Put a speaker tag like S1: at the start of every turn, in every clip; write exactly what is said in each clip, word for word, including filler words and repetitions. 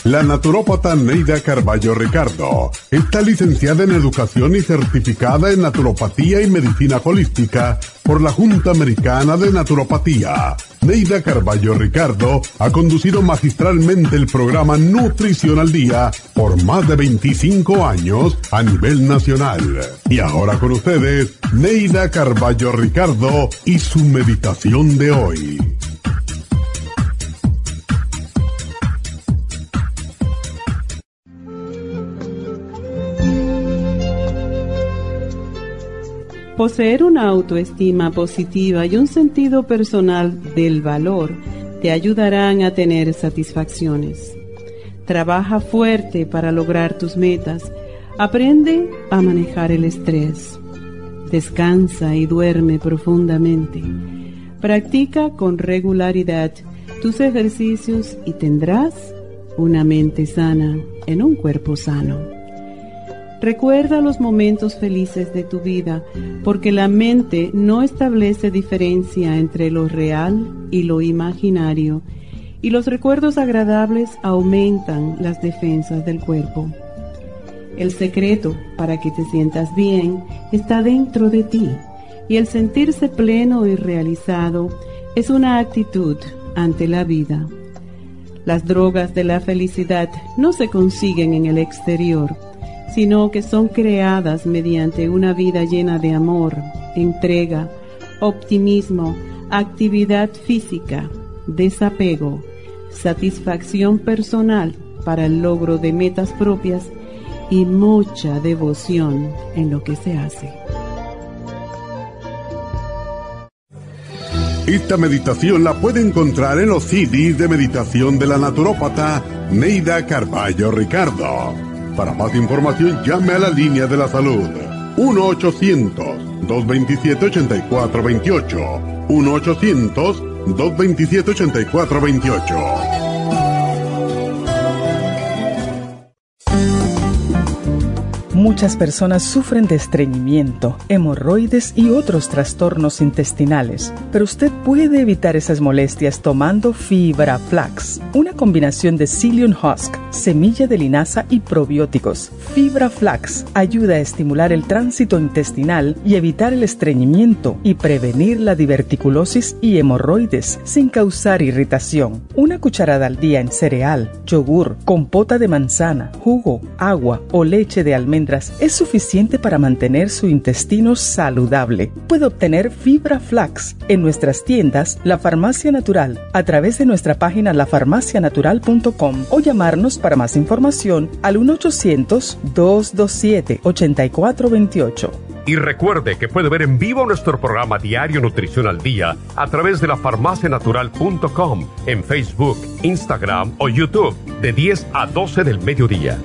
S1: La naturópata Neida Carballo Ricardo está licenciada en Educación y certificada en Naturopatía y Medicina Holística por la Junta Americana de Naturopatía. Neida Carballo Ricardo ha conducido magistralmente el programa Nutrición al Día por más de veinticinco años a nivel nacional. Y ahora con ustedes, Neida Carballo Ricardo y su meditación de hoy.
S2: Poseer una autoestima positiva y un sentido personal del valor te ayudarán a tener satisfacciones. Trabaja fuerte para lograr tus metas. Aprende a manejar el estrés. Descansa y duerme profundamente. Practica con regularidad tus ejercicios y tendrás una mente sana en un cuerpo sano. Recuerda los momentos felices de tu vida, porque la mente no establece diferencia entre lo real y lo imaginario, y los recuerdos agradables aumentan las defensas del cuerpo. El secreto para que te sientas bien está dentro de ti, y el sentirse pleno y realizado es una actitud ante la vida. Las drogas de la felicidad no se consiguen en el exterior, sino que son creadas mediante una vida llena de amor, entrega, optimismo, actividad física, desapego, satisfacción personal para el logro de metas propias y mucha devoción en lo que se hace.
S1: Esta meditación la puede encontrar en los C Ds de meditación de la naturópata Neida Carballo Ricardo. Para más información, llame a la línea de la salud uno ochocientos, dos veintisiete, ochenta y cuatro veintiocho. uno ochocientos, dos veintisiete, ochenta y cuatro veintiocho.
S3: Muchas personas sufren de estreñimiento, hemorroides y otros trastornos intestinales, pero usted puede evitar esas molestias tomando Fibra Flax, una combinación de psyllium husk, semilla de linaza y probióticos. Fibra Flax ayuda a estimular el tránsito intestinal y evitar el estreñimiento y prevenir la diverticulosis y hemorroides sin causar irritación. Una cucharada al día en cereal, yogur, compota de manzana, jugo, agua o leche de almendras es suficiente para mantener su intestino saludable. Puede obtener Fibra Flax en nuestras tiendas La Farmacia Natural a través de nuestra página la farmacia natural punto com o llamarnos para más información al uno ochocientos, dos dos siete, ocho cuatro dos ocho.
S4: Y recuerde que puede ver en vivo nuestro programa Diario Nutrición al Día a través de la farmacia natural punto com en Facebook, Instagram o YouTube de diez a doce del mediodía.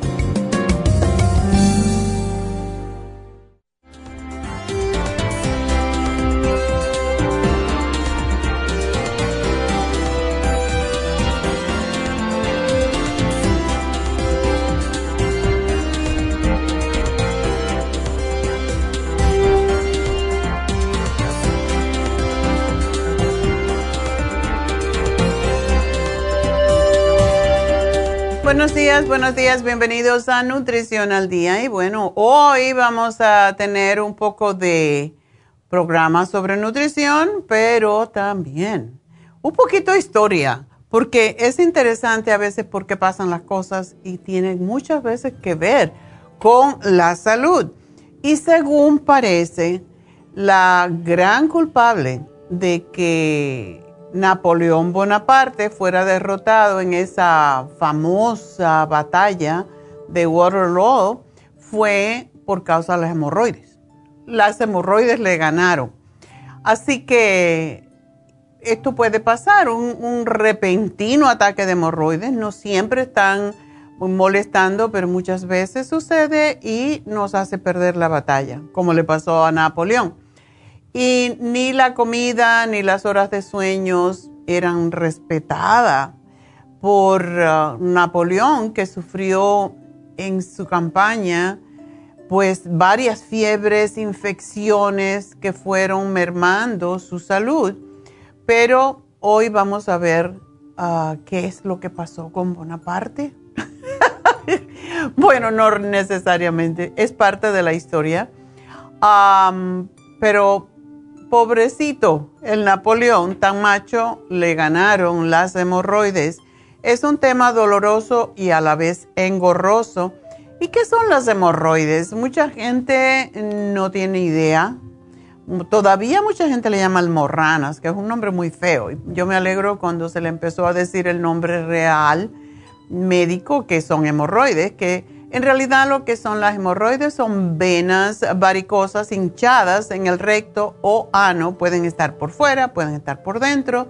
S5: Buenos días, buenos días, bienvenidos a Nutrición al Día. Y bueno, hoy vamos a tener un poco de programa sobre nutrición, pero también un poquito de historia, porque es interesante a veces por qué pasan las cosas y tienen muchas veces que ver con la salud. Y según parece, la gran culpable de que Napoleón Bonaparte fuera derrotado en esa famosa batalla de Waterloo fue por causa de las hemorroides. Las hemorroides le ganaron. Así que esto puede pasar, un, un repentino ataque de hemorroides. No siempre están molestando, pero muchas veces sucede y nos hace perder la batalla, como le pasó a Napoleón. Y ni la comida ni las horas de sueños eran respetadas por uh, Napoleón, que sufrió en su campaña pues varias fiebres, infecciones que fueron mermando su salud. Pero hoy vamos a ver uh, qué es lo que pasó con Bonaparte. Bueno, no necesariamente, es parte de la historia. Um, pero pobrecito, el Napoleón tan macho, le ganaron las hemorroides. Es un tema doloroso y a la vez engorroso. ¿Y qué son las hemorroides? Mucha gente no tiene idea. Todavía mucha gente le llama almorranas, que es un nombre muy feo. Yo me alegro cuando se le empezó a decir el nombre real médico, que son hemorroides, que en realidad lo que son las hemorroides son venas varicosas hinchadas en el recto o ano. Pueden estar por fuera, pueden estar por dentro.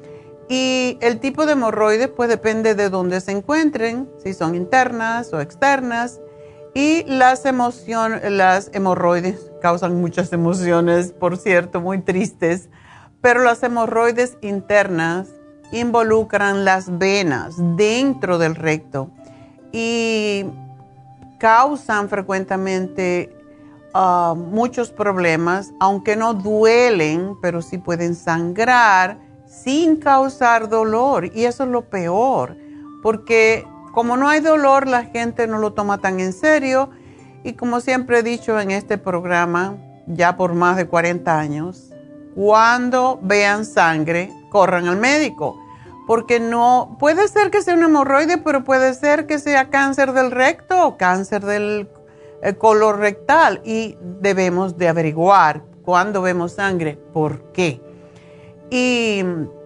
S5: Y el tipo de hemorroides pues depende de dónde se encuentren, si son internas o externas. Y las, emoción, las hemorroides causan muchas emociones, por cierto, muy tristes. Pero las hemorroides internas involucran las venas dentro del recto y causan frecuentemente uh, muchos problemas, aunque no duelen, pero sí pueden sangrar sin causar dolor. Y eso es lo peor, porque como no hay dolor, la gente no lo toma tan en serio. Y como siempre he dicho en este programa, ya por más de cuarenta años, cuando vean sangre, corran al médico. Porque no, puede ser que sea un hemorroide, pero puede ser que sea cáncer del recto o cáncer del eh, colon rectal. Y debemos de averiguar cuando vemos sangre, por qué. Y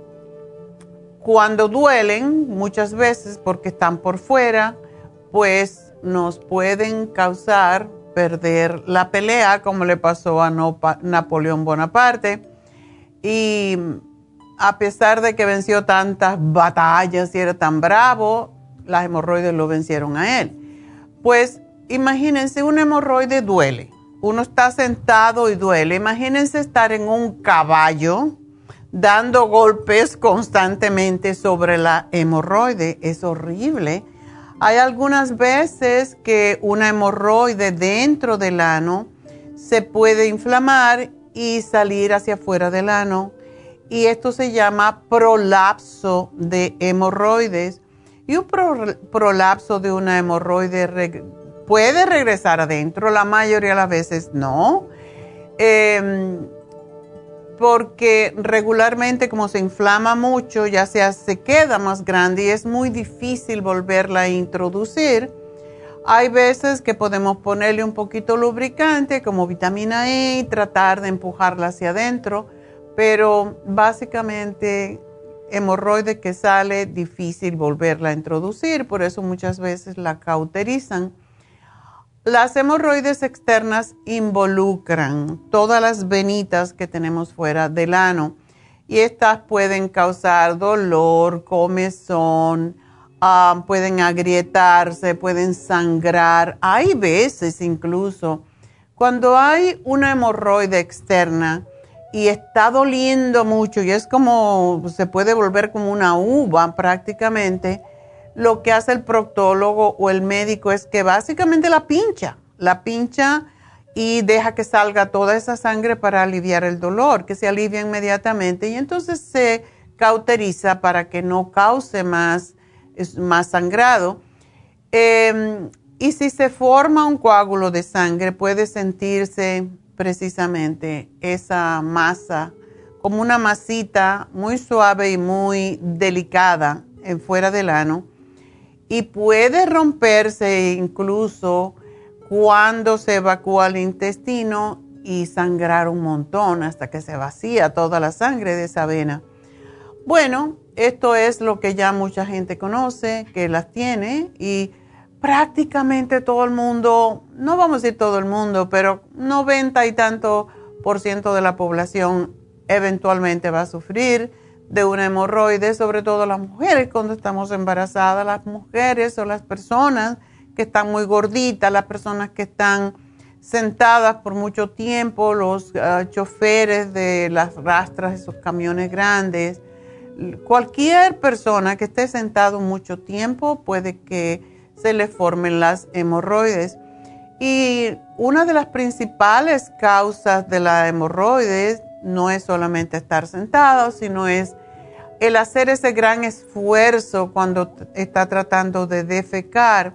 S5: cuando duelen, muchas veces porque están por fuera, pues nos pueden causar perder la pelea, como le pasó a Napoleón Bonaparte. Y a pesar de que venció tantas batallas y era tan bravo, las hemorroides lo vencieron a él. Pues imagínense, un hemorroide duele. Uno está sentado y duele. Imagínense estar en un caballo dando golpes constantemente sobre la hemorroide. Es horrible. Hay algunas veces que una hemorroide dentro del ano se puede inflamar y salir hacia afuera del ano. Y esto se llama prolapso de hemorroides. Y un pro, prolapso de una hemorroide reg- puede regresar adentro, la mayoría de las veces no. Eh, porque regularmente como se inflama mucho, ya sea se queda más grande y es muy difícil volverla a introducir. Hay veces que podemos ponerle un poquito lubricante como vitamina E y tratar de empujarla hacia adentro, pero básicamente hemorroide que sale, difícil volverla a introducir, por eso muchas veces la cauterizan. Las hemorroides externas involucran todas las venitas que tenemos fuera del ano y estas pueden causar dolor, comezón, um, pueden agrietarse, pueden sangrar. Hay veces incluso cuando hay una hemorroide externa y está doliendo mucho y es como, se puede volver como una uva prácticamente, lo que hace el proctólogo o el médico es que básicamente la pincha, la pincha y deja que salga toda esa sangre para aliviar el dolor, que se alivia inmediatamente y entonces se cauteriza para que no cause más, más sangrado. Eh, y si se forma un coágulo de sangre, puede sentirse precisamente esa masa como una masita muy suave y muy delicada en fuera del ano. Y puede romperse incluso cuando se evacúa el intestino y sangrar un montón hasta que se vacía toda la sangre de esa vena. Bueno, esto es lo que ya mucha gente conoce, que las tiene y prácticamente todo el mundo, no vamos a decir todo el mundo, pero noventa y tanto por ciento de la población eventualmente va a sufrir de una hemorroide, sobre todo las mujeres cuando estamos embarazadas, las mujeres o las personas que están muy gorditas, las personas que están sentadas por mucho tiempo, los uh, choferes de las rastras, esos camiones grandes. Cualquier persona que esté sentado mucho tiempo puede que se le formen las hemorroides. Y una de las principales causas de la hemorroides no es solamente estar sentado, sino es el hacer ese gran esfuerzo cuando está tratando de defecar.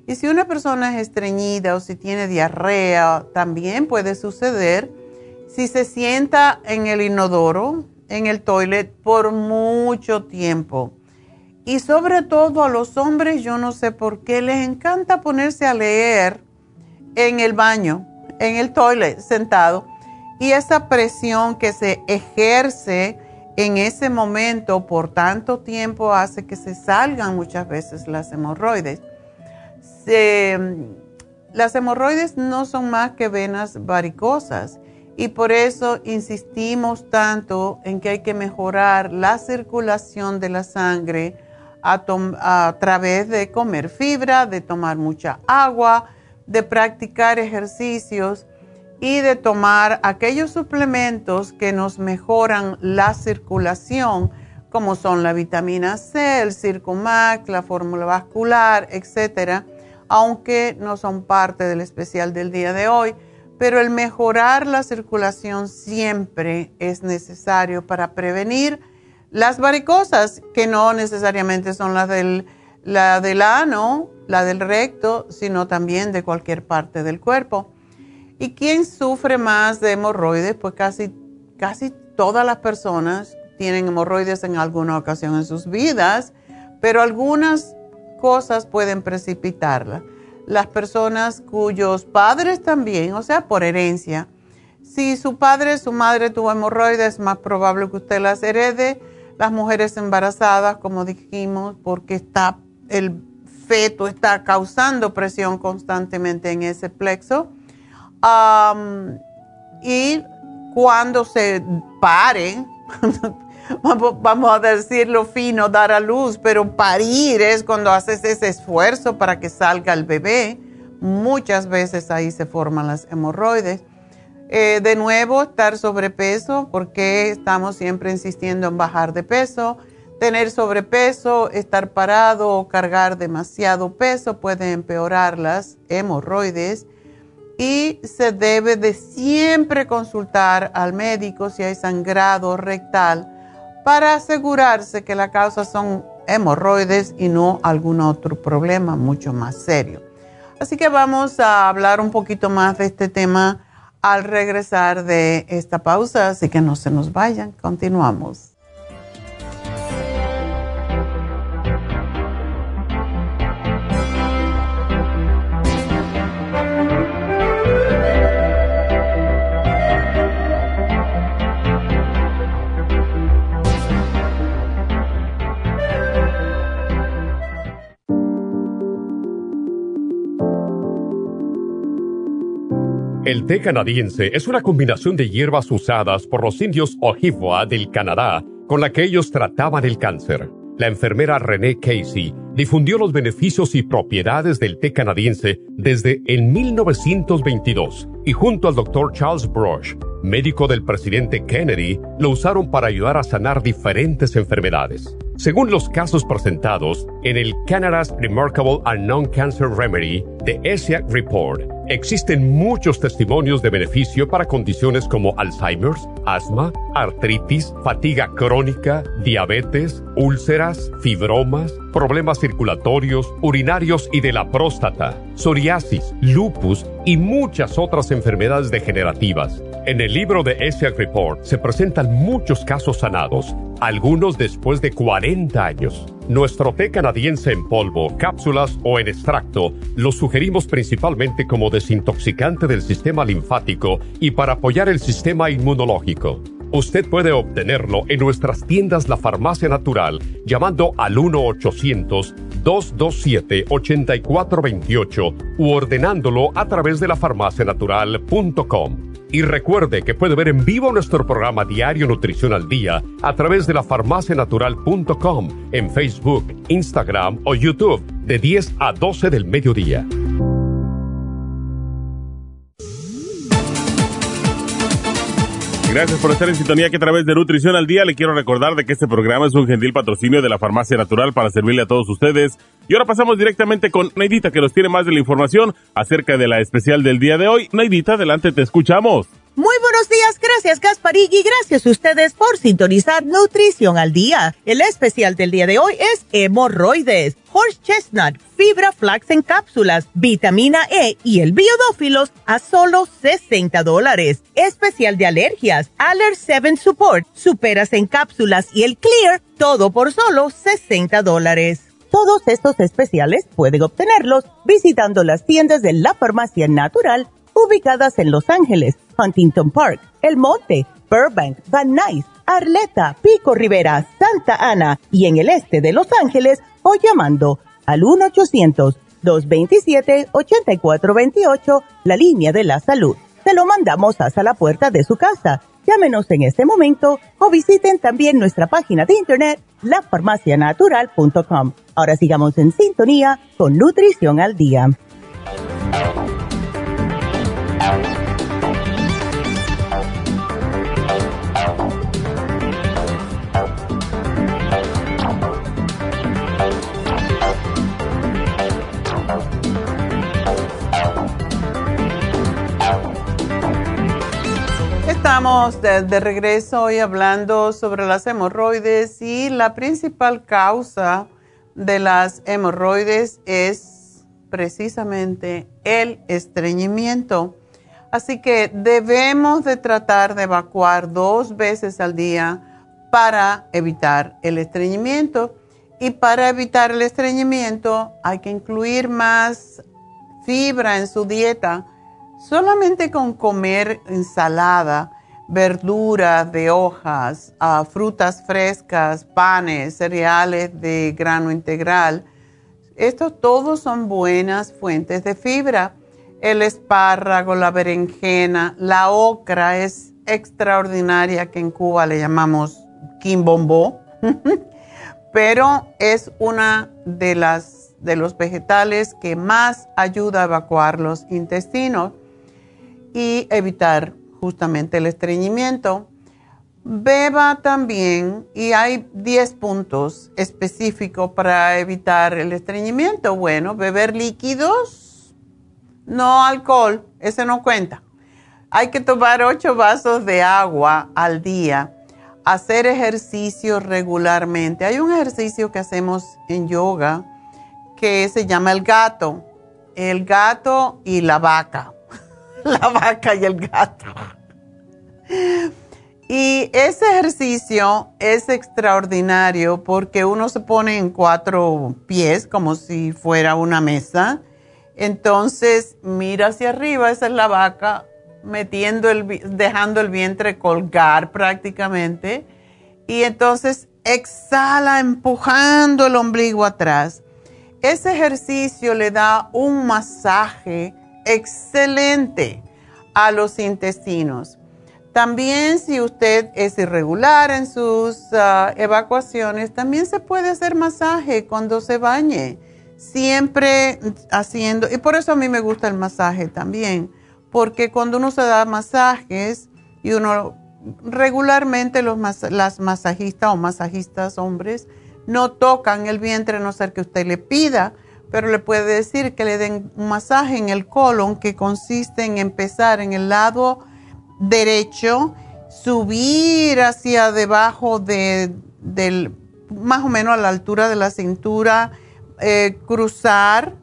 S5: Y si una persona es estreñida o si tiene diarrea, también puede suceder si se sienta en el inodoro, en el toilet, por mucho tiempo. Y sobre todo a los hombres, yo no sé por qué, les encanta ponerse a leer en el baño, en el toilet, sentado. Y esa presión que se ejerce en ese momento por tanto tiempo hace que se salgan muchas veces las hemorroides. Se, las hemorroides no son más que venas varicosas y por eso insistimos tanto en que hay que mejorar la circulación de la sangre a, a través de comer fibra, de tomar mucha agua, de practicar ejercicios y de tomar aquellos suplementos que nos mejoran la circulación, como son la vitamina C, el Circumax, la fórmula vascular, etcétera, aunque no son parte del especial del día de hoy, pero el mejorar la circulación siempre es necesario para prevenir las varicosas, que no necesariamente son las del, la del ano, la del recto, sino también de cualquier parte del cuerpo. ¿Y quién sufre más de hemorroides? Pues casi, casi todas las personas tienen hemorroides en alguna ocasión en sus vidas, pero algunas cosas pueden precipitarla. Las personas cuyos padres también, o sea, por herencia, si su padre, su madre tuvo hemorroides, es más probable que usted las herede. Las mujeres embarazadas, como dijimos, porque está, el feto está causando presión constantemente en ese plexo. Um, y cuando se pare, vamos, vamos a decirlo fino, dar a luz, pero parir es cuando haces ese esfuerzo para que salga el bebé. Muchas veces ahí se forman las hemorroides. Eh, de nuevo, estar sobrepeso, porque estamos siempre insistiendo en bajar de peso. Tener sobrepeso, estar parado o cargar demasiado peso puede empeorar las hemorroides. Y se debe de siempre consultar al médico si hay sangrado rectal para asegurarse que la causa son hemorroides y no algún otro problema mucho más serio. Así que vamos a hablar un poquito más de este tema al regresar de esta pausa, así que no se nos vayan, continuamos.
S4: El té canadiense es una combinación de hierbas usadas por los indios Ojibwa del Canadá con la que ellos trataban el cáncer. La enfermera Renee Casey difundió los beneficios y propiedades del té canadiense desde el mil novecientos veintidós y junto al doctor Charles Brush, médico del presidente Kennedy, lo usaron para ayudar a sanar diferentes enfermedades. Según los casos presentados en el Canada's Remarkable and Non-Cancer Remedy de E S I A C Report, existen muchos testimonios de beneficio para condiciones como Alzheimer's, asma, artritis, fatiga crónica, diabetes, úlceras, fibromas, problemas circulatorios, urinarios y de la próstata, psoriasis, lupus y muchas otras enfermedades degenerativas. En el libro de E S I A C Report se presentan muchos casos sanados, algunos después de cuarenta años. Nuestro té canadiense en polvo, cápsulas o en extracto lo sugerimos principalmente como desintoxicante del sistema linfático y para apoyar el sistema inmunológico. Usted puede obtenerlo en nuestras tiendas La Farmacia Natural llamando al uno ochocientos, dos dos siete, ocho cuatro dos ocho u ordenándolo a través de la farmacia natural punto com. Y recuerde que puede ver en vivo nuestro programa Diario Nutrición al Día a través de la farmacia natural punto com en Facebook, Instagram o YouTube de diez a doce del mediodía.
S6: Gracias por estar en sintonía que a través de Nutrición al Día le quiero recordar de que este programa es un gentil patrocinio de la Farmacia Natural para servirle a todos ustedes. Y ahora pasamos directamente con Neidita, que nos tiene más de la información acerca de la especial del día de hoy. Neidita, adelante, te escuchamos.
S7: Muy buenos días, gracias Gasparín y gracias a ustedes por sintonizar Nutrición al Día. El especial del día de hoy es hemorroides, horse chestnut, fibra flax en cápsulas, vitamina E y el biodófilos a solo sesenta dólares. Especial de alergias, Aller siete Support, superas en cápsulas y el Clear, todo por solo sesenta dólares. Todos estos especiales pueden obtenerlos visitando las tiendas de la Farmacia Natural ubicadas en Los Ángeles, Huntington Park, El Monte, Burbank, Van Nuys, Arleta, Pico Rivera, Santa Ana y en el este de Los Ángeles o llamando al uno ochocientos, dos veintisiete, ochenta y cuatro veintiocho, la línea de la salud. Se lo mandamos hasta la puerta de su casa. Llámenos en este momento o visiten también nuestra página de internet la farmacia natural punto com. Ahora sigamos en sintonía con Nutrición al Día.
S5: Estamos de, de regreso hoy hablando sobre las hemorroides y la principal causa de las hemorroides es precisamente el estreñimiento. Así que debemos de tratar de evacuar dos veces al día para evitar el estreñimiento. Y para evitar el estreñimiento hay que incluir más fibra en su dieta. Solamente con comer ensalada, verduras de hojas, uh, frutas frescas, panes, cereales de grano integral, estos todos son buenas fuentes de fibra. El espárrago, la berenjena, la ocra es extraordinaria, que en Cuba le llamamos quimbombó, pero es una de las de los vegetales que más ayuda a evacuar los intestinos y evitar justamente el estreñimiento. Beba también, y hay diez puntos específicos para evitar el estreñimiento. Bueno, beber líquidos, no alcohol, ese no cuenta. Hay que tomar ocho vasos de agua al día. Hacer ejercicio regularmente. Hay un ejercicio que hacemos en yoga que se llama el gato. El gato y la vaca. La vaca y el gato. Y ese ejercicio es extraordinario porque uno se pone en cuatro pies como si fuera una mesa. Entonces mira hacia arriba, esa es la vaca, metiendo el, dejando el vientre colgar prácticamente. Y entonces exhala empujando el ombligo atrás. Ese ejercicio le da un masaje excelente a los intestinos. También si usted es irregular en sus uh, evacuaciones, también se puede hacer masaje cuando se bañe. Siempre haciendo, y por eso a mí me gusta el masaje también, porque cuando uno se da masajes y uno regularmente los mas, las masajistas o masajistas hombres no tocan el vientre a no ser que usted le pida, pero le puede decir que le den un masaje en el colon que consiste en empezar en el lado derecho, subir hacia debajo de, del, más o menos a la altura de la cintura, eh, cruzar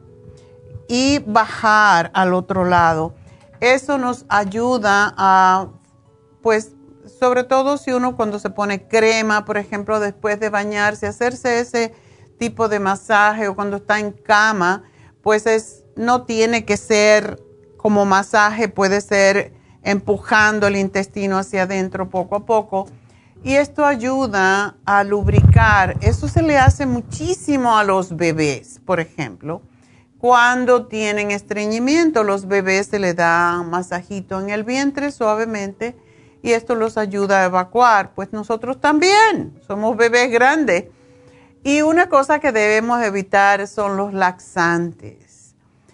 S5: y bajar al otro lado. Eso nos ayuda a, pues, sobre todo si uno cuando se pone crema, por ejemplo, después de bañarse, hacerse ese tipo de masaje o cuando está en cama, pues es, no tiene que ser como masaje, puede ser empujando el intestino hacia adentro poco a poco. Y esto ayuda a lubricar. Eso se le hace muchísimo a los bebés, por ejemplo. Cuando tienen estreñimiento, los bebés se les da masajito en el vientre suavemente y esto los ayuda a evacuar. Pues nosotros también somos bebés grandes. Y una cosa que debemos evitar son los laxantes,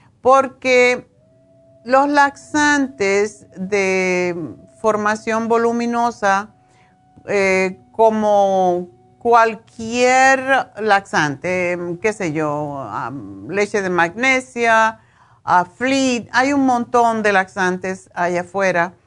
S5: porque los laxantes de formación voluminosa, eh, como cualquier laxante, qué sé yo, um, leche de magnesia, uh, Fleet, hay un montón de laxantes allá afuera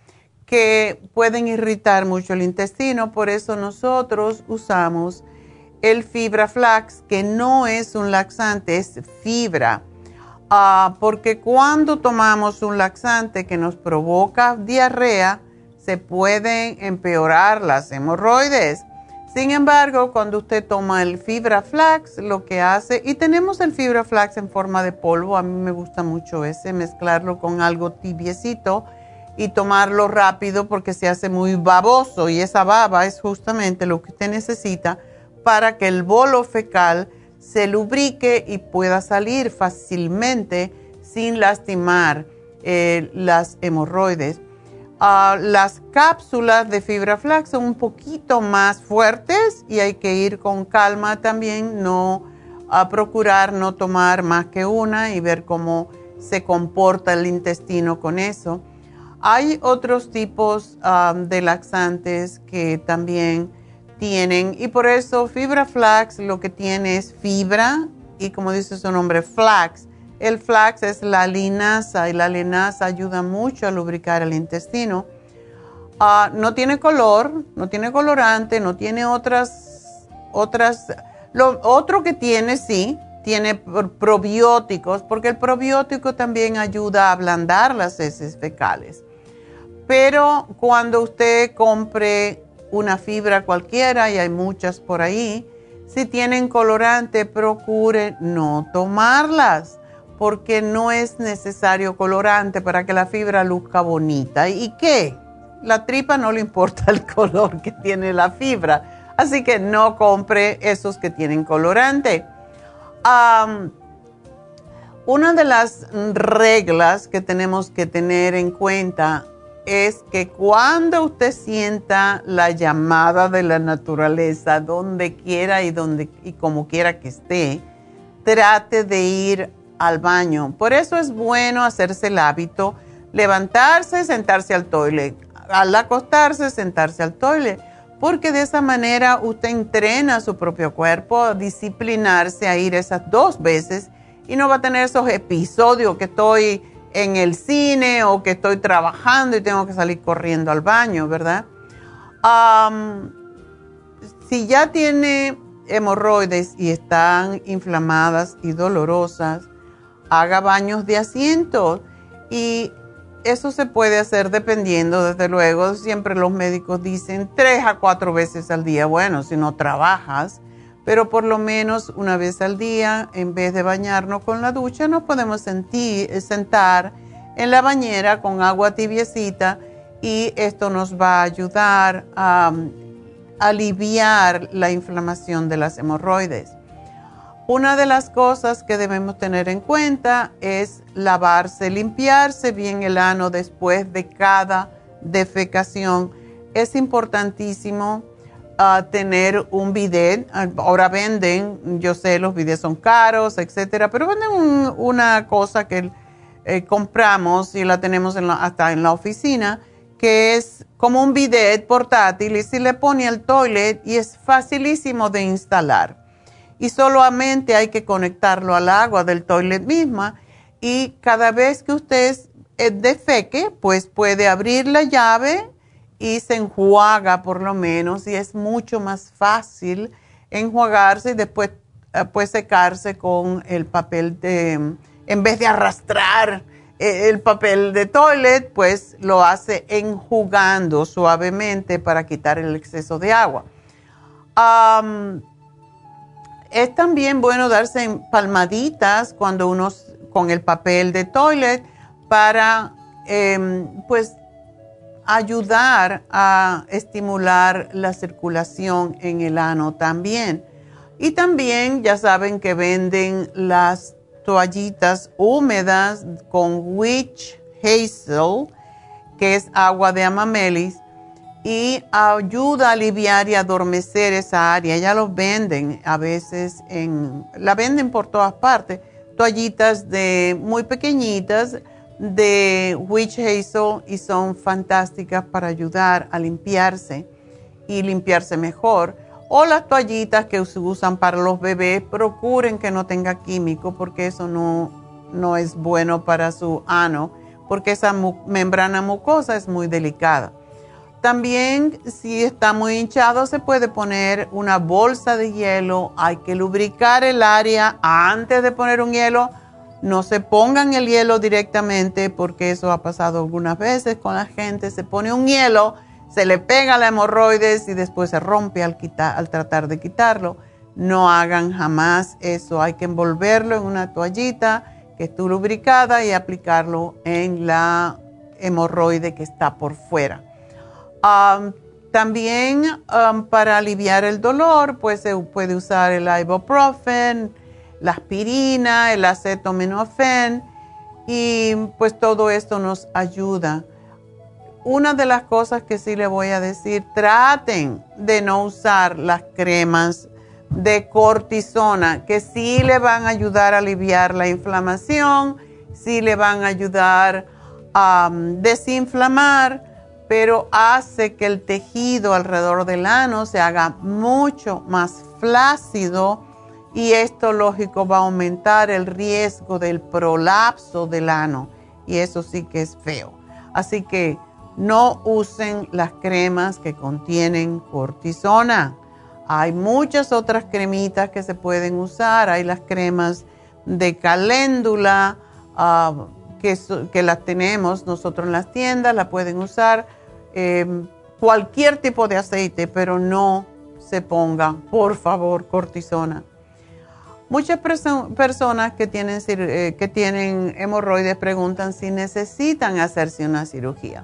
S5: que pueden irritar mucho el intestino. Por eso nosotros usamos el Fibra Flax, que no es un laxante, es fibra. Uh, porque cuando tomamos un laxante que nos provoca diarrea, se pueden empeorar las hemorroides. Sin embargo, cuando usted toma el Fibra Flax, lo que hace, y tenemos el Fibra Flax en forma de polvo, a mí me gusta mucho ese, mezclarlo con algo tibiecito y tomarlo rápido porque se hace muy baboso, y esa baba es justamente lo que usted necesita para que el bolo fecal se lubrique y pueda salir fácilmente sin lastimar eh, las hemorroides. Uh, las cápsulas de Fibra Flax son un poquito más fuertes y hay que ir con calma también, no a procurar no tomar más que una y ver cómo se comporta el intestino con eso. Hay otros tipos um, de laxantes que también tienen, y por eso Fibra Flax lo que tiene es fibra y, como dice su nombre, flax. El flax es la linaza y la linaza ayuda mucho a lubricar el intestino. Uh, no tiene color, no tiene colorante, no tiene otras, otras, lo otro que tiene sí, tiene probióticos, porque el probiótico también ayuda a ablandar las heces fecales. Pero cuando usted compre una fibra cualquiera, y hay muchas por ahí, si tienen colorante, procure no tomarlas, porque no es necesario colorante para que la fibra luzca bonita. ¿Y qué? La tripa no le importa el color que tiene la fibra, así que no compre esos que tienen colorante. Um, una de las reglas que tenemos que tener en cuenta es que cuando usted sienta la llamada de la naturaleza, donde quiera y, donde, y como quiera que esté, trate de ir al baño. Por eso es bueno hacerse el hábito, levantarse, sentarse al toilet, al acostarse, sentarse al toilet, porque de esa manera usted entrena a su propio cuerpo a disciplinarse a ir esas dos veces y no va a tener esos episodios que estoy en el cine o que estoy trabajando y tengo que salir corriendo al baño, ¿verdad? Um, si ya tiene hemorroides y están inflamadas y dolorosas, haga baños de asiento, y eso se puede hacer dependiendo, desde luego, siempre los médicos dicen tres a cuatro veces al día. Bueno, si no trabajas, pero por lo menos una vez al día, en vez de bañarnos con la ducha, nos podemos sentir, sentar en la bañera con agua tibiecita, y esto nos va a ayudar a, a aliviar la inflamación de las hemorroides. Una de las cosas que debemos tener en cuenta es lavarse, limpiarse bien el ano después de cada defecación. Es importantísimo Uh, tener un bidet. Ahora venden, yo sé, los bidets son caros, etcétera, pero venden un, una cosa que eh, compramos y la tenemos en la, hasta en la oficina, que es como un bidet portátil, y se le pone al toilet y es facilísimo de instalar. Y solamente hay que conectarlo al agua del toilet misma, y cada vez que usted eh, defeque, pues puede abrir la llave y se enjuaga por lo menos, y es mucho más fácil enjuagarse y después eh, pues secarse con el papel de, en vez de arrastrar eh, el papel de toilet, pues lo hace enjugando suavemente para quitar el exceso de agua. Um, es también bueno darse palmaditas cuando uno con el papel de toilet para eh, pues ayudar a estimular la circulación en el ano también. Y también ya saben que venden las toallitas húmedas con witch hazel, que es agua de amamelis, y ayuda a aliviar y adormecer esa área. Ya los venden a veces, en, la venden por todas partes, toallitas de muy pequeñitas de witch hazel, y son fantásticas para ayudar a limpiarse y limpiarse mejor. O las toallitas que se usan para los bebés, procuren que no tenga químico, porque eso no, no es bueno para su ano, porque esa mu- membrana mucosa es muy delicada. también si está muy hinchado se puede poner una bolsa de hielo. Hay que lubricar el área antes de poner un hielo. No se pongan el hielo directamente porque eso ha pasado algunas veces con la gente. Se pone un hielo, se le pega la hemorroides y después se rompe al, quitar, al tratar de quitarlo. No hagan jamás eso. Hay que envolverlo en una toallita que esté lubricada y aplicarlo en la hemorroide que está por fuera. Um, también um, para aliviar el dolor, pues se puede usar el ibuprofen, la aspirina, el acetaminofén y pues todo esto nos ayuda. Una de las cosas que sí le voy a decir, traten de no usar las cremas de cortisona, que sí le van a ayudar a aliviar la inflamación, sí le van a ayudar a um, desinflamar, pero hace que el tejido alrededor del ano se haga mucho más flácido y esto, lógico, va a aumentar el riesgo del prolapso del ano y eso sí que es feo. Así que no usen las cremas que contienen cortisona. Hay muchas otras cremitas que se pueden usar. Hay las cremas de caléndula uh, que, que las tenemos nosotros en las tiendas, la pueden usar. Eh, cualquier tipo de aceite, pero no se pongan, por favor, cortisona. Muchas perso- personas que tienen, eh, que tienen hemorroides preguntan si necesitan hacerse una cirugía.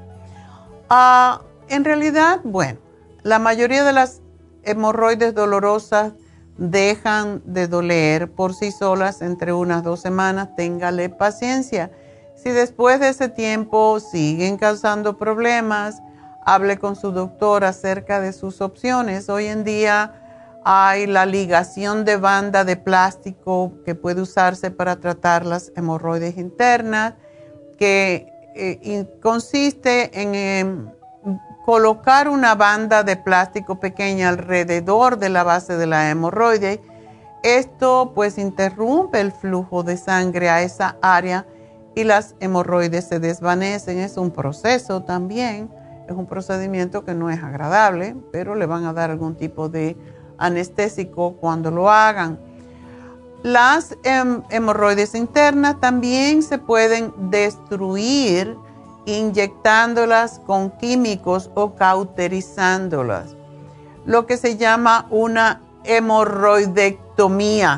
S5: Uh, en realidad, bueno, la mayoría de las hemorroides dolorosas dejan de doler por sí solas entre unas dos semanas. Téngale paciencia. Si después de ese tiempo siguen causando problemas, hable con su doctor acerca de sus opciones. Hoy en día hay la ligación de banda de plástico que puede usarse para tratar las hemorroides internas, que eh, consiste en eh, colocar una banda de plástico pequeña alrededor de la base de la hemorroide. Esto pues interrumpe el flujo de sangre a esa área y las hemorroides se desvanecen. Es un proceso también. Es un procedimiento que no es agradable, pero le van a dar algún tipo de anestésico cuando lo hagan. Las hem hemorroides internas también se pueden destruir inyectándolas con químicos o cauterizándolas, lo que se llama una hemorroidectomía.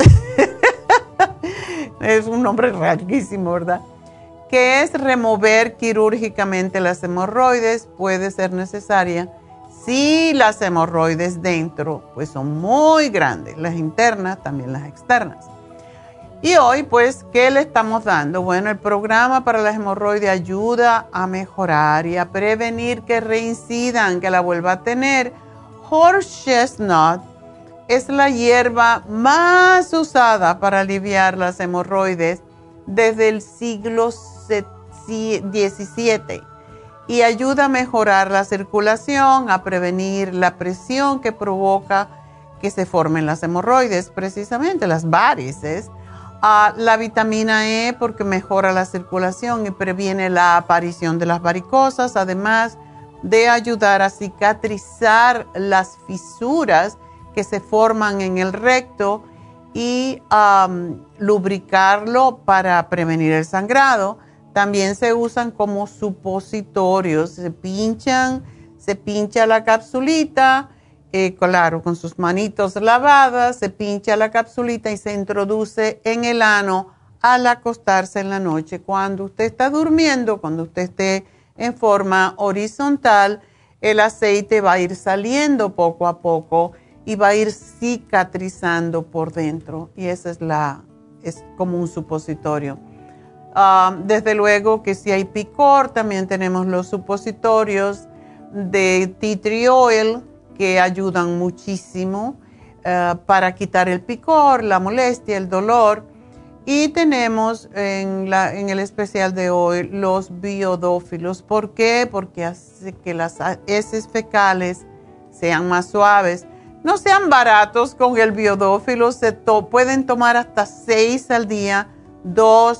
S5: Es un nombre rarísimo, ¿verdad? Que es remover quirúrgicamente las hemorroides. Puede ser necesaria si las hemorroides dentro pues son muy grandes, las internas, también las externas. Y hoy pues, ¿qué le estamos dando? Bueno, el programa para las hemorroides ayuda a mejorar y a prevenir que reincidan, que la vuelva a tener. Horse chestnut es la hierba más usada para aliviar las hemorroides desde el siglo diecisiete y ayuda a mejorar la circulación, a prevenir la presión que provoca que se formen las hemorroides, precisamente las varices. Uh, la vitamina E porque mejora la circulación y previene la aparición de las varicosas, además de ayudar a cicatrizar las fisuras que se forman en el recto y um, lubricarlo para prevenir el sangrado. También se usan como supositorios, se pinchan, se pincha la capsulita, eh, claro, con sus manitos lavadas, se pincha la capsulita y se introduce en el ano al acostarse en la noche. Cuando usted está durmiendo, cuando usted esté en forma horizontal, el aceite va a ir saliendo poco a poco y va a ir cicatrizando por dentro. Y esa es la, es como un supositorio. Uh, desde luego que si hay picor, también tenemos los supositorios de tea tree oil que ayudan muchísimo uh, para quitar el picor, la molestia, el dolor. Y tenemos en, la, en el especial de hoy los biodófilos. ¿Por qué? Porque hace que las heces fecales sean más suaves. No sean baratos con el biodófilo, se to- pueden tomar hasta seis al día, dos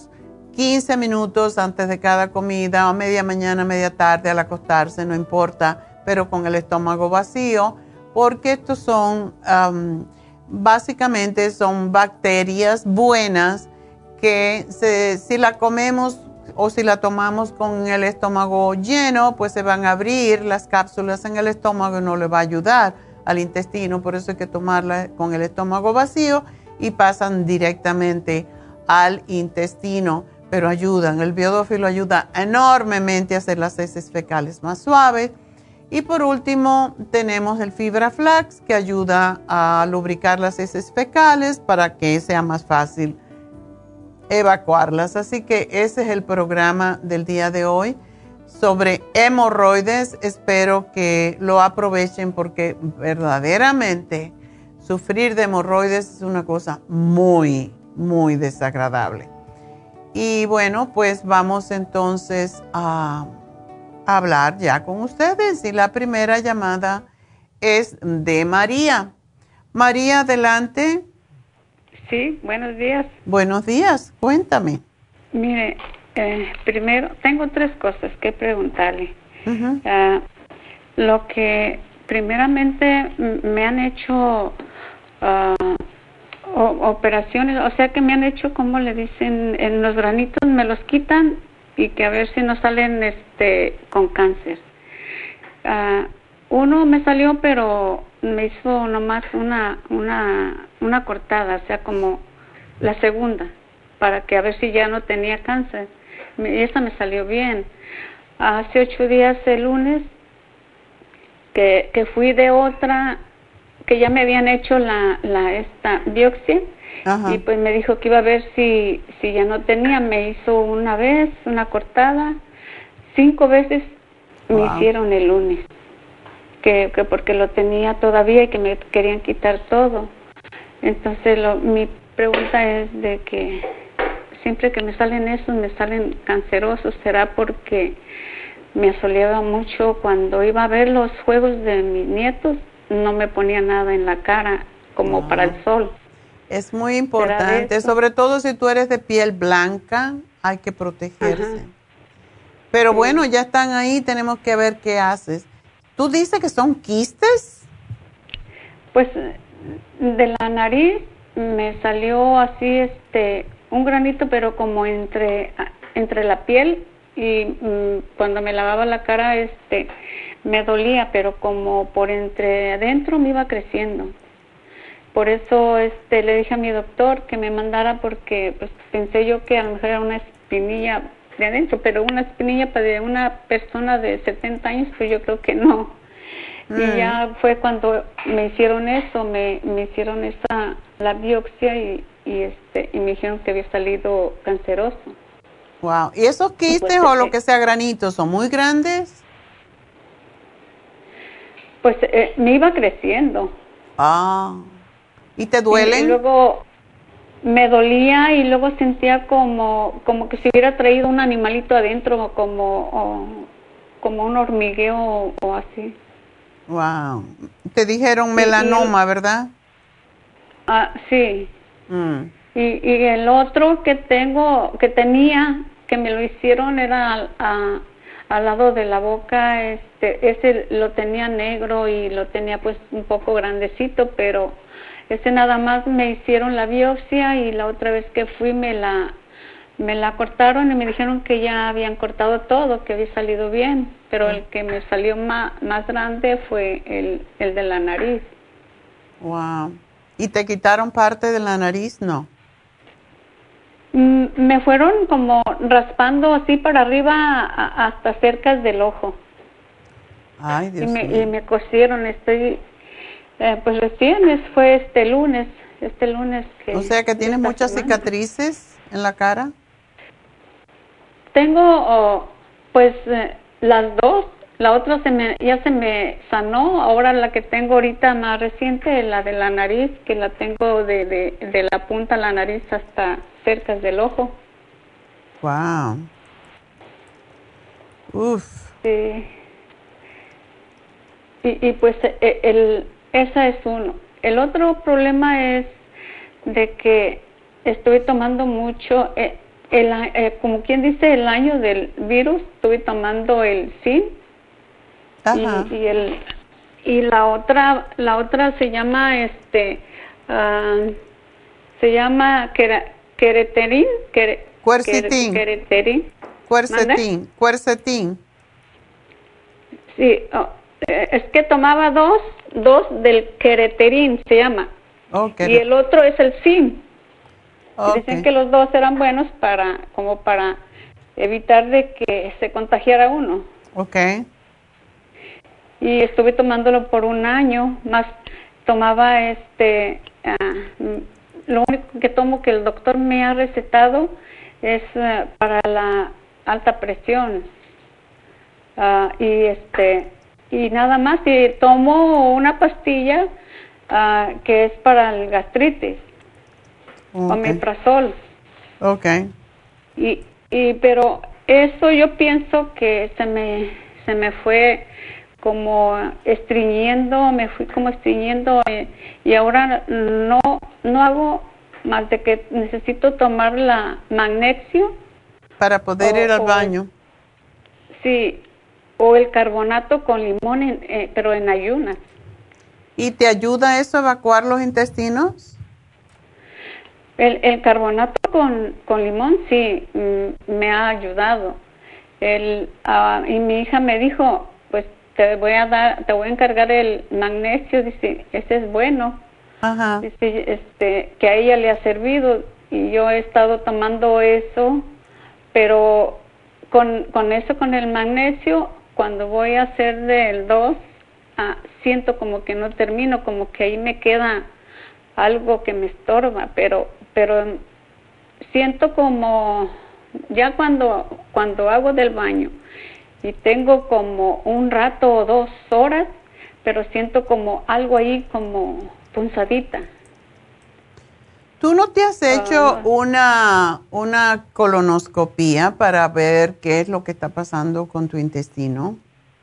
S5: quince minutos antes de cada comida, o media mañana, media tarde, al acostarse, no importa, pero con el estómago vacío, porque estos son, um, básicamente son bacterias buenas que se, si la comemos o si la tomamos con el estómago lleno, pues se van a abrir las cápsulas en el estómago y no le va a ayudar al intestino. Por eso hay que tomarla con el estómago vacío y pasan directamente al intestino, pero ayudan. El biodófilo ayuda enormemente a hacer las heces fecales más suaves. Y por último tenemos el Fibra Flax, que ayuda a lubricar las heces fecales para que sea más fácil evacuarlas. Así que ese es el programa del día de hoy sobre hemorroides. Espero que lo aprovechen porque verdaderamente sufrir de hemorroides es una cosa muy, muy desagradable. Y bueno, pues vamos entonces a hablar ya con ustedes. Y la primera llamada es de María. María, adelante.
S8: Sí, buenos días.
S5: Buenos días, cuéntame.
S8: Mire, eh, primero tengo tres cosas que preguntarle. Uh-huh. Uh, lo que primeramente me han hecho uh, o, operaciones, o sea que me han hecho, como le dicen, en los granitos me los quitan y que a ver si no salen este con cáncer. Uh, uno me salió, pero me hizo nomás una una una cortada, o sea, como la segunda, para que a ver si ya no tenía cáncer. Y esa me salió bien. Hace ocho días, el lunes, que, que fui de otra, que ya me habían hecho la, la esta biopsia. Ajá. Y pues me dijo que iba a ver si, si ya no tenía. Me hizo una vez, una cortada, cinco veces me wow. hicieron el lunes. Que, que porque lo tenía todavía y que me querían quitar todo. Entonces lo, mi pregunta es de que siempre que me salen esos me salen cancerosos. ¿Será porque me asoleaba mucho cuando iba a ver los juegos de mis nietos? No me ponía nada en la cara como no. para el sol.
S5: Es muy importante, sobre todo si tú eres de piel blanca, hay que protegerse. Ajá. Pero sí. Bueno, ya están ahí, tenemos que ver qué haces. ¿Tú dices que son quistes?
S8: Pues de la nariz me salió así este un granito, pero como entre entre la piel, y mmm, cuando me lavaba la cara este me dolía, pero como por entre adentro me iba creciendo. Por eso este le dije a mi doctor que me mandara, porque pues pensé yo que a lo mejor era una espinilla de adentro, pero una espinilla para una persona de setenta años, pues yo creo que no. Mm. Y ya fue cuando me hicieron eso, me, me hicieron esa la biopsia y, y este y me dijeron que había salido canceroso.
S5: Wow. ¿Y esos quistes pues, o lo que sea granitos son muy grandes?
S8: Pues eh, me iba creciendo.
S5: Ah. ¿Y te duelen?
S8: Y, y luego me dolía y luego sentía como como que si hubiera traído un animalito adentro, como o, como un hormigueo o, o así.
S5: Wow. Te dijeron melanoma, y, y, ¿verdad?
S8: Ah, sí.
S5: Mm.
S8: Y, y el otro que tengo, que tenía, que me lo hicieron, era al, a, al lado de la boca. Este, ese lo tenía negro y lo tenía pues un poco grandecito, pero ese nada más me hicieron la biopsia y la otra vez que fui me la me la cortaron y me dijeron que ya habían cortado todo, que había salido bien, pero el que me salió más, más grande fue el, el de la nariz.
S5: Wow. ¿Y te quitaron parte de la nariz? No.
S8: Mm, me fueron como raspando así para arriba a, hasta cerca del ojo.
S5: Ay, Dios
S8: y me,
S5: mío.
S8: Y me cosieron, estoy... Eh, pues recién fue este lunes, este lunes que...
S5: O sea que tienes muchas semana. cicatrices en la cara.
S8: Tengo, oh, pues, eh, las dos. La otra se me, ya se me sanó. Ahora la que tengo ahorita más reciente, la de la nariz, que la tengo de, de, de la punta de la nariz hasta cerca del ojo.
S5: Wow. Uf.
S8: Sí. Y, y pues el... Ese es uno. El otro problema es de que estoy tomando mucho, eh, el, eh, como quien dice, el año del virus, estuve tomando el zinc.
S5: Ajá.
S8: Y, y el y la otra la otra se llama este uh, se llama quercetin,
S5: quercetin,
S8: quercetin,
S5: quercetin, quercetin.
S8: Sí, oh, es que tomaba dos dos del quercetin se llama.
S5: Okay.
S8: Y el otro es el zinc.
S5: Okay.
S8: Dicen que los dos eran buenos para como para evitar de que se contagiara uno.
S5: Okay.
S8: Y estuve tomándolo por un año, más tomaba este, uh, lo único que tomo que el doctor me ha recetado es uh, para la alta presión. Uh, y este, y nada más, y tomo una pastilla uh, que es para el gastritis,
S5: okay.
S8: omeprazol.
S5: Okay.
S8: Y, y, pero eso yo pienso que se me, se me fue como estreñiendo, me fui como estreñiendo eh, y ahora no no hago más de que necesito tomar la magnesio
S5: para poder o, ir al baño.
S8: Sí, o el carbonato con limón, en, eh, pero en ayunas.
S5: ¿Y te ayuda eso a evacuar los intestinos?
S8: El, el carbonato con, con limón sí mm, me ha ayudado. El, uh, y mi hija me dijo, pues te voy a dar, te voy a encargar el magnesio, dice, ese es bueno.
S5: Ajá.
S8: Dice, este, que a ella le ha servido y yo he estado tomando eso, pero con, con eso, con el magnesio, cuando voy a hacer del dos, ah, siento como que no termino, como que ahí me queda algo que me estorba, pero, pero siento como, ya cuando, cuando hago del baño, y tengo como un rato o dos horas, pero siento como algo ahí como punzadita.
S5: ¿Tú no te has hecho uh, una, una colonoscopía para ver qué es lo que está pasando con tu intestino?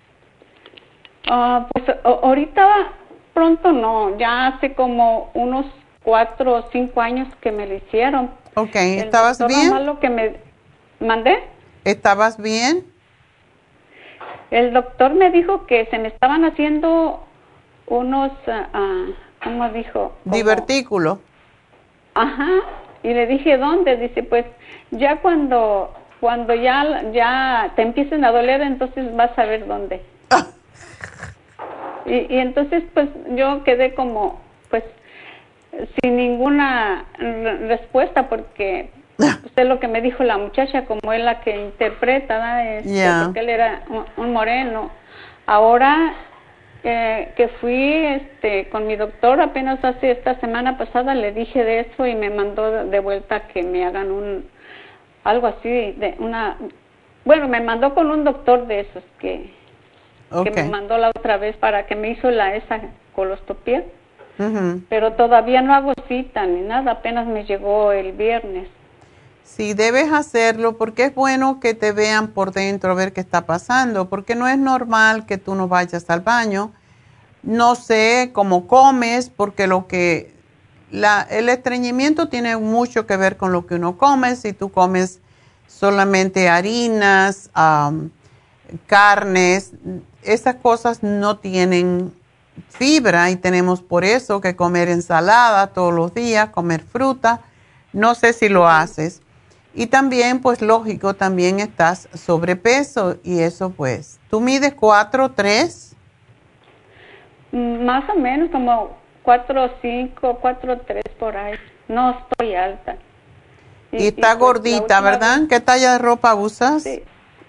S8: Uh, pues ahorita pronto no, ya hace como unos cuatro o cinco años que me lo hicieron.
S5: Ok, ¿estabas bien?
S8: Lo que me mandé.
S5: ¿Estabas bien?
S8: El doctor me dijo que se me estaban haciendo unos, uh, ¿cómo dijo? Como,
S5: divertículos.
S8: Ajá, y le dije, ¿dónde? Dice, pues ya cuando cuando ya ya te empiecen a doler, entonces vas a ver dónde. y, y entonces, pues yo quedé como, pues, sin ninguna respuesta, porque usted lo que me dijo la muchacha, como es la que interpreta, ¿no? Este,
S5: yeah.
S8: Porque él era un, un moreno. Ahora eh, que fui este, con mi doctor, apenas hace esta semana pasada le dije de eso y me mandó de vuelta que me hagan un, algo así, de una, bueno, me mandó con un doctor de esos que, okay. que me mandó la otra vez para que me hizo la esa colostopía. Uh-huh. Pero todavía no hago cita ni nada, apenas me llegó el viernes.
S5: Sí, debes hacerlo porque es bueno que te vean por dentro a ver qué está pasando, porque no es normal que tú no vayas al baño. No sé cómo comes, porque lo que la, el estreñimiento tiene mucho que ver con lo que uno come. Si tú comes solamente harinas, um, carnes, esas cosas no tienen fibra y tenemos por eso que comer ensalada todos los días, comer fruta. No sé si lo haces. Y también, pues lógico, también estás sobrepeso y eso pues, ¿tú mides cuatro, tres?
S8: Más o menos como cuatro, cinco, cuatro, tres por ahí. No estoy alta.
S5: Y, y está y pues, gordita, ¿verdad? Vez... ¿Qué talla de ropa usas?
S8: Sí.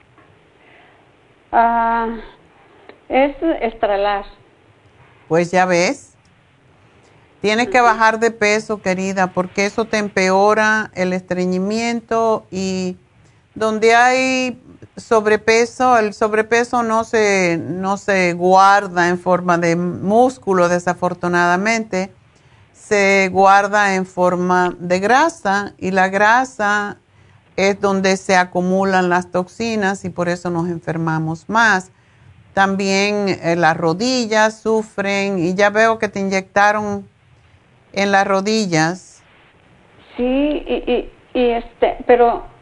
S8: Uh, es extra large.
S5: Pues ya ves. Tienes que bajar de peso, querida, porque eso te empeora el estreñimiento y donde hay sobrepeso, el sobrepeso no se, no se guarda en forma de músculo, desafortunadamente, se guarda en forma de grasa y la grasa es donde se acumulan las toxinas y por eso nos enfermamos más. También eh, las rodillas sufren y ya veo que te inyectaron en las rodillas.
S8: Sí, y, y, y este, pero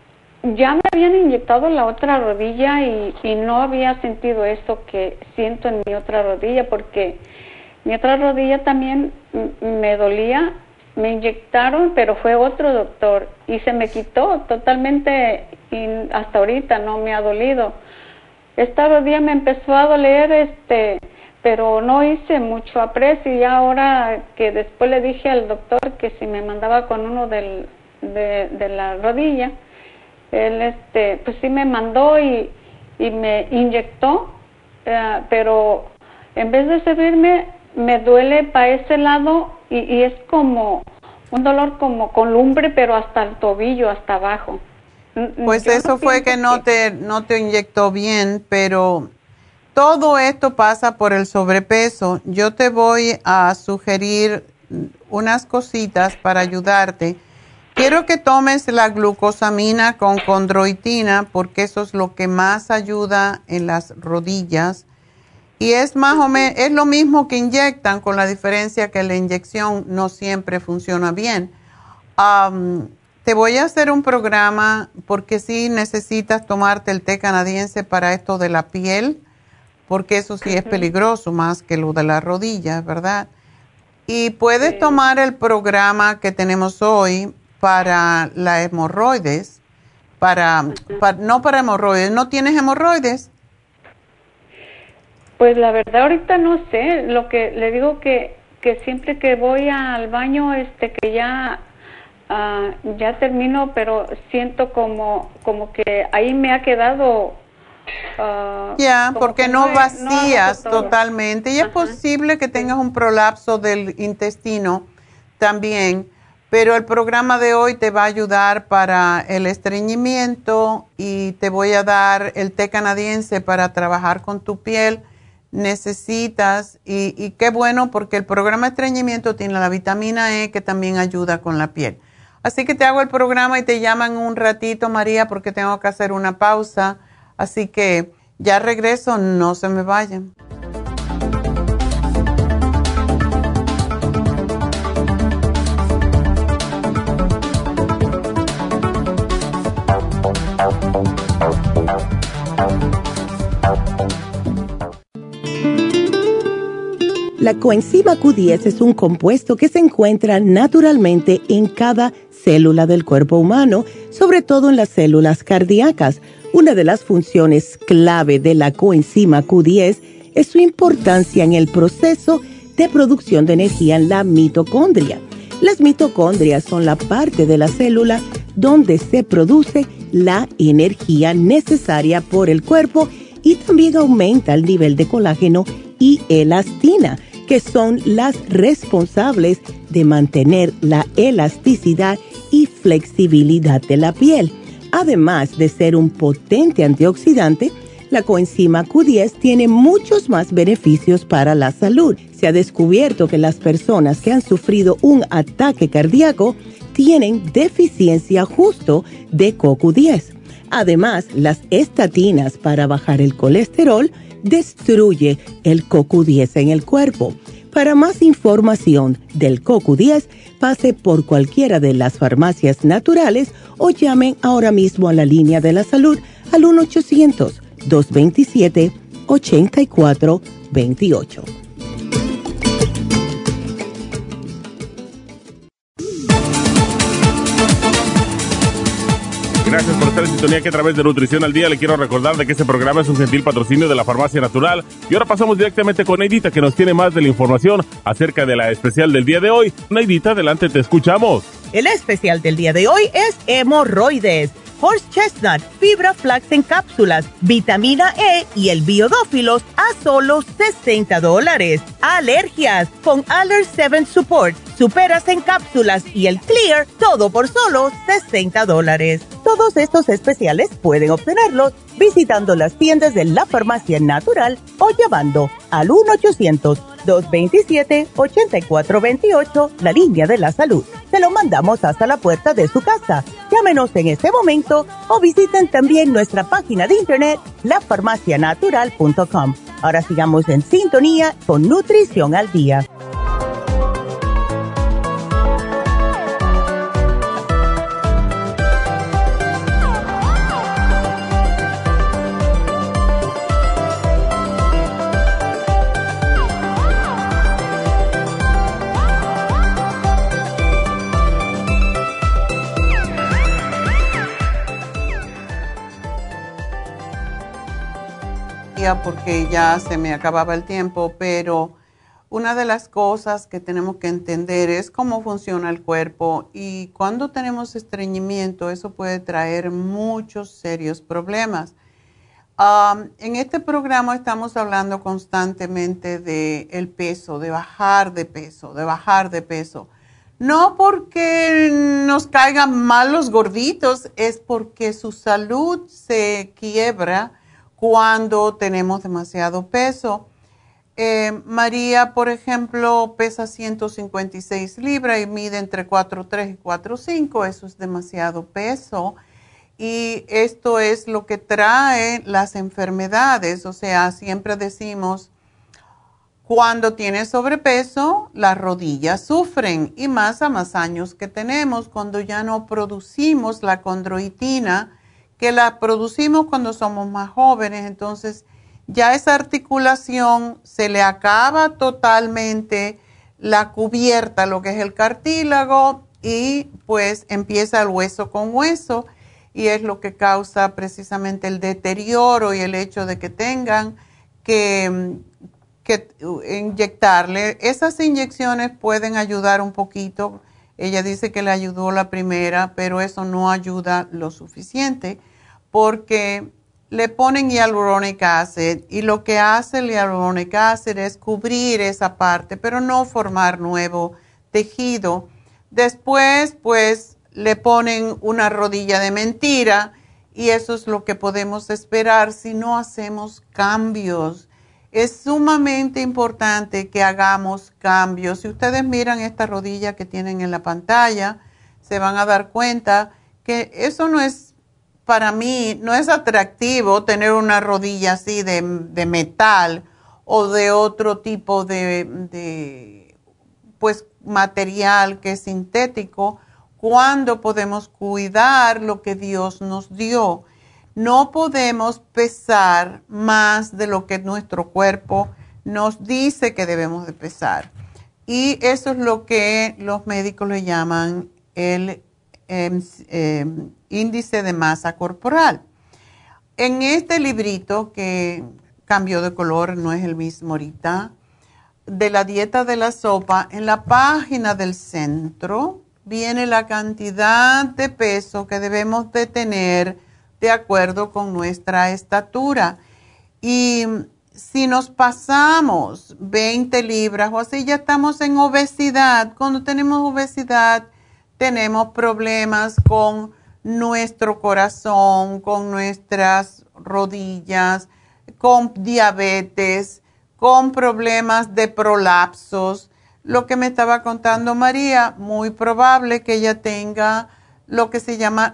S8: ya me habían inyectado la otra rodilla y, y no había sentido eso que siento en mi otra rodilla, porque mi otra rodilla también me dolía, me inyectaron, pero fue otro doctor y se me quitó totalmente y hasta ahorita no me ha dolido. Esta rodilla me empezó a doler, este, pero no hice mucho aprecio, y ahora que después le dije al doctor que si me mandaba con uno del, de, de la rodilla, él este, pues sí me mandó y, y me inyectó, uh, pero en vez de servirme, me duele para ese lado y, y es como un dolor como columbre, pero hasta el tobillo, hasta abajo.
S5: Pues Yo eso no fue que no te no te inyectó bien, pero todo esto pasa por el sobrepeso. Yo te voy a sugerir unas cositas para ayudarte. Quiero que tomes la glucosamina con condroitina, porque eso es lo que más ayuda en las rodillas. Y es más o menos, es lo mismo que inyectan, con la diferencia que la inyección no siempre funciona bien. Um, te voy a hacer un programa, porque sí necesitas tomarte el té canadiense para esto de la piel, porque eso sí es peligroso más que lo de las rodillas, ¿verdad? Y puedes sí. tomar el programa que tenemos hoy para la hemorroides, para, para no para hemorroides. ¿No tienes hemorroides?
S8: Pues la verdad ahorita no sé, lo que le digo que, que siempre que voy al baño, este que ya uh, ya termino, pero siento como como que ahí me ha quedado. Uh,
S5: ya, porque no,
S8: no
S5: vacías
S8: no
S5: totalmente, y es Ajá. posible que tengas un prolapso del intestino también, pero el programa de hoy te va a ayudar para el estreñimiento y te voy a dar el té canadiense para trabajar con tu piel. Necesitas, y, y qué bueno, porque el programa de estreñimiento tiene la vitamina E que también ayuda con la piel. Así que te hago el programa y te llaman un ratito, María, porque tengo que hacer una pausa. Así que ya regreso, no se me vayan.
S9: La coenzima Q diez es un compuesto que se encuentra naturalmente en cada célula del cuerpo humano, sobre todo en las células cardíacas. Una de las funciones clave de la coenzima Q diez es su importancia en el proceso de producción de energía en la mitocondria. Las mitocondrias son la parte de la célula donde se produce la energía necesaria por el cuerpo, y también aumenta el nivel de colágeno y elastina, que son las responsables de mantener la elasticidad y flexibilidad de la piel. Además de ser un potente antioxidante, la coenzima Q diez tiene muchos más beneficios para la salud. Se ha descubierto que las personas que han sufrido un ataque cardíaco tienen deficiencia justo de C O Q diez. Además, las estatinas para bajar el colesterol destruye el C O Q diez en el cuerpo. Para más información del C O Q diez, pase por cualquiera de las farmacias naturales o llamen ahora mismo a la línea de la salud al uno ochocientos, dos veintisiete, ochenta y cuatro veintiocho.
S6: Gracias por estar en sintonía, que a través de Nutrición al Día le quiero recordar de que este programa es un gentil patrocinio de la Farmacia Natural. Y ahora pasamos directamente con Neidita, que nos tiene más de la información acerca de la especial del día de hoy. Neidita, adelante, te escuchamos.
S7: El especial del día de hoy es hemorroides, horse chestnut, fibra flax en cápsulas, vitamina E y el biodófilos a solo sesenta dólares. Alergias con Aller siete Support, superas en cápsulas y el Clear, todo por solo sesenta dólares. Todos estos especiales pueden obtenerlos visitando las tiendas de la Farmacia Natural o llamando al uno ochocientos, dos veintisiete, ochenta y cuatro veintiocho, la línea de la salud. Se lo mandamos hasta la puerta de su casa. Llámenos en este momento o visiten también nuestra página de internet, la farmacia natural punto com. Ahora sigamos en sintonía con Nutrición al Día.
S5: María porque ya se me acababa el tiempo, pero una de las cosas que tenemos que entender es cómo funciona el cuerpo y cuando tenemos estreñimiento eso puede traer muchos serios problemas. Um, en este programa estamos hablando constantemente de el peso, de bajar de peso, de bajar de peso. No porque nos caigan mal los gorditos, es porque su salud se quiebra cuando tenemos demasiado peso. Eh, María, por ejemplo, pesa ciento cincuenta y seis libras y mide entre cuatro tres y cuatro cinco, eso es demasiado peso. Y esto es lo que trae las enfermedades, o sea, siempre decimos, cuando tienes sobrepeso, las rodillas sufren, y más a más años que tenemos, cuando ya no producimos la condroitina, que la producimos cuando somos más jóvenes, entonces ya esa articulación se le acaba totalmente la cubierta, lo que es el cartílago, y pues empieza el hueso con hueso, y es lo que causa precisamente el deterioro y el hecho de que tengan que, que inyectarle. Esas inyecciones pueden ayudar un poquito. Ella dice que le ayudó la primera, pero eso no ayuda lo suficiente porque le ponen hyaluronic acid y lo que hace el hyaluronic acid es cubrir esa parte, pero no formar nuevo tejido. Después, pues, le ponen una rodilla de mentira y eso es lo que podemos esperar si no hacemos cambios. Es sumamente importante que hagamos cambios. Si ustedes miran esta rodilla que tienen en la pantalla, se van a dar cuenta que eso no es, para mí, no es atractivo tener una rodilla así de, de metal o de otro tipo de, de pues, material que es sintético, cuando podemos cuidar lo que Dios nos dio. No podemos pesar más de lo que nuestro cuerpo nos dice que debemos de pesar. Y eso es lo que los médicos le llaman el eh, eh, índice de masa corporal. En este librito que cambió de color, no es el mismo ahorita, de la dieta de la sopa, en la página del centro viene la cantidad de peso que debemos de tener de acuerdo con nuestra estatura. Y si nos pasamos veinte libras o así, ya estamos en obesidad. Cuando tenemos obesidad, tenemos problemas con nuestro corazón, con nuestras rodillas, con diabetes, con problemas de prolapsos. Lo que me estaba contando María, muy probable que ella tenga lo que se llama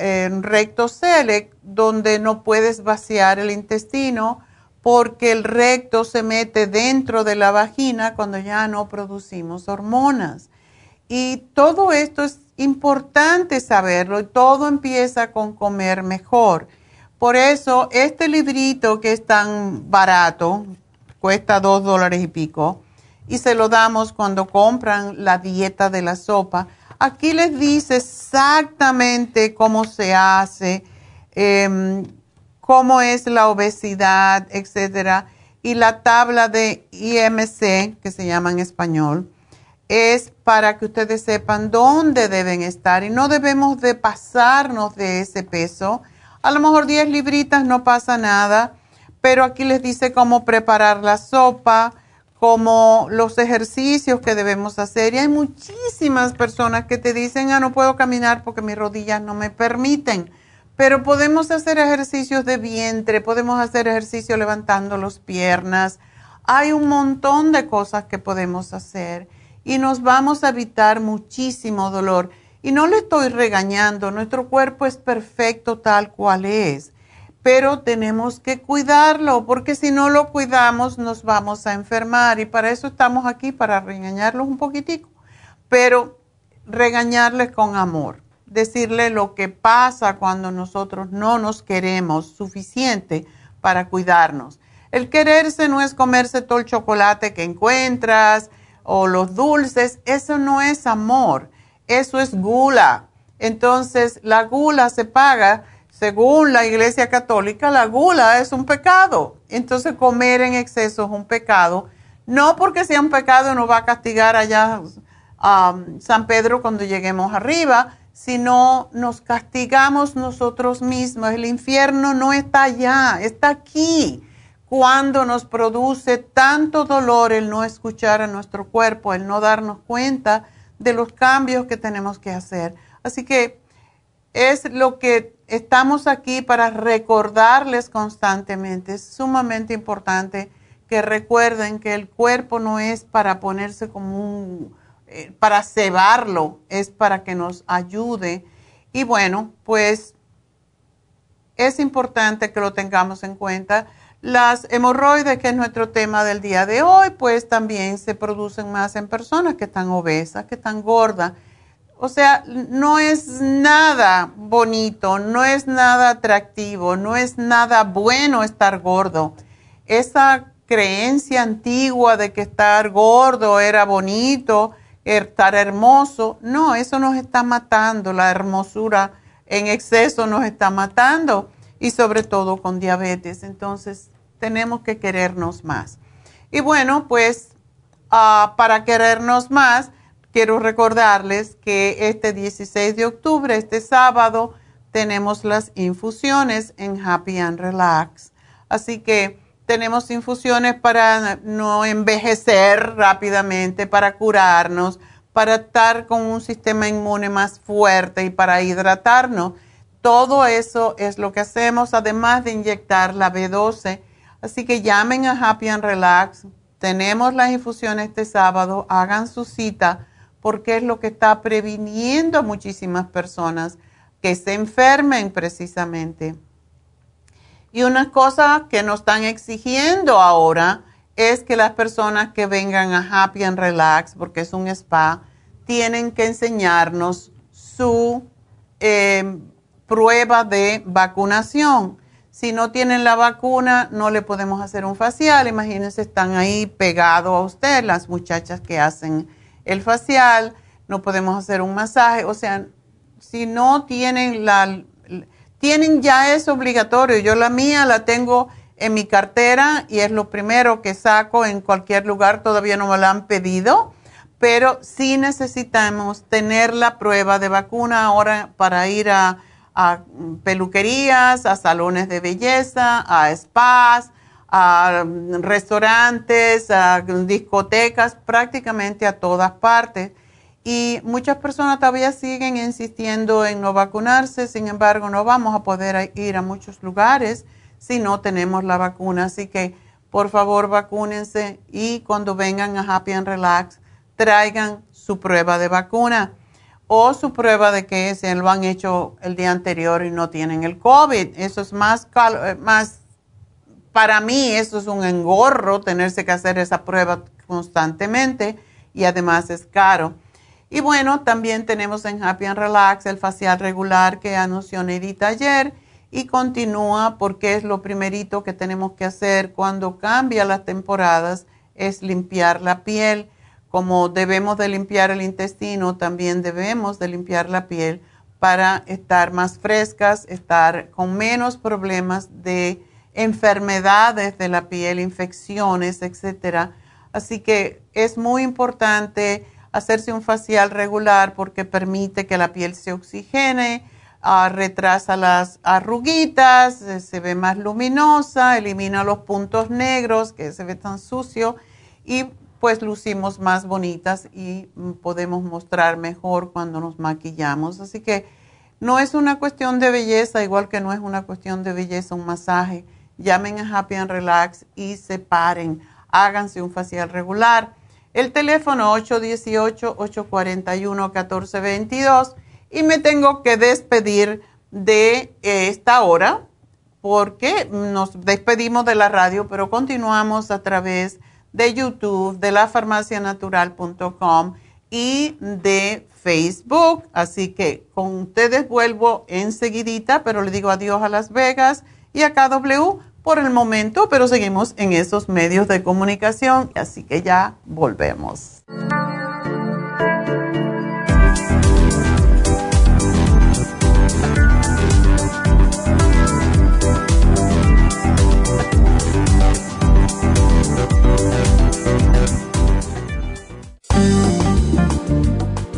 S5: recto celiac, donde no puedes vaciar el intestino porque el recto se mete dentro de la vagina cuando ya no producimos hormonas. Y todo esto es importante saberlo y todo empieza con comer mejor. Por eso este librito que es tan barato, cuesta dos dólares y pico, y se lo damos cuando compran la dieta de la sopa. Aquí les dice exactamente cómo se hace, eh, cómo es la obesidad, etcétera. Y la tabla de I M C, que se llama en español, es para que ustedes sepan dónde deben estar y no debemos de pasarnos de ese peso. A lo mejor diez libritas no pasa nada, pero aquí les dice cómo preparar la sopa, como los ejercicios que debemos hacer. Y hay muchísimas personas que te dicen, ah, no puedo caminar porque mis rodillas no me permiten. Pero podemos hacer ejercicios de vientre, podemos hacer ejercicios levantando las piernas. Hay un montón de cosas que podemos hacer y nos vamos a evitar muchísimo dolor. Y no le estoy regañando, nuestro cuerpo es perfecto tal cual es. Pero tenemos que cuidarlo, porque si no lo cuidamos nos vamos a enfermar y para eso estamos aquí, para regañarlos un poquitico, pero regañarles con amor, decirles lo que pasa cuando nosotros no nos queremos suficiente para cuidarnos. El quererse no es comerse todo el chocolate que encuentras o los dulces, eso no es amor, eso es gula. Entonces la gula se paga. Según la Iglesia Católica, la gula es un pecado. entonces comer en exceso es un pecado. No porque sea un pecado nos va a castigar allá um, San Pedro cuando lleguemos arriba, sino nos castigamos nosotros mismos. El infierno no está allá, está aquí. Cuando nos produce tanto dolor el no escuchar a nuestro cuerpo, el no darnos cuenta de los cambios que tenemos que hacer. Así que es lo que estamos aquí para recordarles constantemente. Es sumamente importante que recuerden que el cuerpo no es para ponerse como un, eh, para cebarlo, es para que nos ayude. Y bueno, pues es importante que lo tengamos en cuenta. Las hemorroides, que es nuestro tema del día de hoy, pues también se producen más en personas que están obesas, que están gordas. O sea, no es nada bonito, no es nada atractivo, no es nada bueno estar gordo. Esa creencia antigua de que estar gordo era bonito, estar hermoso, no, eso nos está matando, la hermosura en exceso nos está matando. Y sobre todo con diabetes. Entonces, tenemos que querernos más. Y bueno, pues, uh, para querernos más, quiero recordarles que este dieciséis de octubre, este sábado, tenemos las infusiones en Happy and Relax. Así que tenemos infusiones para no envejecer rápidamente, para curarnos, para estar con un sistema inmune más fuerte y para hidratarnos. Todo eso es lo que hacemos, además de inyectar la B doce. Así que llamen a Happy and Relax. Tenemos las infusiones este sábado. Hagan su cita porque es lo que está previniendo a muchísimas personas que se enfermen precisamente. Y una cosa que nos están exigiendo ahora es que las personas que vengan a Happy and Relax, porque es un spa, tienen que enseñarnos su Eh, prueba de vacunación. Si no tienen la vacuna, no le podemos hacer un facial. Imagínense, están ahí pegados a usted, las muchachas que hacen el facial, no podemos hacer un masaje. O sea, si no tienen la, tienen ya es obligatorio. Yo la mía la tengo en mi cartera y es lo primero que saco en cualquier lugar. Todavía no me la han pedido, pero sí necesitamos tener la prueba de vacuna ahora para ir a a peluquerías, a salones de belleza, a spas, a restaurantes, a discotecas, prácticamente a todas partes. Y muchas personas todavía siguen insistiendo en no vacunarse, sin embargo no vamos a poder ir a muchos lugares si no tenemos la vacuna. Así que por favor vacúnense y cuando vengan a Happy and Relax traigan su prueba de vacuna. O su prueba de que se lo han hecho el día anterior y no tienen el COVID. Eso es más, más, para mí eso es un engorro tenerse que hacer esa prueba constantemente y además es caro. Y bueno, también tenemos en Happy and Relax el facial regular que anunció Neidita ayer y continúa porque es lo primerito que tenemos que hacer cuando cambian las temporadas, es limpiar la piel. Como debemos de limpiar el intestino, también debemos de limpiar la piel para estar más frescas, estar con menos problemas de enfermedades de la piel, infecciones, etcétera. Así que es muy importante hacerse un facial regular porque permite que la piel se oxigene, uh, retrasa las arruguitas, eh, se ve más luminosa, elimina los puntos negros que se ve tan sucio y pues lucimos más bonitas y podemos mostrar mejor cuando nos maquillamos. Así que no es una cuestión de belleza, igual que no es una cuestión de belleza un masaje. Llamen a Happy and Relax y separen, háganse un facial regular. El teléfono ocho uno ocho, ocho cuatro uno, uno cuatro dos dos y me tengo que despedir de esta hora porque nos despedimos de la radio, pero continuamos a través de YouTube, de la farmacia natural punto com y de Facebook. Así que con ustedes vuelvo enseguidita, pero le digo adiós a Las Vegas y a K W por el momento, pero seguimos en esos medios de comunicación, así que ya volvemos.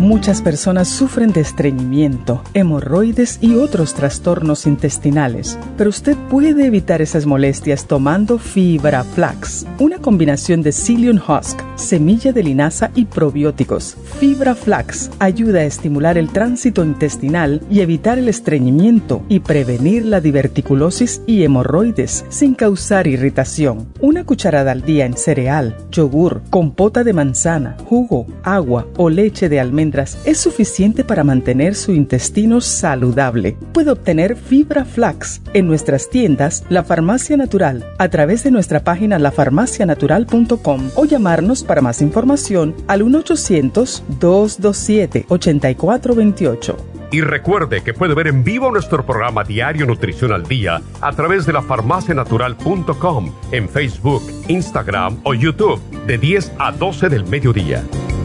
S3: Muchas personas sufren de estreñimiento, hemorroides y otros trastornos intestinales, pero usted puede evitar esas molestias tomando Fibra Flax, una combinación de Psyllium Husk, semilla de linaza y probióticos. Fibra Flax ayuda a estimular el tránsito intestinal y evitar el estreñimiento y prevenir la diverticulosis y hemorroides sin causar irritación. Una cucharada al día en cereal, yogur, compota de manzana, jugo, agua o leche de almendras es suficiente para mantener su intestino saludable. Puede obtener Fibra Flax en nuestras tiendas La Farmacia Natural a través de nuestra página la farmacia natural punto com o llamarnos para más información al uno ochocientos, dos dos siete, ocho cuatro dos ocho.
S4: Y recuerde que puede ver en vivo nuestro programa Diario Nutrición al Día a través de la farmacia natural punto com en Facebook, Instagram o YouTube de diez a doce del mediodía.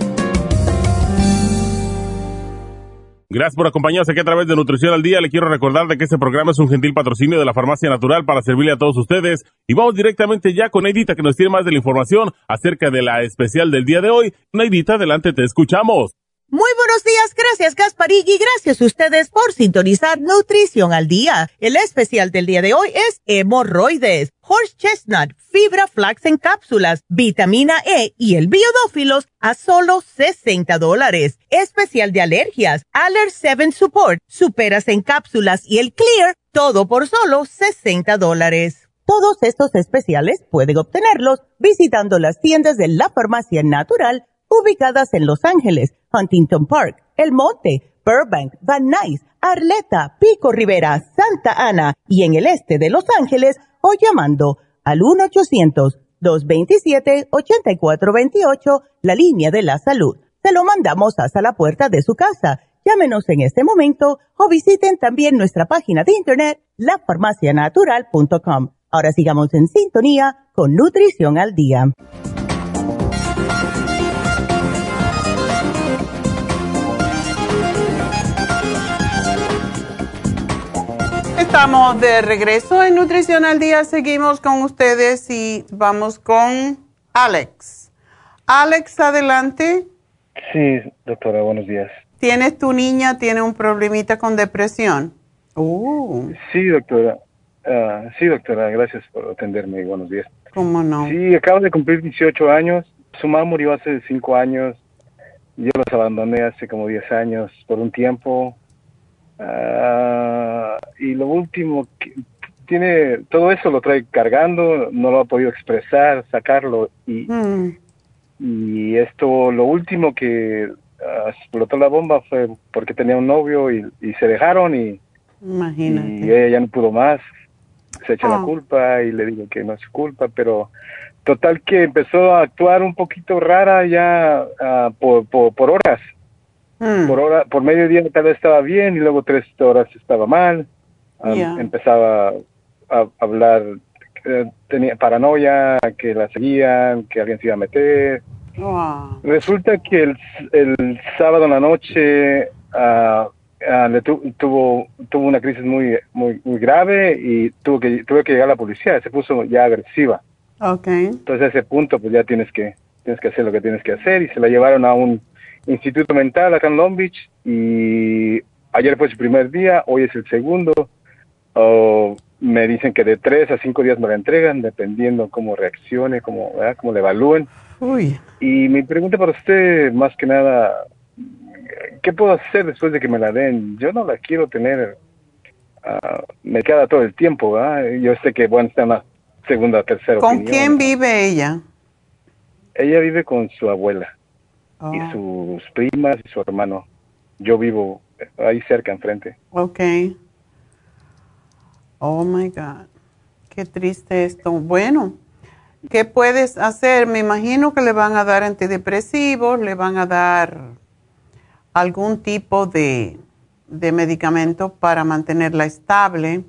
S6: Gracias por acompañarnos aquí a través de Nutrición al Día. Le quiero recordar de que este programa es un gentil patrocinio de la Farmacia Natural para servirle a todos ustedes. Y vamos directamente ya con Neidita, que nos tiene más de la información acerca de la especial del día de hoy. Neidita, adelante, te escuchamos.
S7: Muy buenos días, gracias Gasparín y gracias a ustedes por sintonizar Nutrición al Día. El especial del día de hoy es hemorroides, horse chestnut, fibra flax en cápsulas, vitamina E y el biodófilos a solo sesenta dólares. Especial de alergias, Aller siete Support, superas en cápsulas y el Clear, todo por solo sesenta dólares. Todos estos especiales pueden obtenerlos visitando las tiendas de la Farmacia Natural ubicadas en Los Ángeles, Huntington Park, El Monte, Burbank, Van Nuys, Arleta, Pico Rivera, Santa Ana y en el este de Los Ángeles o llamando al uno ochocientos, dos veintisiete, ochenta y cuatro veintiocho, la línea de la salud. Se lo mandamos hasta la puerta de su casa. Llámenos en este momento o visiten también nuestra página de internet, la farmacia natural punto com. Ahora sigamos en sintonía con Nutrición al Día.
S5: Estamos de regreso en Nutrición al Día. Seguimos con ustedes y vamos con Alex. Alex, adelante.
S10: Sí, doctora, buenos días.
S5: ¿Tienes tu niña, tiene un problemita con depresión? Uh.
S10: Sí, doctora. Uh, sí, doctora, gracias por atenderme. Buenos días.
S5: ¿Cómo no?
S10: Sí, acabo de cumplir dieciocho años. Su mamá murió hace cinco años. Yo los abandoné hace como diez años por un tiempo. Uh, y lo último, que tiene todo eso lo trae cargando, no lo ha podido expresar, sacarlo. Y, mm. y esto, lo último que uh, explotó la bomba fue porque tenía un novio y, y se dejaron y,
S5: Imagínate.
S10: y ella ya no pudo más. Se echa
S5: oh.
S10: la culpa y le digo que no es su culpa, pero total que empezó a actuar un poquito rara ya uh, por, por, por horas. Mm. Por hora, por mediodía tal vez estaba bien y luego tres horas estaba mal. Um, yeah. Empezaba a hablar, eh, tenía paranoia, que la seguían, que alguien se iba a meter. Wow. Resulta que el, el sábado en la noche uh, uh, le tu, tuvo tuvo una crisis muy muy muy grave y tuvo que tuvo que llegar la policía. Se puso ya agresiva.
S5: Okay.
S10: Entonces a ese punto pues ya tienes que tienes que hacer lo que tienes que hacer y se la llevaron a un instituto mental acá en Long Beach y ayer fue su primer día, hoy es el segundo. Oh, me dicen que de tres a cinco días me la entregan, dependiendo cómo reaccione, cómo, ¿verdad? Cómo le evalúen.
S5: Uy.
S10: Y mi pregunta para usted, más que nada, ¿qué puedo hacer después de que me la den? Yo no la quiero tener, uh, me queda todo el tiempo, ¿verdad? Yo sé que, bueno, está en la segunda o tercera
S5: ¿Con
S10: opinión.
S5: quién vive ella?
S10: Ella vive con su abuela.
S5: Oh.
S10: Y sus primas y su hermano. Yo vivo ahí cerca, enfrente.
S5: Okay. Oh, my God. Qué triste esto. Bueno, ¿qué puedes hacer? Me imagino que le van a dar antidepresivos, le van a dar algún tipo de, de medicamento para mantenerla estable.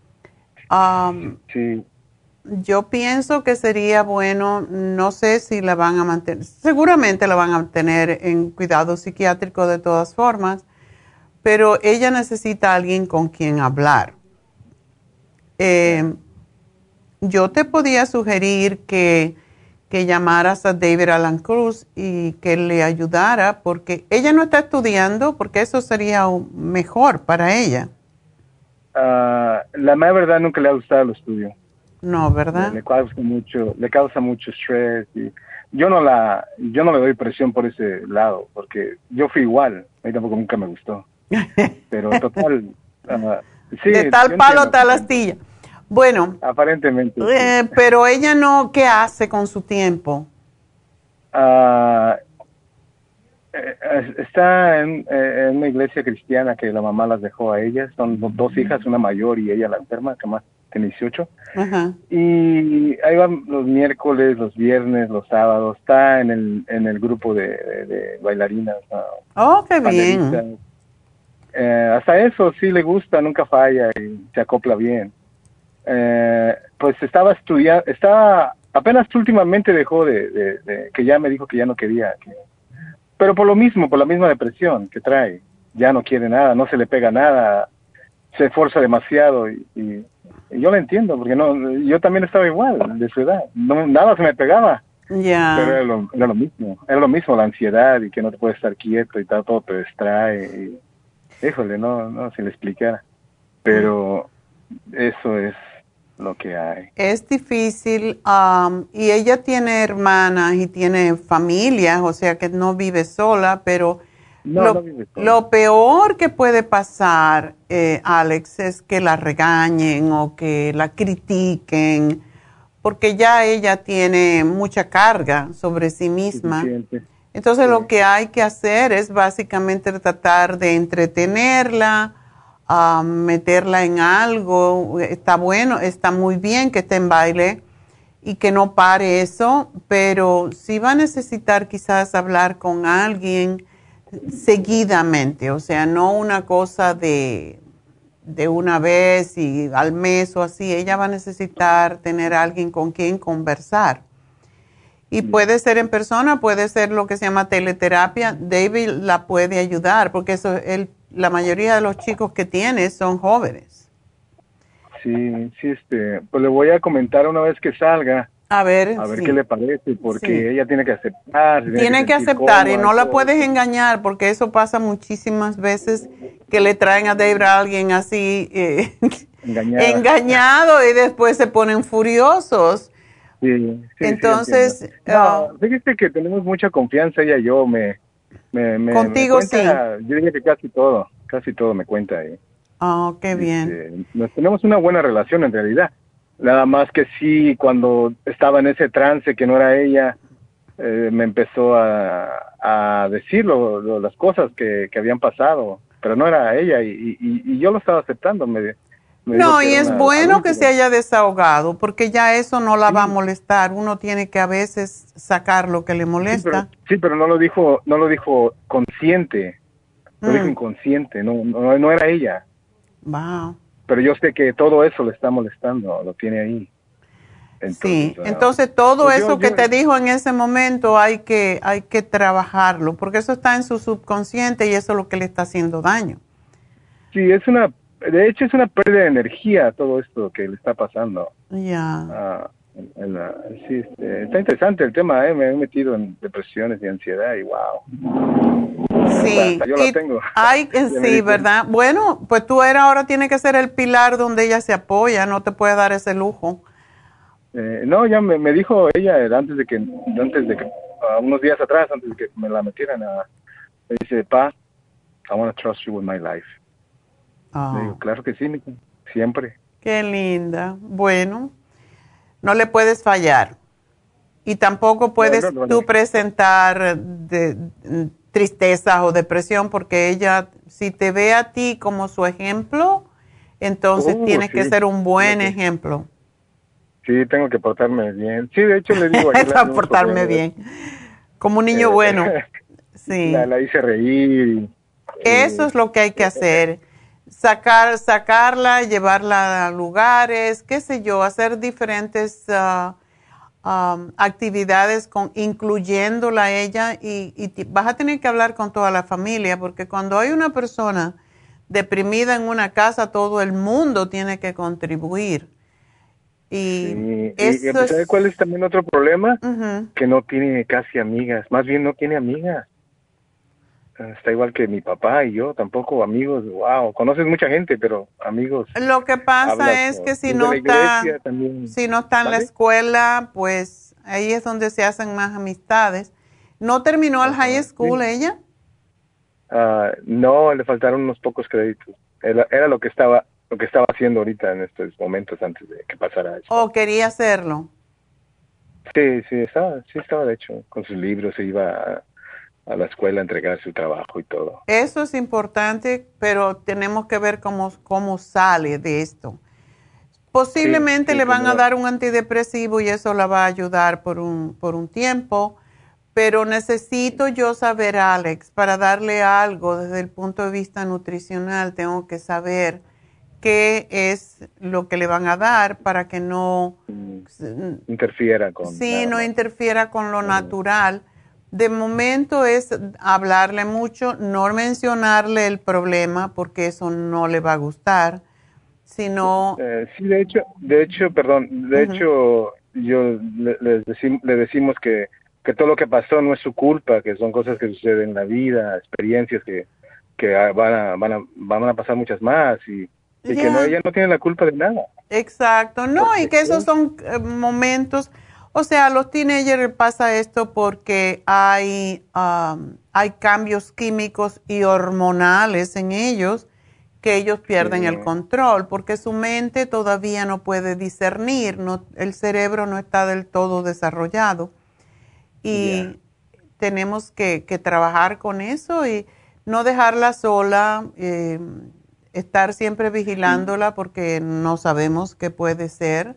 S5: Um,
S10: sí.
S5: Yo pienso que sería bueno, no sé si la van a mantener, seguramente la van a mantener en cuidado psiquiátrico de todas formas, pero ella necesita a alguien con quien hablar. Eh, yo te podía sugerir que, que llamaras a David Alan Cruz y que le ayudara, porque ella no está estudiando, porque eso sería mejor para ella.
S10: Uh, la mera verdad nunca le ha gustado el estudio.
S5: No, ¿verdad?
S10: Le, le causa mucho, le causa mucho estrés y yo no la, yo no le doy presión por ese lado, porque yo fui igual, a mí tampoco nunca me gustó. Pero total, uh, sí,
S5: de tal palo tal astilla. Bueno,
S10: aparentemente.
S5: Eh,
S10: sí.
S5: Pero ella no, ¿qué hace con su tiempo?
S10: Uh, está en, en una iglesia cristiana que la mamá las dejó a ellas. Son dos hijas, una mayor y ella la enferma, que más tiene dieciocho.
S5: Ajá.
S10: Y ahí van los miércoles, los viernes, los sábados. Está en el, en el grupo de, de, de bailarinas.
S5: Oh, qué bien.
S10: Eh, hasta eso sí le gusta, nunca falla y se acopla bien. Eh, pues estaba estudiando, estaba, apenas últimamente dejó de, de, de, que ya me dijo que ya no quería, que, pero por lo mismo, por la misma depresión que trae, ya no quiere nada, no se le pega nada, se esfuerza demasiado y, y, y yo lo entiendo, porque no, yo también estaba igual, de su edad, no, nada se me pegaba,
S5: yeah.
S10: pero era lo, era lo mismo, era lo mismo la ansiedad y que no te puedes estar quieto y tal, todo te distrae, y, híjole, no, no, si le explicara, pero eso es lo que hay.
S5: Es difícil, um, y ella tiene hermanas y tiene familias, o sea que no vive sola, pero
S10: no,
S5: lo,
S10: no vive sola.
S5: Lo peor que puede pasar, eh, Alex, es que la regañen o que la critiquen, porque ya ella tiene mucha carga sobre sí misma.
S10: Suficiente.
S5: Entonces
S10: sí.
S5: Lo que hay que hacer es básicamente tratar de entretenerla, Uh, meterla en algo. Está bueno, está muy bien que esté en baile y que no pare eso, pero sí va a necesitar quizás hablar con alguien seguidamente, o sea, no una cosa de, de una vez y al mes o así. Ella va a necesitar tener a alguien con quien conversar. Y puede ser en persona, puede ser lo que se llama teleterapia. David la puede ayudar, porque eso, él, la mayoría de los chicos que tiene son jóvenes.
S10: Sí, sí, este, pues le voy a comentar una vez que salga.
S5: A ver,
S10: a ver
S5: sí.
S10: qué le parece, porque
S5: sí.
S10: ella tiene que aceptar.
S5: Tiene,
S10: tiene
S5: que,
S10: que
S5: aceptar y no la
S10: todo.
S5: puedes engañar, porque eso pasa muchísimas veces, que le traen a David a alguien así eh, engañado y después se ponen furiosos.
S10: Sí, sí,
S5: Entonces,
S10: sí, no, uh, fíjate que tenemos mucha confianza ella y yo, me, me, me
S5: contigo
S10: me cuenta, sí. Yo diría que casi todo, casi todo me cuenta ahí.
S5: Oh, qué bien.
S10: Este, nos tenemos una buena relación en realidad. Nada más que sí, cuando estaba en ese trance que no era ella, eh, me empezó a, a decir lo, lo, las cosas que, que habían pasado, pero no era ella y, y, y yo lo estaba aceptando. Me, me
S5: no, y es bueno que se haya desahogado, porque ya eso no la
S10: sí.
S5: va a molestar. Uno tiene que a veces sacar lo que le molesta.
S10: Sí, pero, sí, pero no lo dijo, no lo dijo consciente, lo mm. dijo inconsciente, no, no, no era ella.
S5: Wow.
S10: Pero yo sé que todo eso le está molestando, lo tiene ahí.
S5: Entonces, sí, uh, entonces todo pues eso yo, que yo, te dijo en ese momento hay que, hay que trabajarlo, porque eso está en su subconsciente y eso es lo que le está haciendo daño.
S10: Sí, es una, de hecho es una pérdida de energía todo esto que le está pasando.
S5: Ya.
S10: Yeah. Uh, en la, sí, este, está interesante el tema, ¿eh? Me he metido en depresiones y ansiedad y wow.
S5: Sí,
S10: yo
S5: y
S10: la tengo.
S5: Hay, sí, ¿verdad? Bueno, pues tú eres, ahora tienes que ser el pilar donde ella se apoya, no te puede dar ese lujo.
S10: Eh, no, ya me, me dijo ella antes de que, antes de que, uh, unos días atrás, antes de que me la metieran, a, me dice, Pa, I want to trust you with my life. Oh. Le digo, claro que sí, siempre.
S5: Qué linda. Bueno, no le puedes fallar. Y tampoco puedes no, no, no, tú presentar de, de, tristeza o depresión, porque ella, si te ve a ti como su ejemplo, entonces uh, tienes sí. que ser un buen sí. ejemplo.
S10: Sí, tengo que portarme bien. Sí, de hecho le digo...
S5: a portarme bien. Como un niño eh, bueno. Sí.
S10: La, la hice reír. Y,
S5: Eso eh, es lo que hay que hacer. Sacar, sacarla, llevarla a lugares, qué sé yo, hacer diferentes... Uh, Um, actividades con, incluyéndola a ella y, y t- vas a tener que hablar con toda la familia, porque cuando hay una persona deprimida en una casa, todo el mundo tiene que contribuir. Y
S10: sí.
S5: eso
S10: y, y, ¿sabe
S5: es...
S10: cuál es también otro problema?
S5: Uh-huh.
S10: Que no tiene casi amigas, más bien no tiene amigas. Está igual que mi papá y yo, tampoco amigos. Wow, conoces mucha gente, pero amigos.
S5: Lo que pasa es que si no está, si no está en la escuela, pues ahí es donde se hacen más amistades. ¿No terminó el high school sí. ella?
S10: Uh, no, le faltaron unos pocos créditos. Era, era lo que estaba lo que estaba haciendo ahorita en estos momentos antes de que pasara eso.
S5: ¿O quería hacerlo?
S10: Sí, sí, estaba, sí estaba de hecho con sus libros, se iba a, a la escuela a entregar su trabajo y todo.
S5: Eso es importante, pero tenemos que ver cómo, cómo sale de esto. Posiblemente sí, sí, le van a dar un antidepresivo y eso la va a ayudar por un, por un tiempo, pero necesito yo saber, Alex, para darle algo desde el punto de vista nutricional, tengo que saber qué es lo que le van a dar para que no
S10: interfiera con
S5: sí, no interfiera con lo mm. natural. De momento es hablarle mucho, no mencionarle el problema porque eso no le va a gustar, sino
S10: eh, sí, de hecho, de hecho, perdón, de uh-huh. hecho yo le, les decim, le decimos que que todo lo que pasó no es su culpa, que son cosas que suceden en la vida, experiencias que que van a van a van a pasar muchas más y Y yeah. que no, ella no tiene la culpa de nada.
S5: Exacto, no, porque, y que esos son eh, momentos, o sea, a los teenagers pasa esto porque hay, um, hay cambios químicos y hormonales en ellos que ellos pierden sí. el control, porque su mente todavía no puede discernir, no, el cerebro no está del todo desarrollado. Y yeah. tenemos que, que trabajar con eso y no dejarla sola, eh, estar siempre vigilándola porque no sabemos qué puede ser.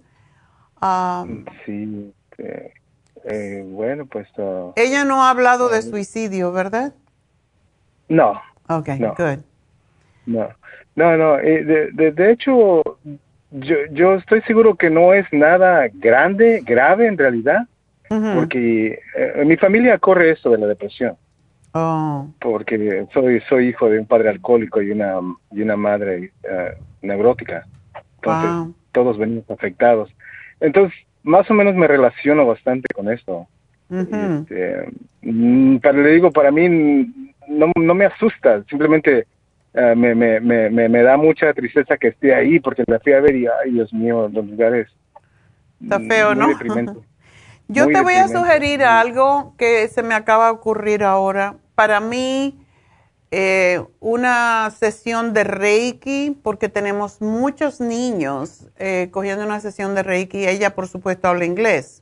S5: Um,
S10: sí, eh, eh, bueno, pues... Uh,
S5: ella no ha hablado uh, de suicidio, ¿verdad?
S10: No.
S5: Ok,
S10: no,
S5: good.
S10: No, no, no. Eh, de, de, de hecho, yo, yo estoy seguro que no es nada grande, grave en realidad, uh-huh. porque eh, mi familia corre esto de la depresión.
S5: Oh.
S10: Porque soy soy hijo de un padre alcohólico y una y una madre uh, neurótica. Entonces, wow. todos venimos afectados. Entonces, más o menos me relaciono bastante con esto.
S5: Uh-huh.
S10: Este, pero le digo, para mí no, no me asusta, simplemente uh, me, me, me, me da mucha tristeza que esté ahí, porque la fui a ver y, ay, Dios mío, los lugares...
S5: Está feo,
S10: muy
S5: ¿no?
S10: Deprimente.
S5: Yo
S10: muy
S5: te voy
S10: deprimente.
S5: a sugerir algo que se me acaba de ocurrir ahora. Para mí, eh, una sesión de Reiki, porque tenemos muchos niños eh, cogiendo una sesión de Reiki. Ella, por supuesto, habla inglés.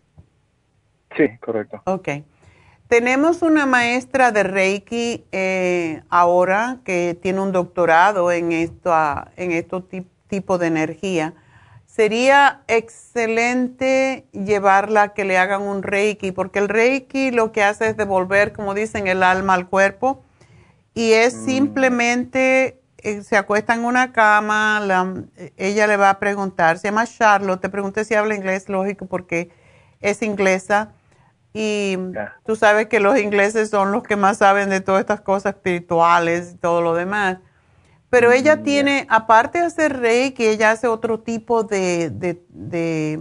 S10: Sí, correcto.
S5: Ok. Tenemos una maestra de Reiki eh, ahora que tiene un doctorado en esto, en este tipo de energía. Sería excelente llevarla a que le hagan un Reiki, porque el Reiki lo que hace es devolver, como dicen, el alma al cuerpo. Y es mm. simplemente, eh, se acuesta en una cama, la, ella le va a preguntar, se llama Charlotte, te pregunté si habla inglés, lógico, porque es inglesa. Y yeah. tú sabes que los ingleses son los que más saben de todas estas cosas espirituales y todo lo demás. Pero ella tiene, aparte de hacer Reiki, ella hace otro tipo de, de, de,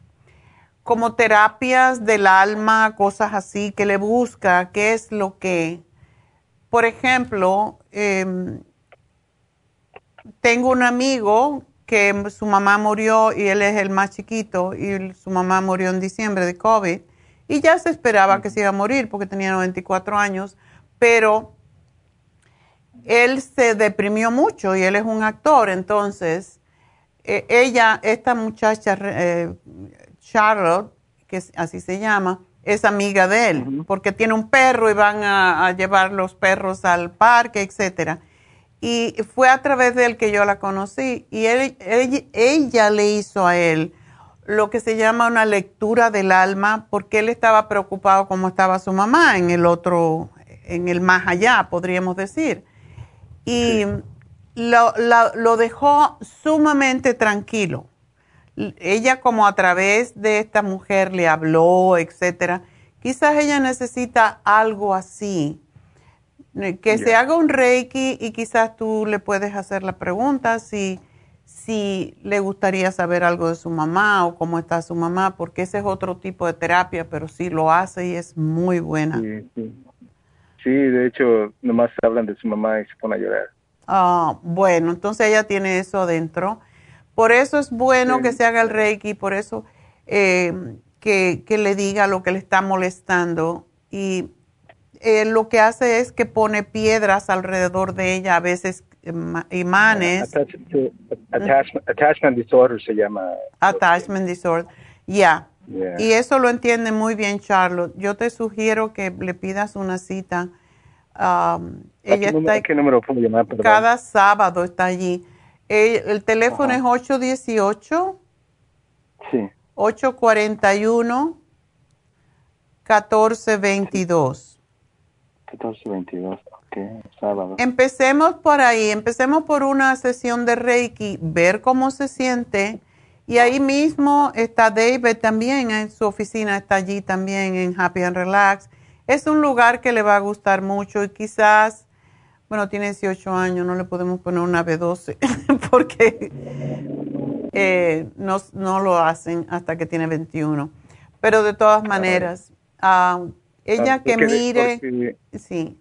S5: como terapias del alma, cosas así, que le busca qué es lo que, por ejemplo, eh, tengo un amigo que su mamá murió y él es el más chiquito y su mamá murió en diciembre de COVID y ya se esperaba que se iba a morir porque tenía noventa y cuatro años, pero... él se deprimió mucho y él es un actor, entonces eh, ella, esta muchacha, eh, Charlotte, que es, así se llama, es amiga de él, uh-huh. porque tiene un perro y van a, a llevar los perros al parque, etcétera. Y fue a través de él que yo la conocí y él, él, ella le hizo a él lo que se llama una lectura del alma, porque él estaba preocupado cómo estaba su mamá en el otro, en el más allá, podríamos decir. Y sí. lo, lo, lo dejó sumamente tranquilo. Ella como a través de esta mujer le habló, etcétera. Quizás ella necesita algo así, que yeah. se haga un Reiki y quizás tú le puedes hacer la pregunta si, si le gustaría saber algo de su mamá o cómo está su mamá, porque ese es otro tipo de terapia, pero sí lo hace y es muy buena.
S10: Sí, sí. Sí, de hecho, nomás hablan de su mamá y se pone a llorar.
S5: Ah, bueno, entonces ella tiene eso adentro. Por eso es bueno
S10: Sí.
S5: que se haga el Reiki, por eso eh, que, que le diga lo que le está molestando. Y eh, lo que hace es que pone piedras alrededor de ella, a veces imanes.
S10: Attach, attachment, attachment disorder se llama.
S5: Attachment disorder, ya.
S10: Yeah.
S5: Y eso lo entiende muy bien Charlotte. Yo te sugiero que le pidas una cita. Um, ella
S10: ¿Qué,
S5: está
S10: ¿Qué número puedo llamar? Perdón.
S5: Cada sábado está allí. El, el teléfono Ajá. es ocho uno ocho,
S10: sí.
S5: ocho cuatro uno, uno cuatro dos dos.
S10: catorce veintidós, ok, sábado.
S5: Empecemos por ahí, empecemos por una sesión de Reiki, ver cómo se siente. Y ahí mismo está David también, en su oficina está allí también en Happy and Relax. Es un lugar que le va a gustar mucho y quizás, bueno, tiene dieciocho años, no le podemos poner una B doce porque eh, no, no lo hacen hasta que tiene veintiuno. Pero de todas maneras, uh, ella
S10: ah,
S5: que mire,
S10: porque...
S5: sí.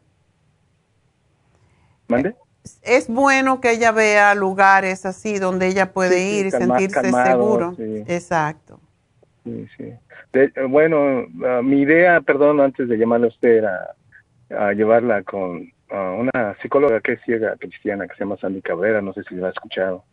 S10: ¿Mande?
S5: Es bueno que ella vea lugares así donde ella puede
S10: sí,
S5: ir y
S10: sí, calma,
S5: sentirse
S10: calmado,
S5: seguro.
S10: Sí.
S5: Exacto.
S10: Sí, sí. De, bueno, uh, mi idea, perdón, antes de llamarle a usted era uh, llevarla con uh, una psicóloga que es ciega cristiana que se llama Sandy Cabrera, no sé si la ha escuchado.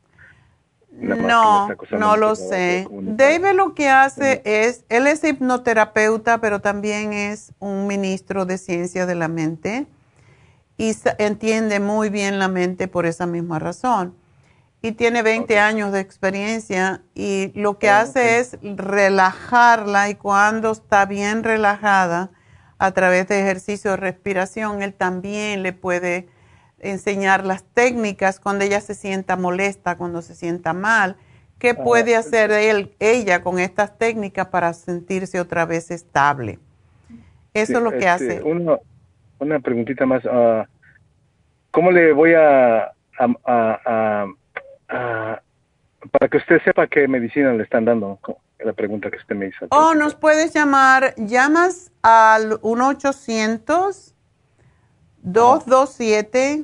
S5: No, no lo sé. David lo que hace sí. es, él es hipnoterapeuta, pero también es un ministro de ciencia de la mente y entiende muy bien la mente por esa misma razón. Y tiene veinte okay. años de experiencia y lo que oh, hace okay. es relajarla y cuando está bien relajada a través de ejercicio de respiración, él también le puede enseñar las técnicas cuando ella se sienta molesta, cuando se sienta mal. ¿Qué oh, puede hacer él, ella con estas técnicas para sentirse otra vez estable? Eso sí, es lo que este, hace.
S10: Una, una preguntita más. Uh, ¿Cómo le voy a... a, a, a Uh, para que usted sepa qué medicina le están dando, la pregunta que usted me hizo.
S5: Oh, nos puedes llamar, llamas al uno ochocientos, dos dos siete,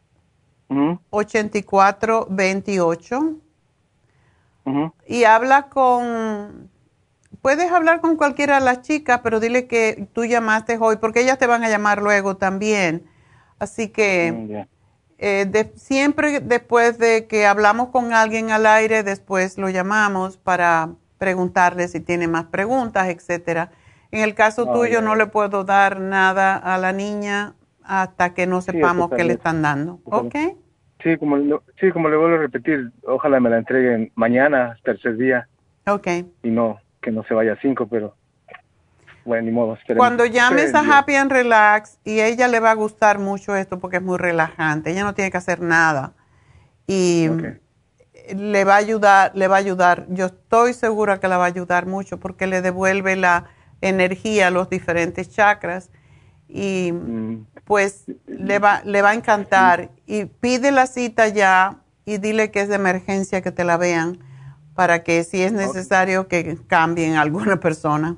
S5: ocho cuatro dos ocho uh-huh. y habla con, puedes hablar con cualquiera de las chicas, pero dile que tú llamaste hoy, porque ellas te van a llamar luego también. Así que... Mm, yeah. Eh, de, siempre después de que hablamos con alguien al aire, después lo llamamos para preguntarle si tiene más preguntas, etcétera. En el caso oh, tuyo yeah. no le puedo dar nada a la niña hasta que no sepamos sí, qué le están dando, ¿ok?
S10: Sí, como, sí, como le vuelvo a repetir, ojalá me la entreguen mañana, tercer día.
S5: Ok.
S10: Y no, que no se vaya a cinco, pero... Bueno, ni modo, esperemos.
S5: Cuando llames a Happy and Relax, y a ella le va a gustar mucho esto porque es muy relajante, ella no tiene que hacer nada. Y okay. le va a ayudar, le va a ayudar. Yo estoy segura que la va a ayudar mucho porque le devuelve la energía a los diferentes chakras. Y mm. pues le va, le va a encantar. Y pide la cita ya y dile que es de emergencia que te la vean para que si es necesario okay. que cambien a alguna persona.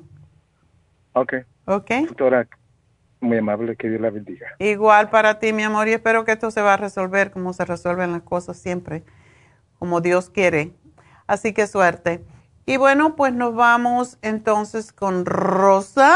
S10: Ok.
S5: Ok.
S10: Doctora, muy amable, que Dios la bendiga.
S5: Igual para ti, mi amor, y espero que esto se va a resolver como se resuelven las cosas siempre, como Dios quiere. Así que suerte. Y bueno, pues nos vamos entonces con Rosa.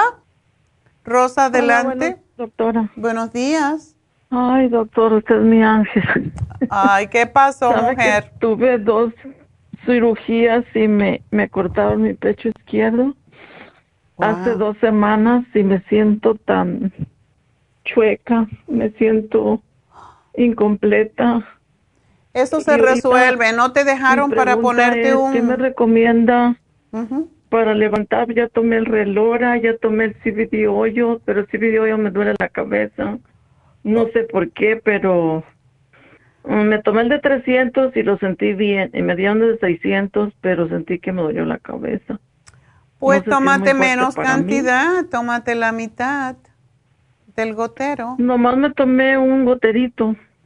S5: Rosa, adelante.
S11: Hola, bueno, doctora.
S5: Buenos días.
S11: Ay, doctor, usted es mi ángel.
S5: Ay, ¿qué pasó, mujer?
S11: Que tuve dos cirugías y me, me cortaron mi pecho izquierdo. Wow. Hace dos semanas y me siento tan chueca, me siento incompleta.
S5: Eso se resuelve, ¿no te dejaron para ponerte
S11: es,
S5: un...?
S11: ¿Qué me recomienda uh-huh. para levantar? Ya tomé el Relora, ya tomé el C B D Oil, pero el C B D Oil me duele la cabeza. No sé por qué, pero um, me tomé el de trescientos y lo sentí bien. Y me dieron de seiscientos, pero sentí que me dolió la cabeza.
S5: Pues no tómate si menos cantidad, mí. Tómate la mitad del gotero.
S11: Nomás me tomé un goterito.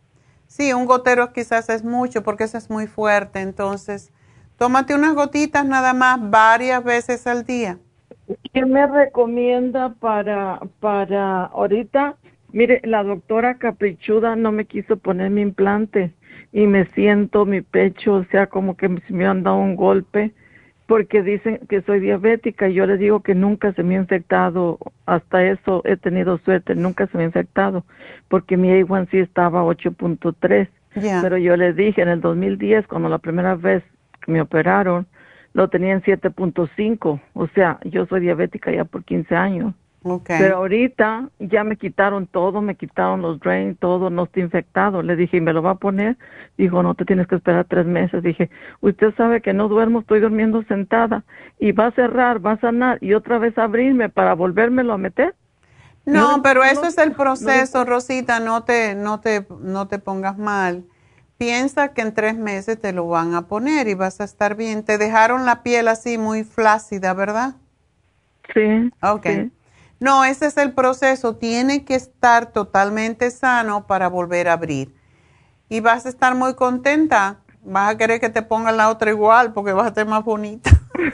S5: Sí, un gotero quizás es mucho porque eso es muy fuerte. Entonces, tómate unas gotitas nada más varias veces al día.
S11: ¿Qué me recomienda para, para ahorita? Mire, la doctora caprichuda no me quiso poner mi implante y me siento mi pecho, o sea, como que me han dado un golpe porque dicen que soy diabética y yo les digo que nunca se me ha infectado, hasta eso he tenido suerte, nunca se me ha infectado porque mi A uno C estaba ocho punto tres,
S5: yeah.
S11: Pero yo les dije en el dos mil diez, cuando la primera vez que me operaron, lo tenía en siete punto cinco, o sea, yo soy diabética ya por quince años.
S5: Okay.
S11: Pero ahorita ya me quitaron todo, me quitaron los drains, todo, no estoy infectado. Le dije, ¿y me lo va a poner? Dijo, no, te tienes que esperar tres meses. Dije, usted sabe que no duermo, estoy durmiendo sentada. Y va a cerrar, va a sanar y otra vez abrirme para volvérmelo a meter.
S5: No,
S11: no
S5: pero
S11: no,
S5: eso
S11: no,
S5: es el proceso,
S11: no,
S5: Rosita, no te, no te, no te pongas mal. Piensa que en tres meses te lo van a poner y vas a estar bien. Te dejaron la piel así muy flácida, ¿verdad?
S11: Sí.
S5: Ok.
S11: Sí.
S5: No, ese es el proceso. Tiene que estar totalmente sano para volver a abrir. Y vas a estar muy contenta. Vas a querer que te pongan la otra igual porque vas a estar más bonita.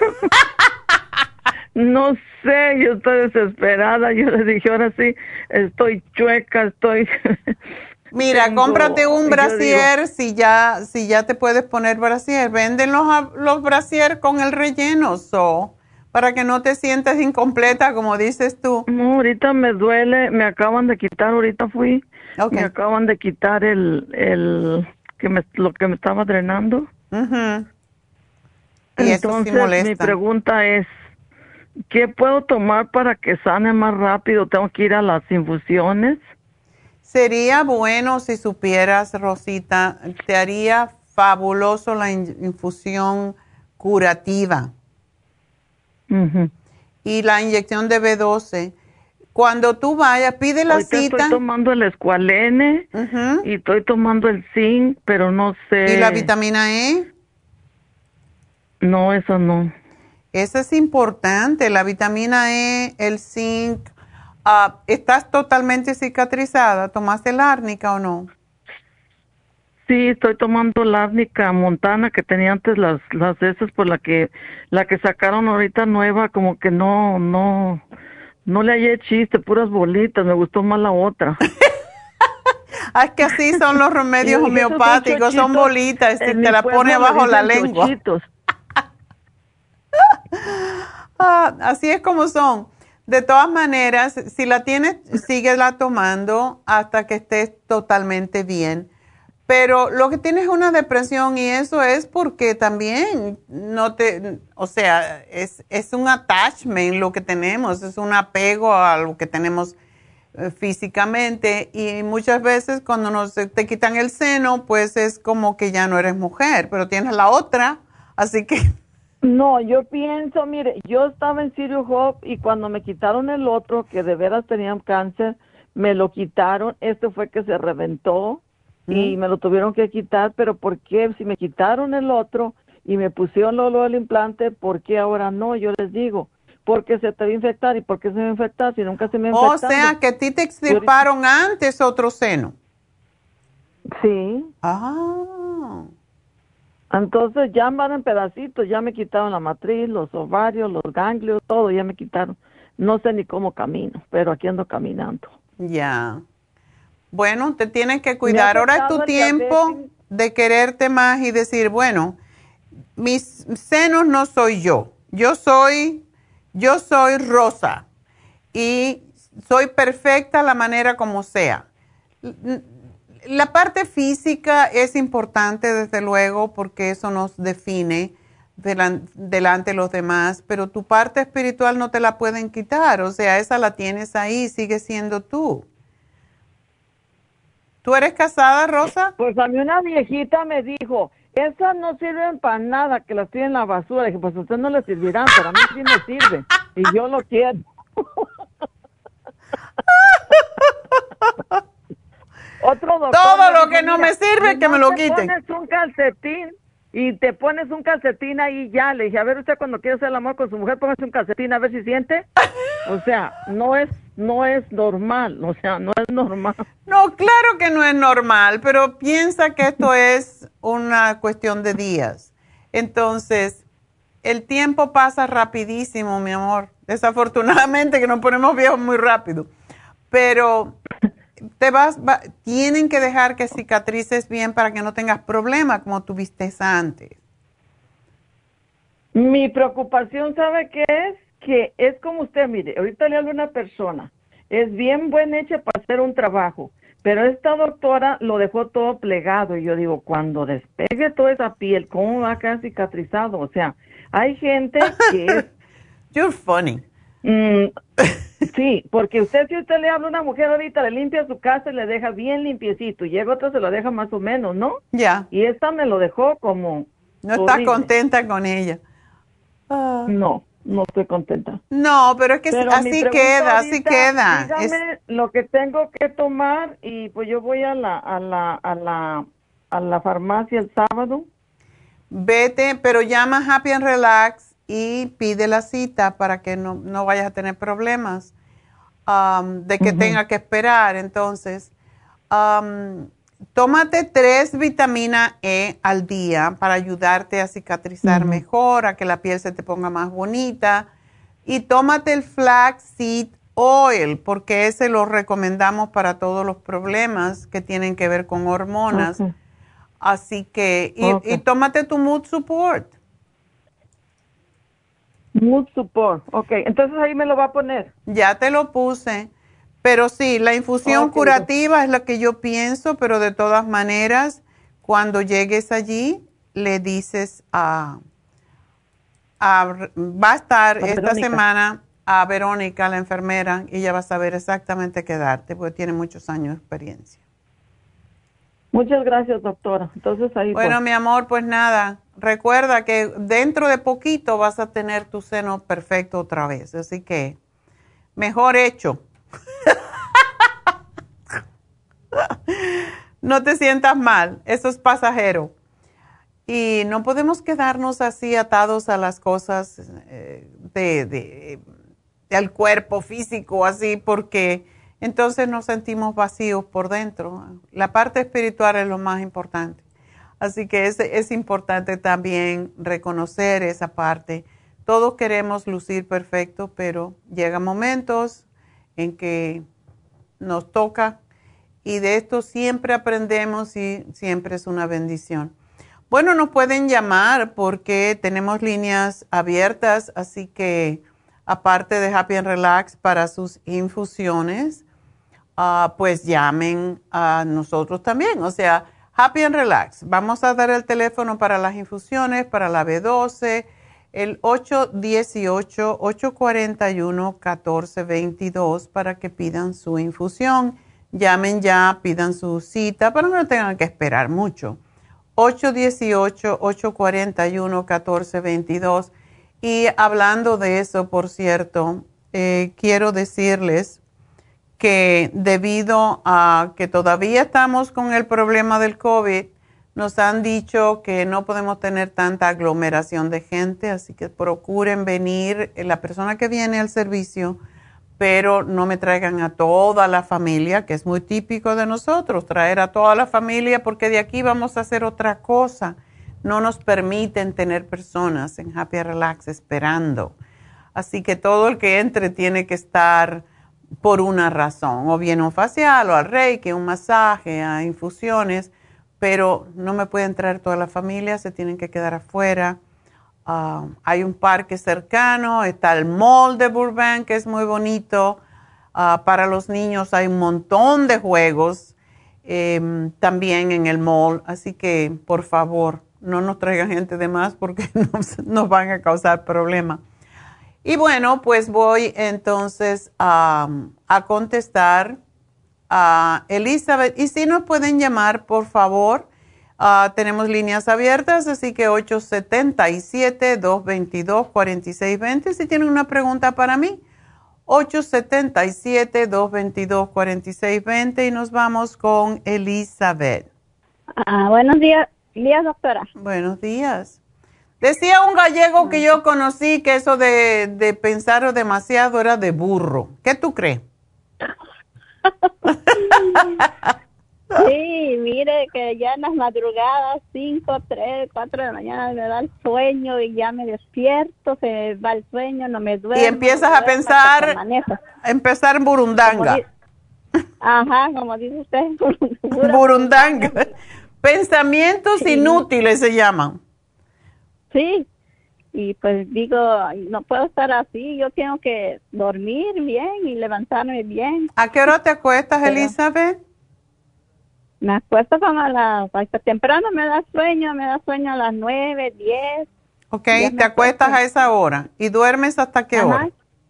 S11: No sé, yo estoy desesperada. Yo le dije, ahora sí, estoy chueca, estoy...
S5: Mira,
S11: Tengo,
S5: cómprate un brasier
S11: digo,
S5: si ya si ya te puedes poner brasier. Venden los, los brasier con el relleno, so, para que no te sientas incompleta, como dices tú.
S11: No, ahorita me duele, me acaban de quitar, ahorita fui,
S5: okay.
S11: Me acaban de quitar el, el, que me, lo que me estaba drenando.
S5: Uh-huh. Y
S11: Entonces,
S5: eso sí molesta.
S11: Mi pregunta es, ¿qué puedo tomar para que sane más rápido? ¿Tengo que ir a las infusiones?
S5: Sería bueno si supieras, Rosita, te haría fabuloso la in- infusión curativa.
S11: Uh-huh.
S5: Y la inyección de B doce. Cuando tú vayas, pide la
S11: Ahorita
S5: cita.
S11: Estoy tomando el Escualene
S5: uh-huh.
S11: y estoy tomando el zinc, pero no sé.
S5: ¿Y la vitamina E?
S11: No, eso no.
S5: Eso es importante, la vitamina E, el zinc. Uh, ¿Estás totalmente cicatrizada? ¿Tomaste el árnica o no?
S11: Sí, estoy tomando la árnica montana que tenía antes, las las esas por la que la que sacaron ahorita nueva, como que no no no le hallé chiste, puras bolitas, me gustó más la otra.
S5: Es que así son los remedios homeopáticos, son bolitas y te la pone abajo la lengua. Ah, así es como son. De todas maneras, si la tienes, síguela tomando hasta que estés totalmente bien. Pero lo que tienes es una depresión y eso es porque también no te, o sea, es, es un attachment lo que tenemos, es un apego a lo que tenemos eh, físicamente y muchas veces cuando nos te quitan el seno, pues es como que ya no eres mujer, pero tienes la otra, así que...
S11: No, yo pienso, mire, yo estaba en Sirio Hope y cuando me quitaron el otro, que de veras tenían cáncer, me lo quitaron, este fue que se reventó. Y me lo tuvieron que quitar, pero ¿por qué? Si me quitaron el otro y me pusieron lo, lo del implante, ¿por qué ahora no? Yo les digo, porque se te va a infectar. ¿Y por qué se me va a infectar si nunca se me ha infectado?
S5: O sea, que a ti te extirparon antes otro seno.
S11: Sí.
S5: Ah.
S11: Entonces ya van en pedacitos, ya me quitaron la matriz, los ovarios, los ganglios, todo ya me quitaron. No sé ni cómo camino, pero aquí ando caminando.
S5: Ya. Bueno, te tienes que cuidar. Ahora es tu tiempo de quererte más y decir, bueno, mis senos no soy yo. Yo soy, yo soy Rosa y soy perfecta a la manera como sea. La parte física es importante, desde luego, porque eso nos define delan- delante de los demás, pero tu parte espiritual no te la pueden quitar. O sea, esa la tienes ahí, sigue siendo tú. ¿Tú eres casada, Rosa?
S11: Pues a mí una viejita me dijo, esas no sirven para nada, que las tienen en la basura. Le dije, pues a usted no le servirán, pero a mí sí me sirve. Y yo lo quiero. Otro doctor.
S5: Todo lo
S11: dijo,
S5: que no me sirve, que me lo quiten.
S11: Te pones un calcetín y te pones un calcetín ahí ya. Le dije, a ver, usted cuando quiere hacer el amor con su mujer, póngase un calcetín a ver si siente. O sea, no es no es normal, o sea, no es normal.
S5: No, claro que no es normal, pero piensa que esto es una cuestión de días. Entonces, el tiempo pasa rapidísimo, mi amor. Desafortunadamente que nos ponemos viejos muy rápido. Pero te vas, va, tienen que dejar que cicatrices bien para que no tengas problemas como tuviste antes.
S11: Mi preocupación, ¿sabe qué es? Que es como usted, mire, ahorita le hablo a una persona, es bien buena hecha para hacer un trabajo, pero esta doctora lo dejó todo plegado y yo digo, cuando despegue toda esa piel, ¿cómo va a quedar cicatrizado? O sea, hay gente que es...
S5: You're funny.
S11: Mm, sí, porque usted, si usted le habla a una mujer ahorita, le limpia su casa y le deja bien limpiecito, y llega otra se lo deja más o menos, ¿no?
S5: Ya. Yeah.
S11: Y esta me lo dejó como...
S5: No está contenta con ella.
S11: Uh. No. No estoy contenta.
S5: No, pero es que pero así queda, ahorita, así queda.
S11: Dígame es... lo que tengo que tomar y pues yo voy a la a la a la a la farmacia el sábado.
S5: Vete, pero llama a Happy and Relax y pide la cita para que no, no vayas a tener problemas um, de que uh-huh. tenga que esperar. Entonces, um, tómate tres vitaminas E al día para ayudarte a cicatrizar uh-huh. mejor, a que la piel se te ponga más bonita. Y tómate el Flaxseed Oil, porque ese lo recomendamos para todos los problemas que tienen que ver con hormonas. Okay. Así que, y, okay. y tómate tu Mood Support.
S11: Mood Support, ok. Entonces ahí me lo va a poner.
S5: Ya te lo puse. Pero sí, la infusión okay. curativa es la que yo pienso, pero de todas maneras, cuando llegues allí, le dices a, a va a estar a esta Verónica. semana a Verónica, la enfermera, y ella va a saber exactamente qué darte, porque tiene muchos años de experiencia.
S11: Muchas gracias, doctora. Entonces ahí
S5: Bueno, pues. mi amor, pues nada, recuerda que dentro de poquito vas a tener tu seno perfecto otra vez, así que mejor hecho. No te sientas mal, eso es pasajero. Y no podemos quedarnos así atados a las cosas eh, de, de, de al cuerpo físico, así, porque entonces nos sentimos vacíos por dentro. La parte espiritual es lo más importante. Así que es, es importante también reconocer esa parte. Todos queremos lucir perfecto, pero llegan momentos en que nos toca y de esto siempre aprendemos y siempre es una bendición. Bueno, nos pueden llamar porque tenemos líneas abiertas, así que aparte de Happy and Relax para sus infusiones, uh, pues llamen a nosotros también. O sea, Happy and Relax. Vamos a dar el teléfono para las infusiones, para la B doce, el ocho uno ocho, ocho cuatro uno, uno cuatro dos dos para que pidan su infusión. Llamen ya, pidan su cita para que no tengan que esperar mucho. ocho uno ocho, ocho cuatro uno, uno cuatro dos dos. Y hablando de eso, por cierto, eh, quiero decirles que debido a que todavía estamos con el problema del COVID, nos han dicho que no podemos tener tanta aglomeración de gente, así que procuren venir, la persona que viene al servicio, pero no me traigan a toda la familia, que es muy típico de nosotros, traer a toda la familia, porque de aquí vamos a hacer otra cosa. No nos permiten tener personas en Happy and Relax esperando. Así que todo el que entre tiene que estar por una razón, o bien un facial, o al reiki, un masaje, a infusiones, pero no me pueden traer toda la familia, se tienen que quedar afuera. Uh, hay un parque cercano, está el mall de Burbank, que es muy bonito. Uh, para los niños hay un montón de juegos eh, también en el mall, así que por favor, no nos traigan gente de más porque nos, nos van a causar problemas. Y bueno, pues voy entonces a, a contestar a Elizabeth. Y si nos pueden llamar, por favor, uh, tenemos líneas abiertas, así que ocho siete siete, dos dos dos, cuatro seis dos cero. Si tienen una pregunta para mí, ocho siete siete, dos dos dos, cuatro seis dos cero. Y nos vamos con Elizabeth.
S12: Ah, buenos días, días, doctora.
S5: Buenos días. Decía un gallego que yo conocí que eso de, de pensar demasiado era de burro. ¿Qué tú crees?
S12: Sí, mire que ya en las madrugadas, cinco, tres, cuatro de la mañana me da el sueño y ya me despierto, se va el sueño, no me duermo.
S5: Y empiezas
S12: no
S5: a pensar, empezar en burundanga.
S12: Como Ajá, como dice usted.
S5: Burundanga. Pensamientos
S12: sí.
S5: inútiles se llaman.
S12: Sí, y pues digo, no puedo estar así, yo tengo que dormir bien y levantarme bien.
S5: ¿A qué hora te acuestas, Pero... Elizabeth?
S12: Me acuesto como a las, hasta temprano me da sueño, me da sueño a las nueve, diez.
S5: Ok, te acuestas a esa hora. ¿Y duermes hasta qué
S12: Ajá.
S5: hora?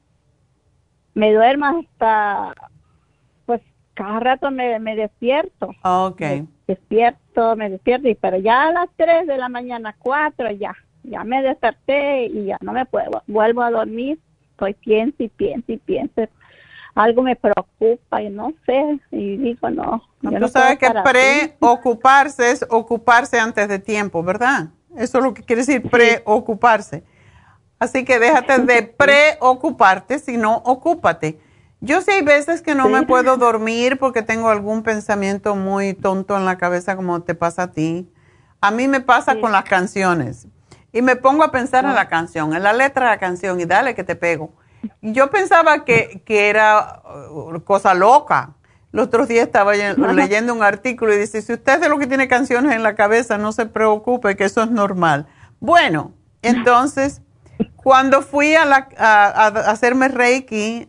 S12: Me duermo hasta, pues cada rato me, me despierto.
S5: Ok.
S12: Me despierto, me despierto, y pero ya a las tres de la mañana, cuatro, ya, ya me desperté y ya no me puedo, vuelvo a dormir. Estoy pienso y pienso y pienso. Algo me preocupa y no sé, y digo, no.
S5: no
S12: yo
S5: tú
S12: no
S5: sabes que
S12: preocuparse
S5: preocuparse es ocuparse antes de tiempo, ¿verdad? Eso es lo que quiere decir preocuparse. Así que déjate de preocuparte, sino ocúpate. Yo sí hay veces que no
S12: sí.
S5: me puedo dormir porque tengo algún pensamiento muy tonto en la cabeza, como te pasa a ti. A mí me pasa sí. con las canciones. Y me pongo a pensar no. en la canción, en la letra de la canción, y dale que te pego. Yo pensaba que, que era cosa loca. Los otros días estaba leyendo un artículo y dice, si usted es de lo que tiene canciones en la cabeza, no se preocupe, que eso es normal. Bueno, entonces, cuando fui a, la, a, a hacerme Reiki,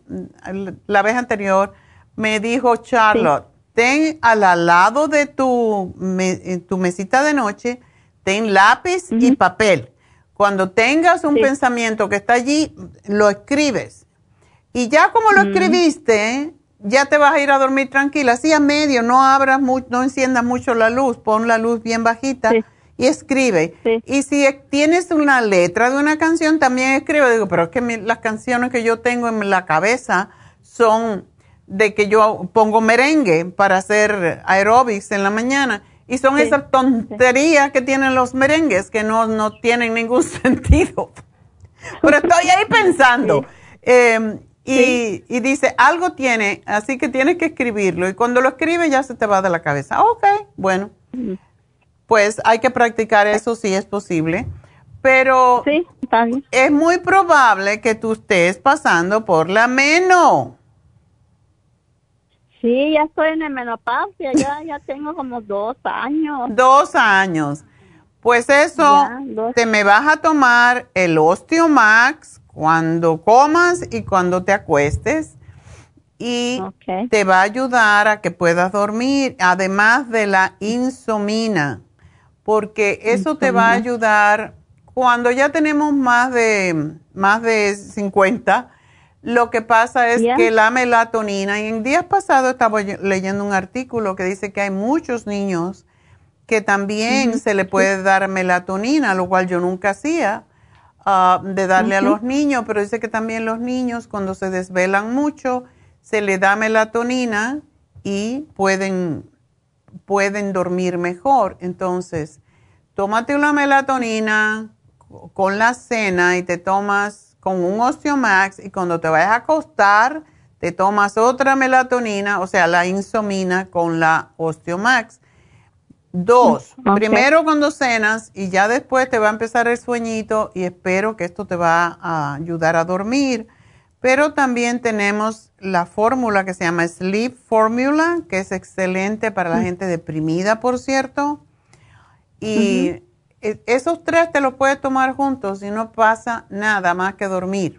S5: la vez anterior, me dijo Charlotte, sí. ten al lado de tu, me, tu mesita de noche, ten lápiz uh-huh. y papel. Cuando tengas un sí. pensamiento que está allí, lo escribes. Y ya como lo mm. escribiste, ya te vas a ir a dormir tranquila. Así a medio, no abras, mu- no enciendas mucho la luz, pon la luz bien bajita sí. y escribe. Sí. Y si tienes una letra de una canción, también escribe. Digo, pero es que mi, las canciones que yo tengo en la cabeza son de que yo pongo merengue para hacer aeróbics en la mañana. Y son sí, esas tonterías sí. que tienen los merengues que no, no tienen ningún sentido. Pero estoy ahí pensando. Sí. Eh, y, sí. y dice, algo tiene, así que tienes que escribirlo. Y cuando lo escribes ya se te va de la cabeza. Ok, bueno. Mm. Pues hay que practicar eso si es posible. Pero
S12: sí, está bien.
S5: Es muy probable que tú estés pasando por la meno.
S12: Sí, ya estoy en la menopausia, ya, ya tengo como dos años.
S5: Dos años. Pues eso, ya, te me vas a tomar el Osteomax cuando comas y cuando te acuestes. Y okay. te va a ayudar a que puedas dormir, además de la insomina. Porque eso insomina. Te va a ayudar cuando ya tenemos más de, más de cincuenta. Lo que pasa es yeah. que la melatonina, y en días pasados estaba leyendo un artículo que dice que hay muchos niños que también uh-huh. se le puede dar melatonina, lo cual yo nunca hacía, uh, de darle uh-huh. a los niños, pero dice que también los niños cuando se desvelan mucho, se le da melatonina y pueden, pueden dormir mejor. Entonces, tómate una melatonina con la cena y te tomas con un Osteomax, y cuando te vayas a acostar, te tomas otra melatonina, o sea, la insomina con la Osteomax. Dos, okay. primero cuando cenas y ya después te va a empezar el sueñito y espero que esto te va a ayudar a dormir. Pero también tenemos la fórmula que se llama Sleep Formula, que es excelente para la gente deprimida, por cierto. Y uh-huh. esos tres te los puedes tomar juntos y no pasa nada más que dormir.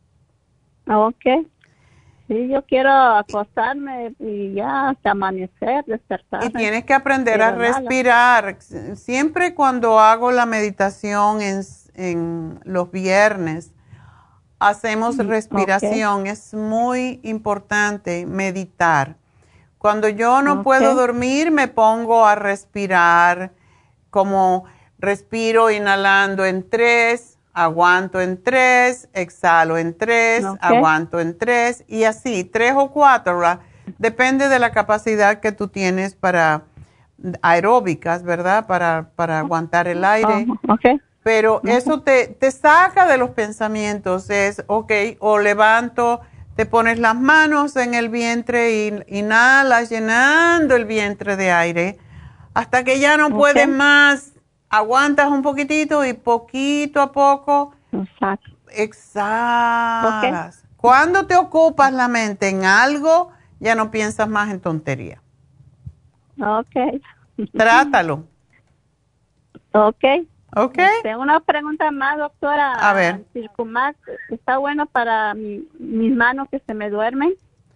S12: Ok. Sí, yo quiero acostarme y ya hasta amanecer, despertar.
S5: Y tienes que aprender a respirar. Nada. Siempre cuando hago la meditación en, en los viernes, hacemos respiración. Okay. Es muy importante meditar. Cuando yo no okay. puedo dormir, me pongo a respirar como... Respiro inhalando en tres, aguanto en tres, exhalo en tres, okay. aguanto en tres y así, tres o cuatro. ¿verdad? Depende de la capacidad que tú tienes para aeróbicas, ¿verdad? Para, para aguantar el aire.
S12: Uh, okay.
S5: Pero okay. eso te, te saca de los pensamientos. Es, ok, o levanto, te pones las manos en el vientre y inhalas llenando el vientre de aire hasta que ya no okay. puedes más. Aguantas un poquitito y poquito a poco
S12: Exacto.
S5: exhalas. Okay. Cuando te ocupas la mente en algo, ya no piensas más en tontería.
S12: Ok.
S5: Trátalo.
S12: Ok.
S5: Ok.
S12: Tengo una pregunta más, doctora.
S5: A ver.
S12: ¿El Circumax está bueno para mi, mis manos que se me duermen?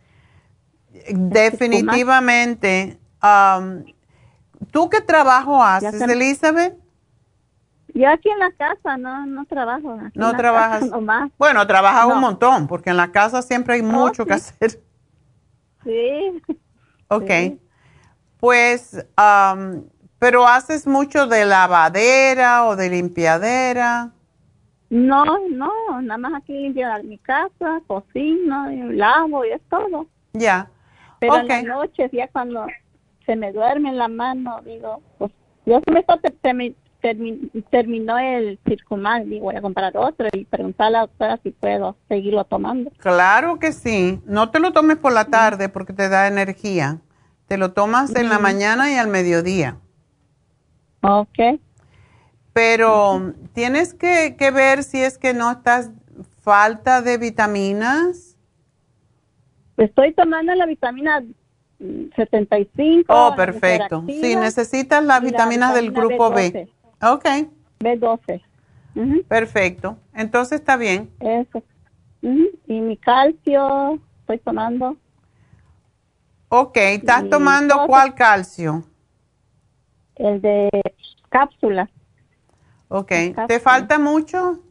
S5: Definitivamente. Um, ¿Tú qué trabajo haces, se... Elizabeth?
S12: Yo aquí en la casa, no, no trabajo. Aquí
S5: no trabajas.
S12: Nomás.
S5: Bueno, trabajas
S12: no.
S5: un montón, porque en la casa siempre hay mucho oh, sí. que hacer.
S12: Sí.
S5: Ok.
S12: Sí.
S5: Pues, um, pero haces mucho de lavadera o de limpiadera.
S12: No, no, nada más aquí limpio mi casa, cocino, lavo y es todo.
S5: Ya. Yeah.
S12: Pero
S5: okay.
S12: en las noches, ya cuando se me duerme en la mano, digo, pues, yo se me está termi termi terminó el Circumax, digo, voy a comprar otro y preguntarle a la doctora si puedo seguirlo tomando.
S5: Claro que sí. No te lo tomes por la tarde porque te da energía. Te lo tomas mm. en la mañana y al mediodía.
S12: Ok.
S5: Pero uh-huh. tienes que, que ver si es que no estás falta de vitaminas.
S12: Estoy tomando la vitamina setenta y cinco.
S5: Oh, perfecto. Sí, necesitas las vitaminas
S12: la
S5: del grupo
S12: B doce.
S5: B. Ok.
S12: B doce. Uh-huh.
S5: Perfecto. Entonces está bien.
S12: Eso. Uh-huh. Y mi calcio estoy tomando.
S5: Ok. ¿Estás y tomando doce. Cuál calcio?
S12: El de cápsula.
S5: Ok. Cápsula. ¿Te falta mucho?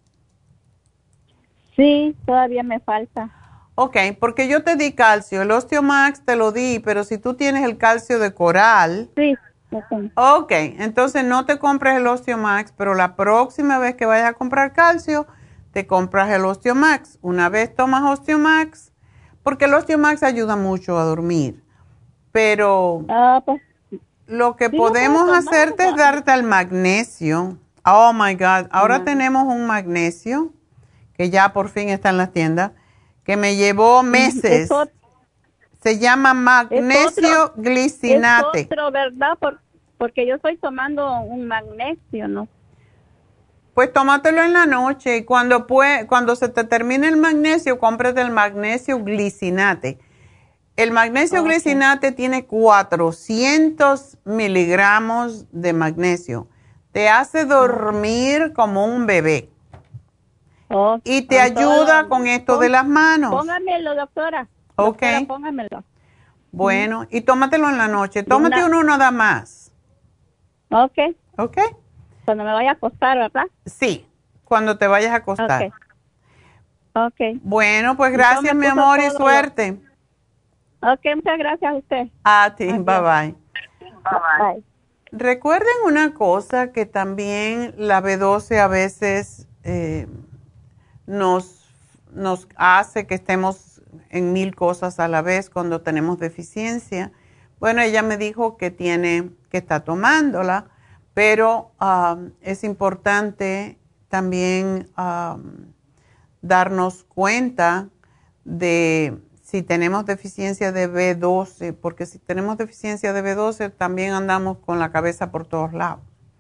S12: Sí, todavía me falta.
S5: Ok, porque yo te di calcio, el Osteomax te lo di, pero si tú tienes el calcio de coral.
S12: Sí.
S5: Ok, entonces no te compres el Osteomax, pero la próxima vez que vayas a comprar calcio, te compras el Osteomax. Una vez tomas Osteomax, porque el Osteomax ayuda mucho a dormir, pero
S12: ah, pues,
S5: lo que
S12: sí,
S5: podemos
S12: no
S5: hacerte es darte el magnesio. Oh, my God, ahora no. tenemos un magnesio que ya por fin está en las tiendas, que me llevó meses.
S12: Otro,
S5: se llama magnesio
S12: otro,
S5: glicinate.
S12: Es otro, ¿verdad? Por, porque yo estoy tomando un magnesio, ¿no?
S5: Pues tómatelo en la noche y cuando, puede, cuando se te termine el magnesio, cómprate el magnesio glicinate. El magnesio okay. glicinate tiene cuatrocientos miligramos de magnesio. Te hace dormir como un bebé. Oh, y te ayuda con esto de las manos.
S12: Póngamelo, doctora.
S5: Ok.
S12: Doctora, póngamelo.
S5: Bueno, y tómatelo en la noche. Tómate una... uno nada más.
S12: Ok.
S5: Ok.
S12: Cuando me vaya a acostar, ¿verdad?
S5: Sí, cuando te vayas a acostar.
S12: Ok. okay.
S5: Bueno, pues gracias, mi amor, y suerte.
S12: Lo... Ok, muchas gracias a usted.
S5: A ti, bye bye.
S12: Bye bye.
S5: Recuerden una cosa que también la B doce a veces... Eh, Nos, nos hace que estemos en mil cosas a la vez cuando tenemos deficiencia. Bueno, ella me dijo que tiene, que está tomándola, pero um, es importante también um, darnos cuenta de si tenemos deficiencia de B doce, porque si tenemos deficiencia de B doce también andamos con la cabeza por todos lados.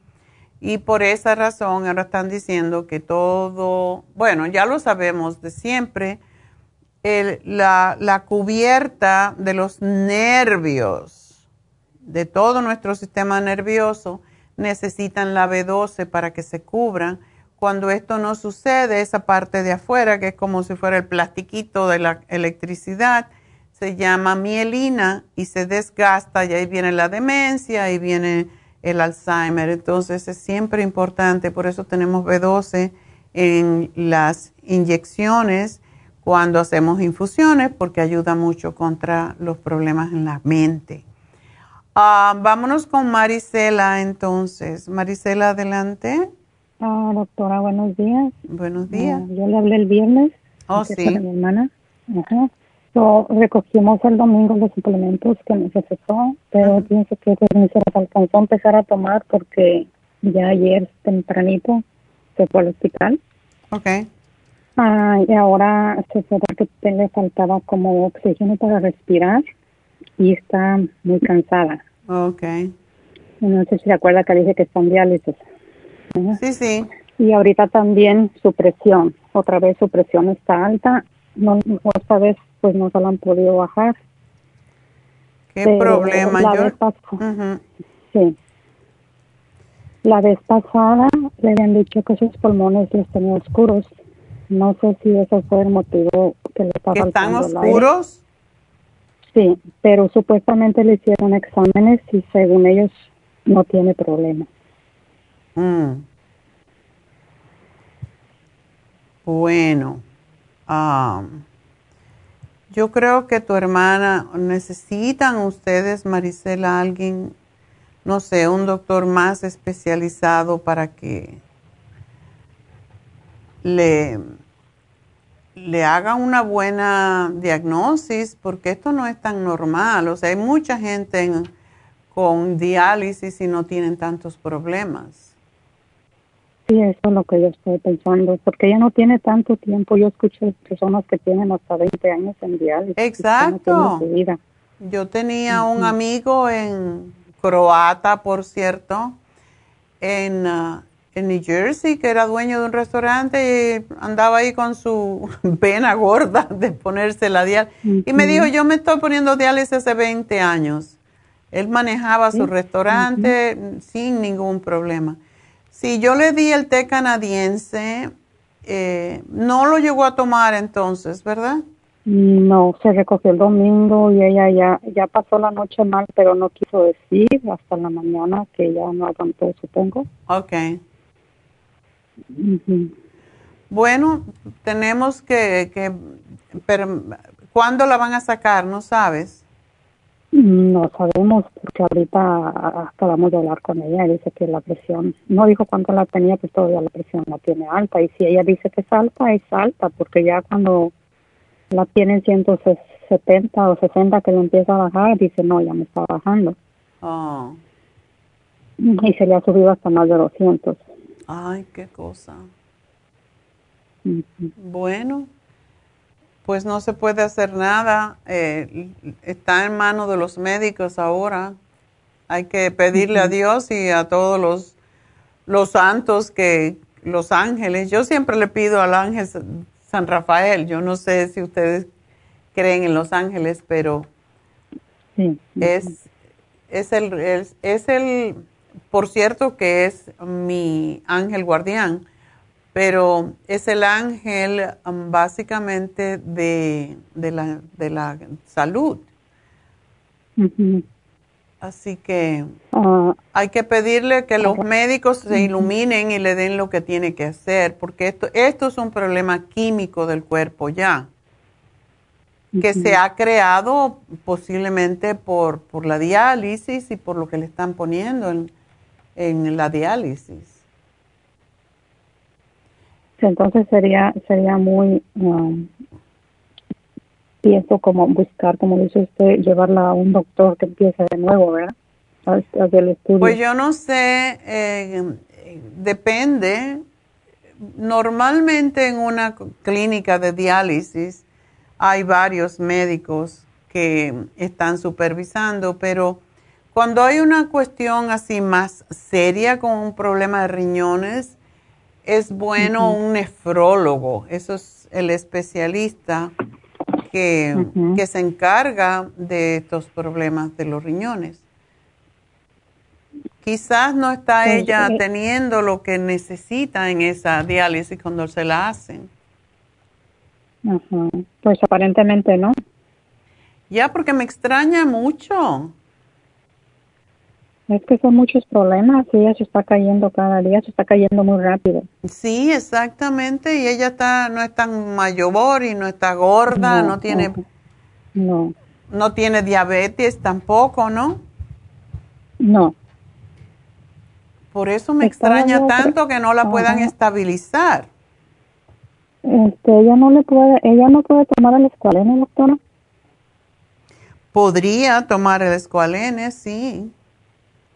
S5: Y por esa razón ahora están diciendo que todo, bueno, ya lo sabemos de siempre, el, la, la cubierta de los nervios, de todo nuestro sistema nervioso, necesitan la B doce para que se cubran. Cuando esto no sucede, esa parte de afuera, que es como si fuera el plastiquito de la electricidad, se llama mielina y se desgasta y ahí viene la demencia, ahí viene el Alzheimer. Entonces es siempre importante, por eso tenemos B doce en las inyecciones cuando hacemos infusiones, porque ayuda mucho contra los problemas en la mente. Uh, vámonos con Marisela entonces. Marisela, adelante.
S13: Ah, doctora, buenos días.
S5: Buenos días.
S13: Uh, yo le hablé el viernes.
S5: Oh, sí.
S13: Para mi hermana. Ajá. So, recogimos el domingo los suplementos que necesitó, pero uh-huh. pienso que pues, ni se nos alcanzó a empezar a tomar porque ya ayer tempranito se fue al hospital.
S5: Okay.
S13: Ah, y ahora se fue porque le faltaba como oxígeno para respirar y está muy cansada.
S5: Okay.
S13: No sé si se acuerda que dije que está en diálisis. ¿verdad?
S5: Sí, sí.
S13: Y ahorita también su presión, otra vez su presión está alta, no, esta vez pues no se la han podido bajar.
S5: ¿Qué
S13: Pero
S5: problema?
S13: la
S5: Yo...
S13: vez pas-
S5: Ujú.
S13: Sí. La vez pasada le habían dicho que sus pulmones los tenía oscuros. No sé si eso fue el motivo que le estaba
S5: ¿Que están
S13: faltando el aire.
S5: oscuros?
S13: Sí, pero supuestamente le hicieron exámenes y según ellos no tiene problema.
S5: Mm. Bueno, ah, yo creo que tu hermana, necesitan ustedes, Marisela, alguien, no sé, un doctor más especializado para que le, le haga una buena diagnosis, porque esto no es tan normal. O sea, hay mucha gente en- con diálisis y no tienen tantos problemas.
S13: Sí, eso es lo que yo estoy pensando, porque ella no tiene tanto tiempo. Yo escucho personas que tienen hasta veinte años en diálisis.
S5: Exacto.
S13: Su vida.
S5: Yo tenía un
S13: Ujú.
S5: amigo en croata, por cierto, en, ah, en New Jersey, que era dueño de un restaurante y andaba ahí con su pena gorda de ponerse la diálisis. Y me
S13: Ujú.
S5: dijo, yo me estoy poniendo diálisis hace veinte años. Él manejaba su
S13: Sí.
S5: restaurante sin ningún problema. Si yo le di el té canadiense, eh, no lo llegó a tomar entonces, ¿verdad?
S13: No, se recogió el domingo y ella ya ya pasó la noche mal, pero no quiso decir hasta la mañana que ya no aguantó, supongo.
S5: Ok.
S13: Ujú.
S5: Bueno, tenemos que, que pero, ¿cuándo la van a sacar? ¿No sabes?
S13: No sabemos porque ahorita acabamos de hablar con ella y dice que la presión, no dijo cuánto la tenía, pues todavía la presión la tiene alta y si ella dice que es alta, es alta porque ya cuando la tiene en ciento setenta o sesenta que le empieza a bajar, dice no, ya me está bajando
S5: Oh,
S13: y se le ha subido hasta más de doscientos.
S5: ay, qué cosa.
S13: Ujú.
S5: Bueno, pues no se puede hacer nada. Eh, está en manos de los médicos ahora. Hay que pedirle a
S13: Ujú.
S5: Dios y a todos los, los santos que, los ángeles. Yo siempre le pido al ángel San Rafael. Yo no sé si ustedes creen en los ángeles, pero
S13: Sí.
S5: es, es el, es, es el, por cierto que es mi ángel guardián, pero es el ángel um, básicamente de, de, la, de la salud.
S13: Ujú.
S5: Así que
S13: Ah,
S5: hay que pedirle que los médicos se
S13: Ujú.
S5: iluminen y le den lo que tiene que hacer, porque esto, esto es un problema químico del cuerpo ya, que
S13: Ujú.
S5: se ha creado posiblemente por, por la diálisis y por lo que le están poniendo en, en la diálisis.
S13: Entonces sería sería muy, um, pienso como buscar, como dice usted, llevarla a un doctor que empiece de nuevo, ¿verdad? A hacer el estudio.
S5: Pues yo no sé, eh, depende. Normalmente en una clínica de diálisis hay varios médicos que están supervisando, pero cuando hay una cuestión así más seria con un problema de riñones, es bueno
S13: Ujú.
S5: un nefrólogo. Eso es el especialista que,
S13: Ujú.
S5: que se encarga de estos problemas de los riñones. Quizás no está
S13: Pues,
S5: ella
S13: eh,
S5: teniendo lo que necesita en esa diálisis cuando se la hacen.
S13: Ajá. Pues aparentemente no.
S5: Ya, porque me extraña mucho.
S13: Es que son muchos problemas y ella se está cayendo cada día, se está cayendo muy rápido.
S5: Sí, exactamente. Y ella está, no es tan mayor y no está gorda, no,
S13: No,
S5: tiene,
S13: ajá. No,
S5: no tiene diabetes tampoco, ¿no?
S13: no.
S5: Por eso me
S13: Estaba
S5: extraña
S13: yo cre-
S5: tanto que no la puedan
S13: Ajá.
S5: estabilizar.
S13: Este, ella no le puede, ella no puede tomar el escualeno, doctora.
S5: Podría tomar el escualene, sí.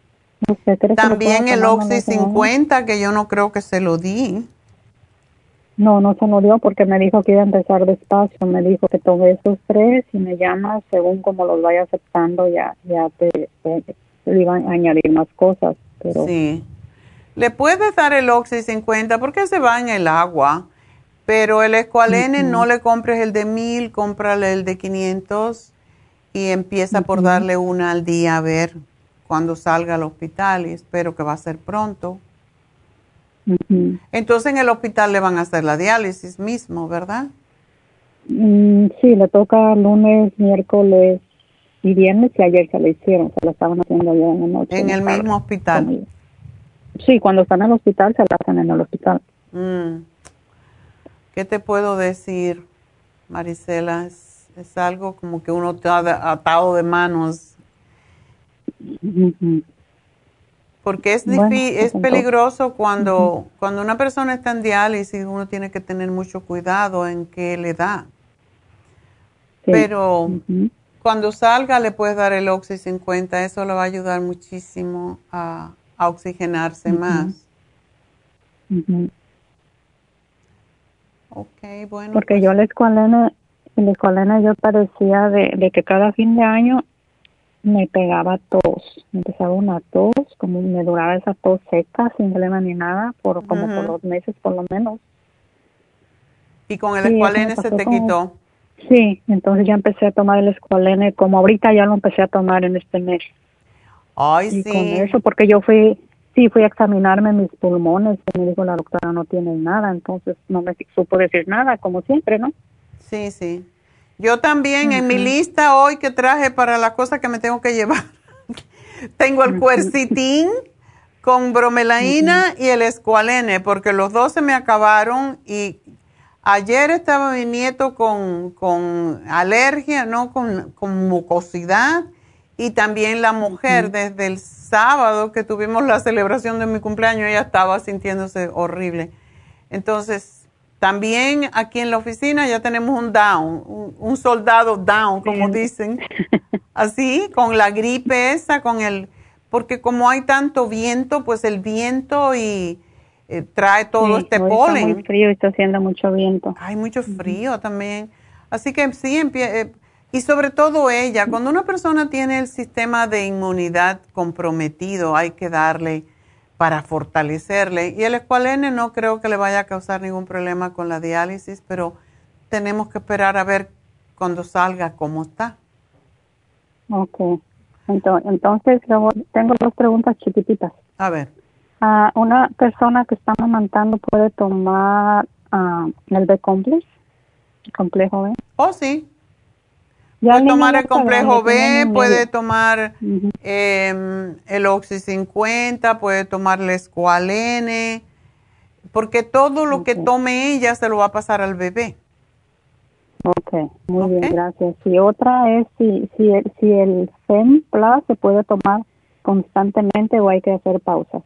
S13: ¿Usted cree que lo
S5: También
S13: pueda
S5: el
S13: tomar
S5: Oxy
S13: mañana?
S5: cincuenta, que yo no creo que se lo di.
S13: No, no se lo dio porque me dijo que iba a empezar despacio. Me dijo que tomé esos tres y me llamas según como los vaya aceptando, ya ya te, te, te iban a añadir más cosas. Pero
S5: sí. Le puedes dar el Oxy cincuenta porque se va en el agua, pero el Escualene uh-huh. no le compres el de mil, cómprale el de quinientos y empieza uh-huh. por darle una al día a ver cuando salga al hospital y espero que va a ser pronto. Uh-huh. Entonces en el hospital le van a hacer la diálisis mismo, ¿verdad?
S13: Mm, sí, le toca lunes, miércoles y viernes y ayer se le hicieron, se la estaban haciendo ayer en la noche.
S5: ¿En el tarde. Mismo hospital?
S13: Conmigo. Sí, cuando están en el hospital se la hacen en el hospital.
S5: Mm. ¿Qué te puedo decir, Marisela? Es, es algo como que uno está atado de manos. Uh-huh. Porque es, bueno, es peligroso cuando, uh-huh. cuando una persona está en diálisis, uno tiene que tener mucho cuidado en qué le da. Sí. Pero uh-huh. cuando salga le puedes dar el Oxy cincuenta, eso le va a ayudar muchísimo a, a oxigenarse uh-huh. más.
S13: Uh-huh.
S5: Ok, bueno.
S13: Porque
S5: pues.
S13: yo la escualena, la escualena yo parecía de, de que cada fin de año me pegaba tos, me empezaba una tos, como me duraba esa tos seca, sin problema ni nada, por como uh-huh. por dos meses por lo menos.
S5: ¿Y con el sí, Escualene se te como, quitó?
S13: Sí, entonces ya empecé a tomar el Escualene, como ahorita ya lo empecé a tomar en este mes.
S5: Ay,
S13: y
S5: sí.
S13: Con eso, porque yo fui, sí, fui a examinarme mis pulmones, y me dijo la doctora, no tienes nada, entonces no me supo decir nada, como siempre, ¿no?
S5: Sí, sí. Yo también, uh-huh. en mi lista hoy que traje para las cosas que me tengo que llevar, tengo el Quercetin con bromelaína uh-huh. y el Escualene, porque los dos se me acabaron y ayer estaba mi nieto con, con alergia, ¿no? Con, con mucosidad y también la mujer uh-huh. desde el sábado que tuvimos la celebración de mi cumpleaños, ella estaba sintiéndose horrible. Entonces, también aquí en la oficina ya tenemos un down, un, un soldado down, como dicen, así, con la gripe esa, con el, porque como hay tanto viento, pues el viento y eh, trae todo sí, este polen.
S13: Está muy frío y está haciendo mucho viento.
S5: Hay mucho frío uh-huh. también, así que sí, eh, y sobre todo ella, cuando una persona tiene el sistema de inmunidad comprometido, hay que darle para fortalecerle. Y el Escualene no creo que le vaya a causar ningún problema con la diálisis, pero tenemos que esperar a ver cuando salga cómo está.
S13: Ok. Entonces, entonces tengo dos preguntas chiquititas.
S5: A ver.
S13: Uh, ¿Una persona que está amamantando puede tomar uh, el B-complex, el complejo B?
S5: Oh, sí. Puede tomar el complejo B, puede tomar uh-huh. eh, el Oxy cincuenta, puede tomar el Escualene, porque todo lo okay. que tome ella se lo va a pasar al bebé.
S13: Ok, muy okay. bien, gracias. Y otra es si, si, el, si el Fem Plus se puede tomar constantemente o hay que hacer pausas.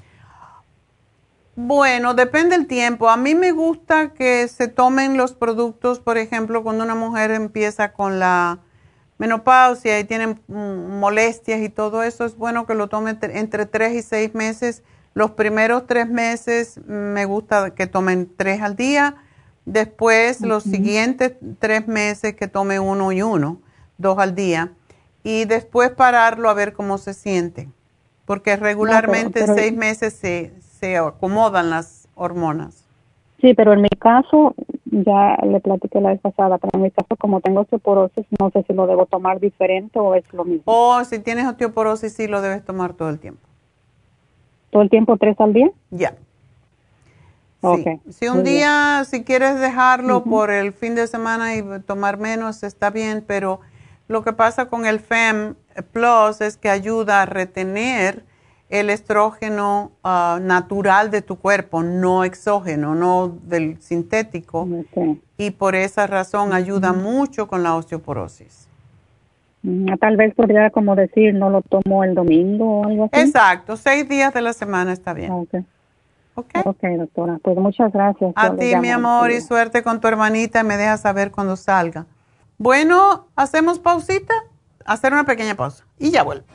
S5: Bueno, depende del tiempo. A mí me gusta que se tomen los productos, por ejemplo, cuando una mujer empieza con la menopausia y tiene molestias y todo eso, es bueno que lo tome entre tres y seis meses. Los primeros tres meses me gusta que tomen tres al día. Después, uh-huh. los siguientes tres meses que tome uno y uno, dos al día. Y después pararlo a ver cómo se siente. Porque regularmente no, pero, pero, seis meses se... se acomodan las hormonas.
S13: Sí, pero en mi caso, ya le platiqué la vez pasada, pero en mi caso, como tengo osteoporosis, no sé si lo debo tomar diferente o es lo mismo.
S5: Oh, si tienes osteoporosis, sí lo debes tomar todo el tiempo.
S13: ¿Todo el tiempo tres al día?
S5: Ya.
S13: Okay.
S5: Sí. Si un Muy día, bien. si quieres dejarlo uh-huh. por el fin de semana y tomar menos, está bien, pero lo que pasa con el Fem Plus es que ayuda a retener el estrógeno uh, natural de tu cuerpo, no exógeno, no del sintético. Okay. Y por esa razón ayuda uh-huh. mucho con la osteoporosis.
S13: Uh, tal vez podría como decir, no lo tomo el domingo o algo así.
S5: Exacto, seis días de la semana está bien.
S13: Okay. Okay. Ok, doctora. Pues muchas gracias.
S5: A ti, mi amor, y suerte con tu hermanita. Me dejas saber cuando salga. Bueno, ¿hacemos pausita? Hacer una pequeña pausa. Y ya vuelvo.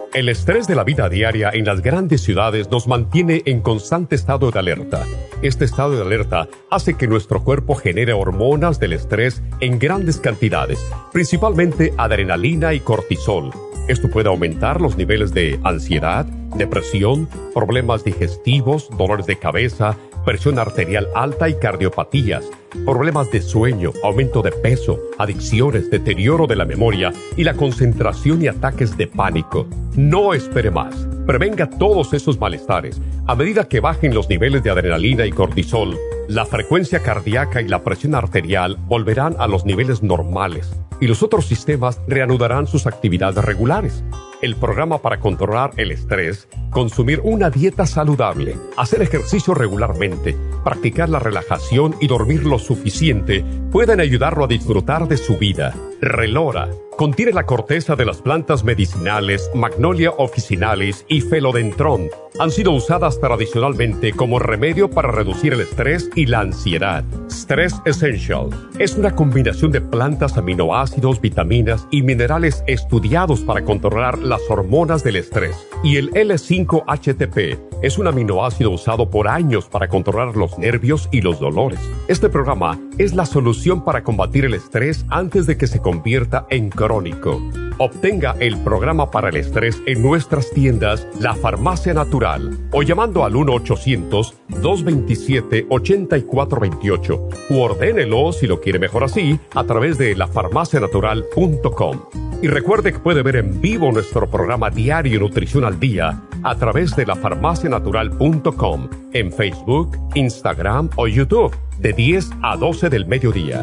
S4: El estrés de la vida diaria en las grandes ciudades nos mantiene en constante estado de alerta. Este estado de alerta hace que nuestro cuerpo genere hormonas del estrés en grandes cantidades, principalmente adrenalina y cortisol. Esto puede aumentar los niveles de ansiedad, depresión, problemas digestivos, dolores de cabeza, presión arterial alta y cardiopatías, problemas de sueño, aumento de peso, adicciones, deterioro de la memoria y la concentración y ataques de pánico. No espere más. Prevenga todos esos malestares. A medida que bajen los niveles de adrenalina y cortisol, la frecuencia cardíaca y la presión arterial volverán a los niveles normales y los otros sistemas reanudarán sus actividades regulares. El programa para controlar el estrés, consumir una dieta saludable, hacer ejercicio regularmente, practicar la relajación y dormir lo suficiente pueden ayudarlo a disfrutar de su vida. Relora contiene la corteza de las plantas medicinales Magnolia officinalis y Philodendron. Han sido usadas tradicionalmente como remedio para reducir el estrés y la ansiedad. Stress Essential es una combinación de plantas, aminoácidos, vitaminas y minerales estudiados para controlar las hormonas del estrés. Y el L cinco H T P es un aminoácido usado por años para controlar los nervios y los dolores. Este programa es la solución para combatir el estrés antes de que se convierta en crónico. Obtenga el programa para el estrés en nuestras tiendas La Farmacia Natural o llamando al uno ochocientos, dos veintisiete, ochenta y cuatro veintiocho o ordénelo si lo quiere mejor así a través de la farmacia natural punto com. Y recuerde que puede ver en vivo nuestro programa diario Nutrición al Día a través de la farmacia natural punto com en Facebook, Instagram o YouTube de diez a doce del mediodía.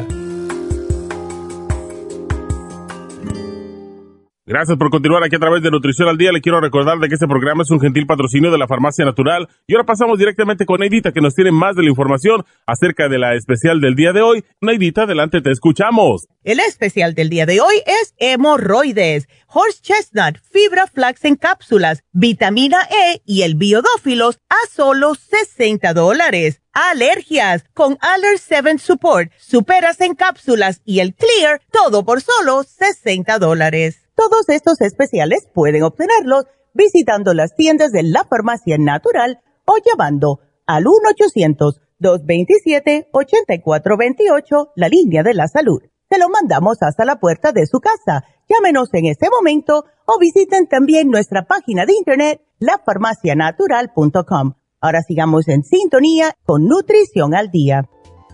S6: Gracias por continuar aquí a través de Nutrición al Día. Le quiero recordar de que este programa es un gentil patrocinio de la Farmacia Natural. Y ahora pasamos directamente con Neidita, que nos tiene más de la información acerca de la especial del día de hoy. Neidita, adelante, te escuchamos.
S7: El especial del día de hoy es hemorroides, horse chestnut, fibra flax en cápsulas, vitamina E y el biodófilos a solo sesenta dólares. Alergias con Aller siete Support, superas en cápsulas y el Clear, todo por solo sesenta dólares. Todos estos especiales pueden obtenerlos visitando las tiendas de la Farmacia Natural o llamando al uno ochocientos, dos veintisiete, ochenta y cuatro veintiocho, la línea de la salud. Se lo mandamos hasta la puerta de su casa. Llámenos en este momento o visiten también nuestra página de internet, la farmacia natural punto com. Ahora sigamos en sintonía con Nutrición al Día.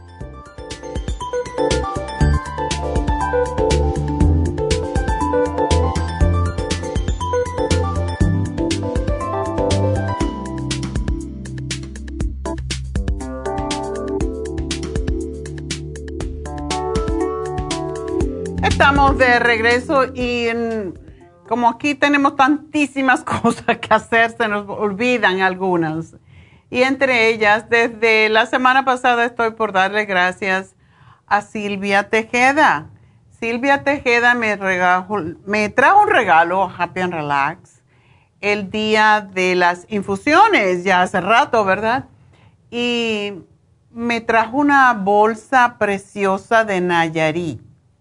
S5: Estamos de regreso y en, como aquí tenemos tantísimas cosas que hacer, se nos olvidan algunas. Y entre ellas, desde la semana pasada estoy por darle gracias a Silvia Tejeda. Silvia Tejeda me, regajo, me trajo un regalo, Happy and Relax, el día de las infusiones, ya hace rato, ¿verdad? Y me trajo una bolsa preciosa de Nayarit.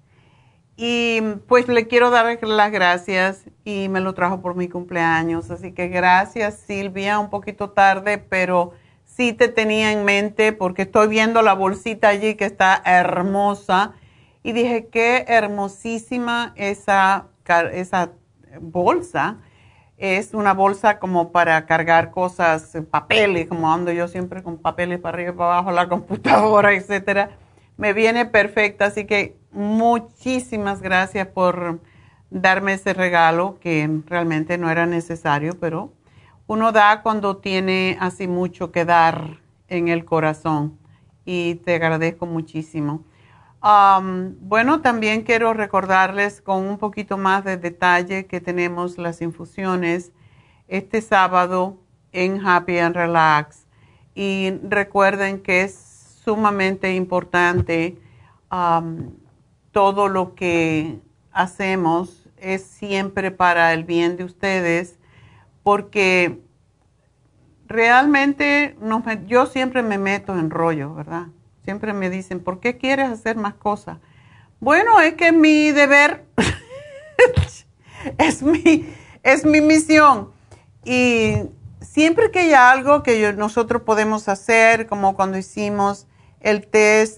S5: Y pues le quiero dar las gracias y me lo trajo por mi cumpleaños. Así que gracias, Silvia, un poquito tarde, pero sí te tenía en mente porque estoy viendo la bolsita allí que está hermosa. Y dije, qué hermosísima esa, esa bolsa. Es una bolsa como para cargar cosas, papeles, como ando yo siempre con papeles para arriba y para abajo, la computadora, etcétera. Me viene perfecta, así que muchísimas gracias por darme ese regalo que realmente no era necesario, pero uno da cuando tiene así mucho que dar en el corazón y te agradezco muchísimo. Um, bueno, también quiero recordarles con un poquito más de detalle que tenemos las infusiones este sábado en Happy and Relax y recuerden que es sumamente importante. Um, todo lo que hacemos es siempre para el bien de ustedes, porque realmente nos, yo siempre me meto en rollo, ¿verdad? Siempre me dicen, ¿por qué quieres hacer más cosas? Bueno, es que mi deber, es mi, es mi misión. Y siempre que hay algo que yo, nosotros podemos hacer, como cuando hicimos el test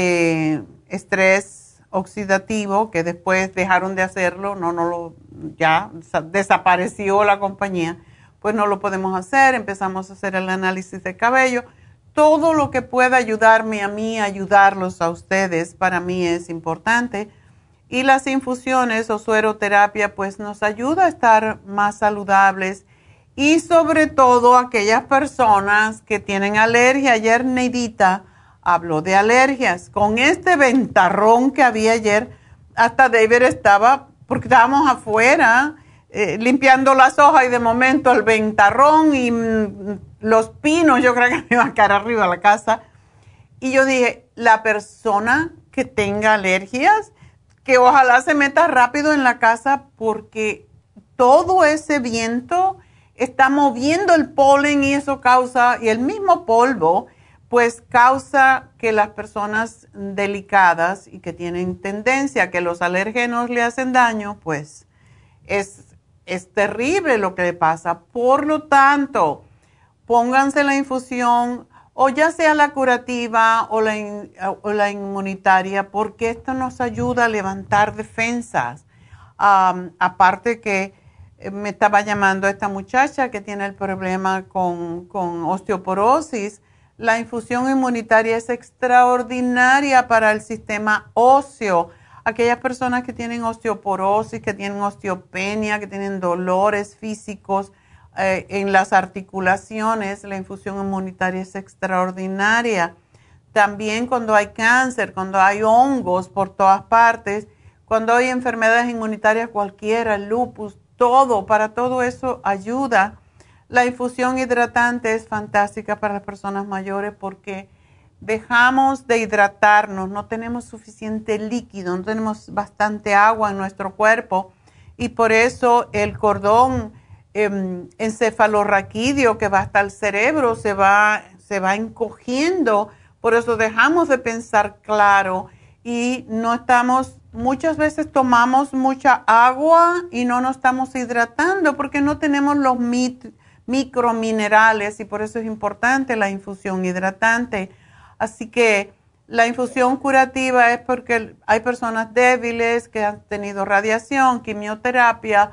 S5: de estrés oxidativo, que después dejaron de hacerlo, no, no lo, ya desapareció la compañía, pues no lo podemos hacer, empezamos a hacer el análisis de cabello. Todo lo que pueda ayudarme a mí, ayudarlos a ustedes, para mí es importante. Y las infusiones o sueroterapia, pues nos ayuda a estar más saludables. Y sobre todo aquellas personas que tienen alergia. Ayer Neidita habló de alergias. Con este ventarrón que había ayer, hasta David estaba, porque estábamos afuera eh, limpiando las hojas y de momento el ventarrón y mm, los pinos, yo creo que me iban a caer arriba de la casa. Y yo dije, la persona que tenga alergias, que ojalá se meta rápido en la casa porque todo ese viento está moviendo el polen y eso causa, y el mismo polvo, pues causa que las personas delicadas y que tienen tendencia a que los alérgenos le hacen daño, pues es, es terrible lo que le pasa. Por lo tanto, pónganse la infusión o ya sea la curativa o la, in, o la inmunitaria, porque esto nos ayuda a levantar defensas. Um, aparte que me estaba llamando esta muchacha que tiene el problema con, con osteoporosis. La infusión inmunitaria es extraordinaria para el sistema óseo. Aquellas personas que tienen osteoporosis, que tienen osteopenia, que tienen dolores físicos eh, en las articulaciones, la infusión inmunitaria es extraordinaria. También cuando hay cáncer, cuando hay hongos por todas partes, cuando hay enfermedades inmunitarias cualquiera, el lupus, todo, para todo eso ayuda. La infusión hidratante es fantástica para las personas mayores porque dejamos de hidratarnos, no tenemos suficiente líquido, no tenemos bastante agua en nuestro cuerpo y por eso el cordón eh, encefalorraquídeo que va hasta el cerebro se va, se va encogiendo, por eso dejamos de pensar claro y no estamos... Muchas veces tomamos mucha agua y no nos estamos hidratando porque no tenemos los mit, microminerales y por eso es importante la infusión hidratante. Así que la infusión curativa es porque hay personas débiles que han tenido radiación, quimioterapia,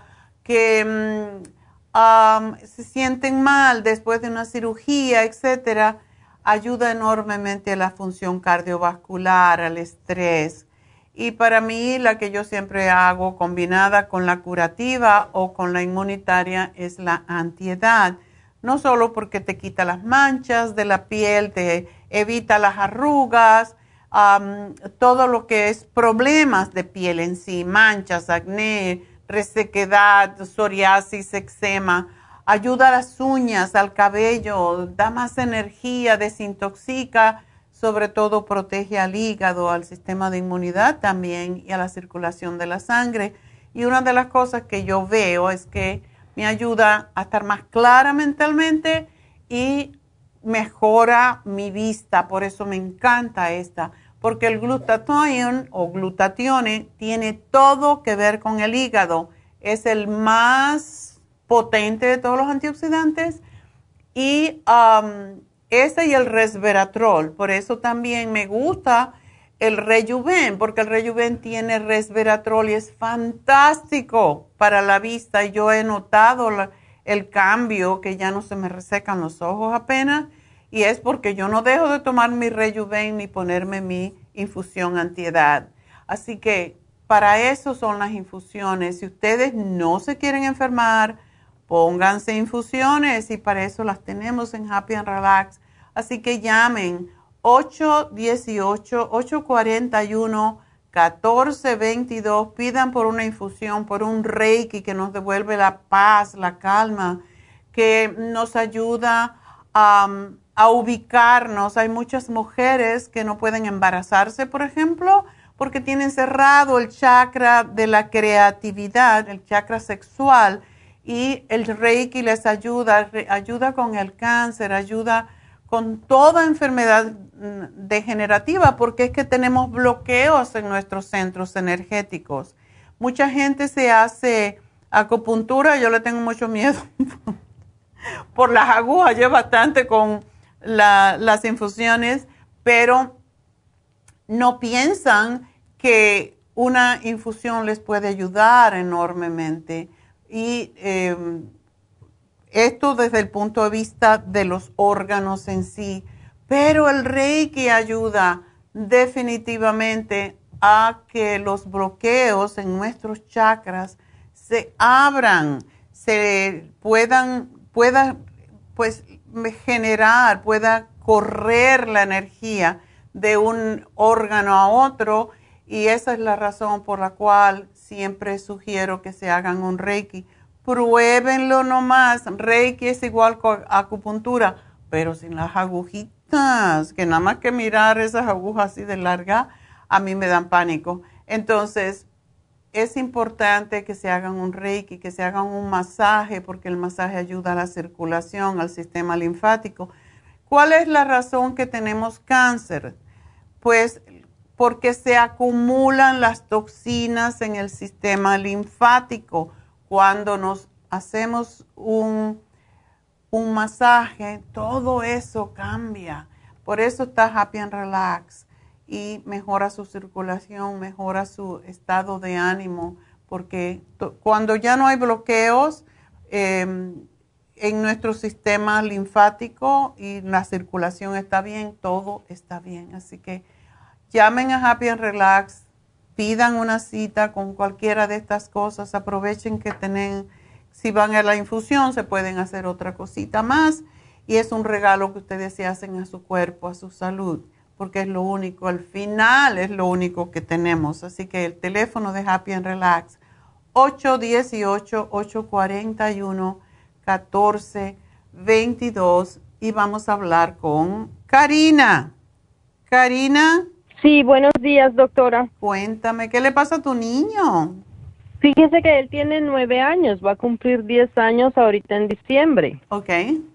S5: que um, um, se sienten mal después de una cirugía, etcétera. Ayuda enormemente a la función cardiovascular, al estrés. Y para mí, la que yo siempre hago combinada con la curativa o con la inmunitaria es la antiedad. No solo porque te quita las manchas de la piel, te evita las arrugas, um, todo lo que es problemas de piel en sí, manchas, acné, resequedad, psoriasis, eczema. Ayuda a las uñas, al cabello, da más energía, desintoxica. Sobre todo protege al hígado, al sistema de inmunidad también y a la circulación de la sangre. Y una de las cosas que yo veo es que me ayuda a estar más clara mentalmente y mejora mi vista. Por eso me encanta esta, porque el glutatión o glutatione tiene todo que ver con el hígado. Es el más potente de todos los antioxidantes y... Um, Ese y el resveratrol, por eso también me gusta el Rejuven, porque el Rejuven tiene resveratrol y es fantástico para la vista. Yo he notado la, el cambio, que ya no se me resecan los ojos apenas, y es porque yo no dejo de tomar mi Rejuven ni ponerme mi infusión antiedad. Así que para eso son las infusiones. Si ustedes no se quieren enfermar, pónganse infusiones y para eso las tenemos en Happy and Relax. Así que llamen ocho uno ocho, ocho cuatro uno, uno cuatro dos dos, pidan por una infusión, por un Reiki que nos devuelve la paz, la calma, que nos ayuda um, a ubicarnos. Hay muchas mujeres que no pueden embarazarse, por ejemplo, porque tienen cerrado el chakra de la creatividad, el chakra sexual, y el Reiki les ayuda, ayuda con el cáncer, ayuda con toda enfermedad degenerativa, porque es que tenemos bloqueos en nuestros centros energéticos. Mucha gente se hace Acupuntura yo le tengo mucho miedo por las agujas, yo bastante con la, las infusiones, pero no piensan que una infusión les puede ayudar enormemente. Y eh, esto desde el punto de vista de los órganos en sí, pero el Reiki ayuda definitivamente a que los bloqueos en nuestros chakras se abran, se puedan, pueda pues generar, pueda correr la energía de un órgano a otro, y esa es la razón por la cual siempre sugiero que se hagan un Reiki. Pruébenlo nomás. Reiki es igual que acupuntura, pero sin las agujitas, que nada más que mirar esas agujas así de larga, a mí me dan pánico. Entonces, es importante que se hagan un Reiki, que se hagan un masaje, porque el masaje ayuda a la circulación, al sistema linfático. ¿Cuál es la razón que tenemos cáncer? Pues porque se acumulan las toxinas en el sistema linfático. Cuando nos hacemos un, un masaje, todo eso cambia. Por eso está Happy and Relax y mejora su circulación, mejora su estado de ánimo, porque cuando ya no hay bloqueos eh, en nuestro sistema linfático y la circulación está bien, todo está bien. Así que llamen a Happy and Relax, pidan una cita con cualquiera de estas cosas, aprovechen que tienen, si van a la infusión se pueden hacer otra cosita más, y es un regalo que ustedes se hacen a su cuerpo, a su salud, porque es lo único, al final es lo único que tenemos. Así que el teléfono de Happy and Relax, ocho uno ocho, ocho cuatro uno, uno cuatro dos dos, y vamos a hablar con Karina. Karina.
S14: Sí, buenos días, doctora.
S5: Cuéntame, ¿qué le pasa a tu niño?
S14: Fíjese que él tiene nueve años, va a cumplir diez años ahorita en diciembre.
S5: Ok.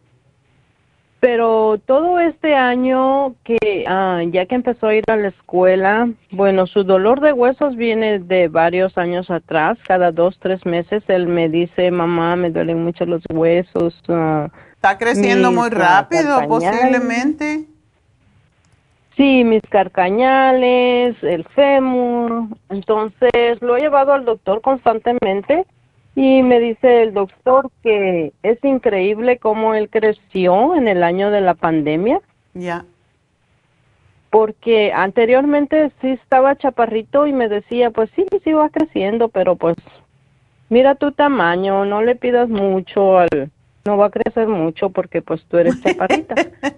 S14: Pero todo este año que, ah, ya que empezó a ir a la escuela, bueno, su dolor de huesos viene de varios años atrás. Cada dos, tres meses él me dice, mamá, me duelen mucho los huesos. Uh,
S5: Está creciendo muy rápido, posiblemente.
S14: Sí, mis carcañales, el fémur. Entonces lo he llevado al doctor constantemente y me dice el doctor que es increíble cómo él creció en el año de la pandemia.
S5: Ya. Yeah.
S14: Porque anteriormente sí estaba chaparrito y me decía, pues sí, sí va creciendo, pero pues mira tu tamaño, no le pidas mucho, al, no va a crecer mucho porque pues tú eres chaparrita.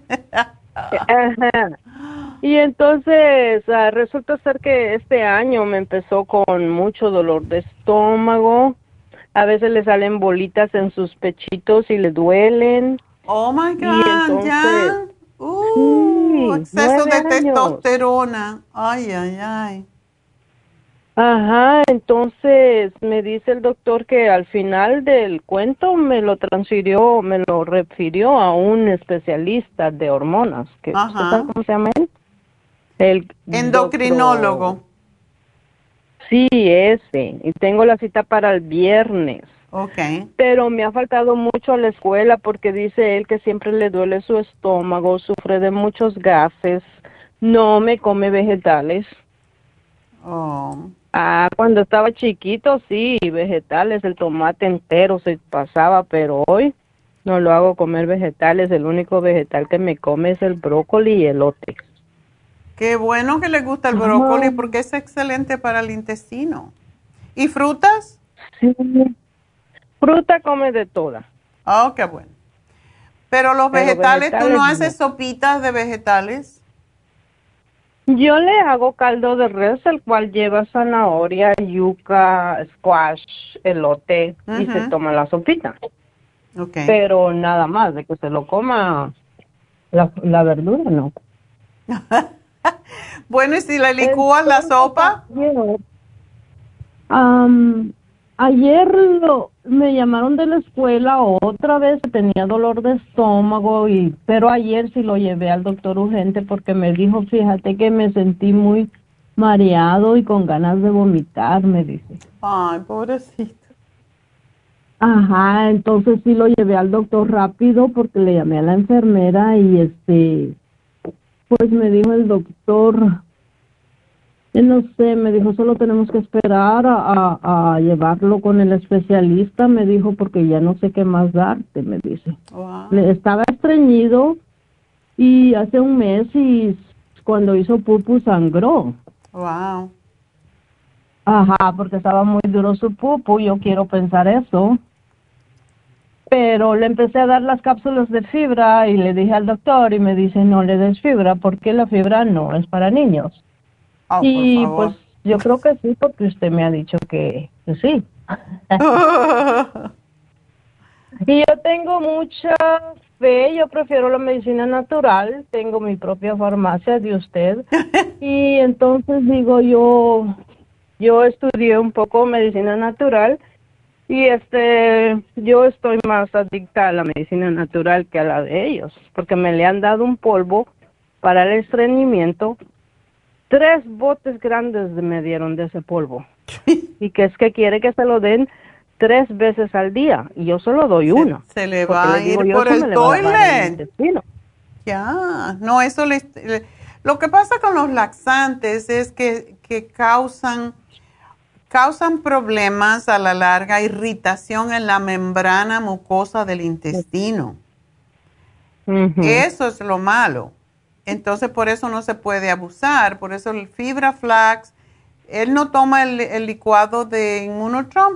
S14: Ajá. Y entonces uh, resulta ser que este año me empezó con mucho dolor de estómago. A veces le salen bolitas en sus pechitos y le duelen.
S5: Oh my God, entonces, ya. Uh, sí, exceso de años. Testosterona. Ay, ay, ay.
S14: Ajá, entonces me dice el doctor que al final del cuento me lo transfirió, me lo refirió a un especialista de hormonas. Que, ¿sabe cómo se llama él? El
S5: endocrinólogo.
S14: Doctor, sí, ese. Y tengo la cita para el viernes.
S5: Okay.
S14: Pero me ha faltado mucho a la escuela porque dice él que siempre le duele su estómago, sufre de muchos gases, no me come vegetales.
S5: Oh.
S14: Ah, cuando estaba chiquito, sí, vegetales, el tomate entero se pasaba, pero hoy no lo hago comer vegetales. El único vegetal que me come es el brócoli y elote.
S5: Qué bueno que le gusta el brócoli porque es excelente para el intestino. ¿Y frutas?
S14: Sí, fruta come de toda.
S5: Oh, qué bueno. Pero los Pero vegetales, vegetales, ¿tú no haces no. sopitas de vegetales?
S14: Yo le hago caldo de res, el cual lleva zanahoria, yuca, squash, elote, uh-huh. y se toma la sopita.
S5: Okay.
S14: Pero nada más, de que se lo coma la, la verdura, no.
S5: Bueno, ¿y si le licúas la sopa?
S14: Um, ayer lo, me llamaron de la escuela otra vez, tenía dolor de estómago, y pero ayer sí lo llevé al doctor urgente porque me dijo, fíjate que me sentí muy mareado y con ganas de vomitar, me dice.
S5: Ay, pobrecito.
S14: Ajá, entonces sí lo llevé al doctor rápido porque le llamé a la enfermera y este, pues me dijo el doctor, eh, no sé, me dijo solo tenemos que esperar a, a, a llevarlo con el especialista, me dijo porque ya no sé qué más darte, me dice.
S5: Wow.
S14: Le estaba estreñido y hace un mes y cuando hizo pupu sangró.
S5: Wow.
S14: Ajá, porque estaba muy duro su pupu, yo quiero pensar eso. Pero le empecé a dar las cápsulas de fibra y le dije al doctor y me dice no le des fibra porque la fibra no es para niños.
S5: Oh,
S14: y
S5: por favor.
S14: pues yo creo que sí porque usted me ha dicho que, que sí. Y yo tengo mucha fe, yo prefiero la medicina natural, tengo mi propia farmacia de usted y entonces digo yo, yo estudié un poco medicina natural y este, yo estoy más adicta a la medicina natural que a la de ellos, porque me le han dado un polvo para el estreñimiento, tres botes grandes me dieron de ese polvo y que es que quiere que se lo den tres veces al día y yo solo doy
S5: se,
S14: uno.
S5: Se le
S14: porque
S5: va
S14: le
S5: a
S14: digo,
S5: ir
S14: yo,
S5: por
S14: eso
S5: el
S14: me le va a dañar el
S5: toilet.
S14: intestino.
S5: Ya, no, eso le, le- lo que pasa con los laxantes es que, que causan, causan problemas a la larga, irritación en la membrana mucosa del intestino.
S14: Ujú.
S5: Eso es lo malo. Entonces, por eso no se puede abusar. Por eso el Fibra Flax, él no toma el, el licuado de Immunotrom.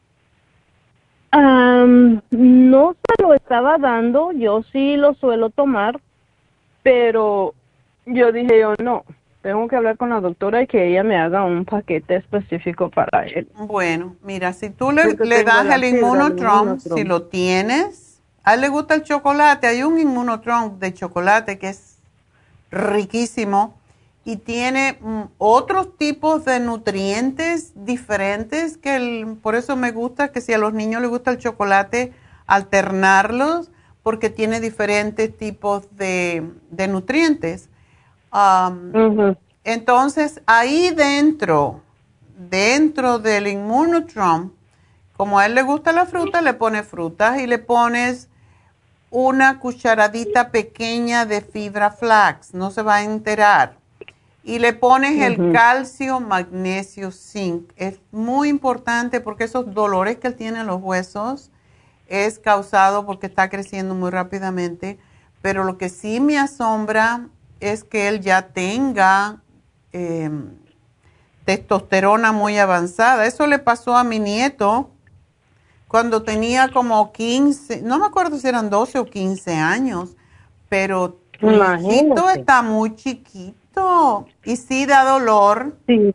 S14: Am, no se lo estaba dando, yo sí lo suelo tomar, pero yo dije yo no, tengo que hablar con la doctora y que ella me haga un paquete específico para él.
S5: Bueno, mira, si tú le,
S14: Porque
S5: le
S14: tengo
S5: das
S14: la
S5: el
S14: fibra, el
S5: Immunotrom,
S14: Immunotrom.
S5: si lo tienes, a él le gusta el chocolate, hay un Immunotrom de chocolate que es riquísimo y tiene mm, otros tipos de nutrientes diferentes que el, por eso me gusta que si a los niños les gusta el chocolate, alternarlos porque tiene diferentes tipos de, de nutrientes. Um,
S14: Ujú.
S5: Entonces, ahí dentro, dentro del Immunotrom, como a él le gusta la fruta, le pones frutas y le pones una cucharadita pequeña de fibra flax, no se va a enterar. Y le pones el
S14: Ujú.
S5: calcio, magnesio, zinc. Es muy importante porque esos dolores que él tiene en los huesos es causado porque está creciendo muy rápidamente. Pero lo que sí me asombra es que él ya tenga eh, testosterona muy avanzada. Eso le pasó a mi nieto cuando tenía como quince, no me acuerdo si eran doce o quince años, pero tu hijito
S14: Imagínate.
S5: está muy chiquito y sí da dolor.
S14: Sí.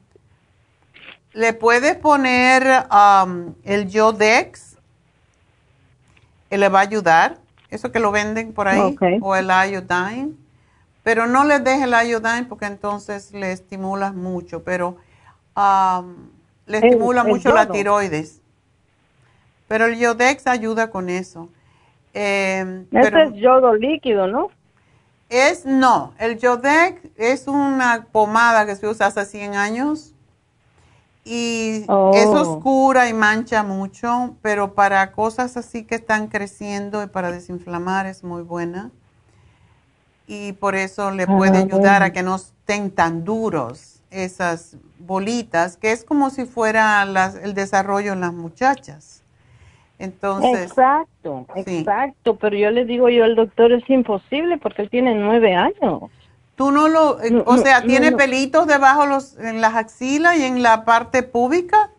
S5: Le puedes poner um, el Yodex, él le va a ayudar, eso que lo venden por ahí,
S14: Okay.
S5: o el iodine, pero no le dejes el iodine porque entonces le estimulas mucho, pero um, le
S14: El-
S5: estimula
S14: el
S5: mucho la
S14: yodo.
S5: tiroides. Pero el Yodex ayuda con eso. Eh,
S14: Ese
S5: pero
S14: es yodo líquido, ¿no?
S5: es, no, el Yodex es una pomada que se usa hace cien años y
S14: Oh.
S5: es oscura y mancha mucho, pero para cosas así que están creciendo y para desinflamar es muy buena. Y por eso le puede
S14: Ah,
S5: ayudar a
S14: bueno.
S5: que no estén tan duros esas bolitas, que es como si fuera las- el desarrollo en las muchachas. Entonces,
S14: Exacto,
S5: sí.
S14: exacto, pero yo le digo yo al doctor es imposible porque él tiene nueve años.
S5: tú no lo, eh,
S14: No,
S5: o
S14: no,
S5: sea,
S14: no,
S5: ¿tiene
S14: no.
S5: pelitos debajo los, en las axilas y en la parte púbica?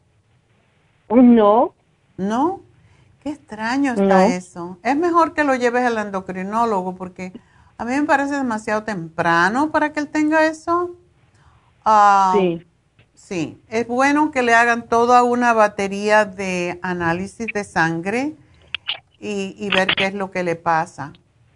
S14: No,
S5: No. Qué extraño está
S14: No.
S5: eso. Es mejor que lo lleves al endocrinólogo porque a mí me parece demasiado temprano para que él tenga eso. Ah,
S14: sí.
S5: Sí, es bueno que le hagan toda una batería de análisis de sangre y, y ver qué es lo que le pasa.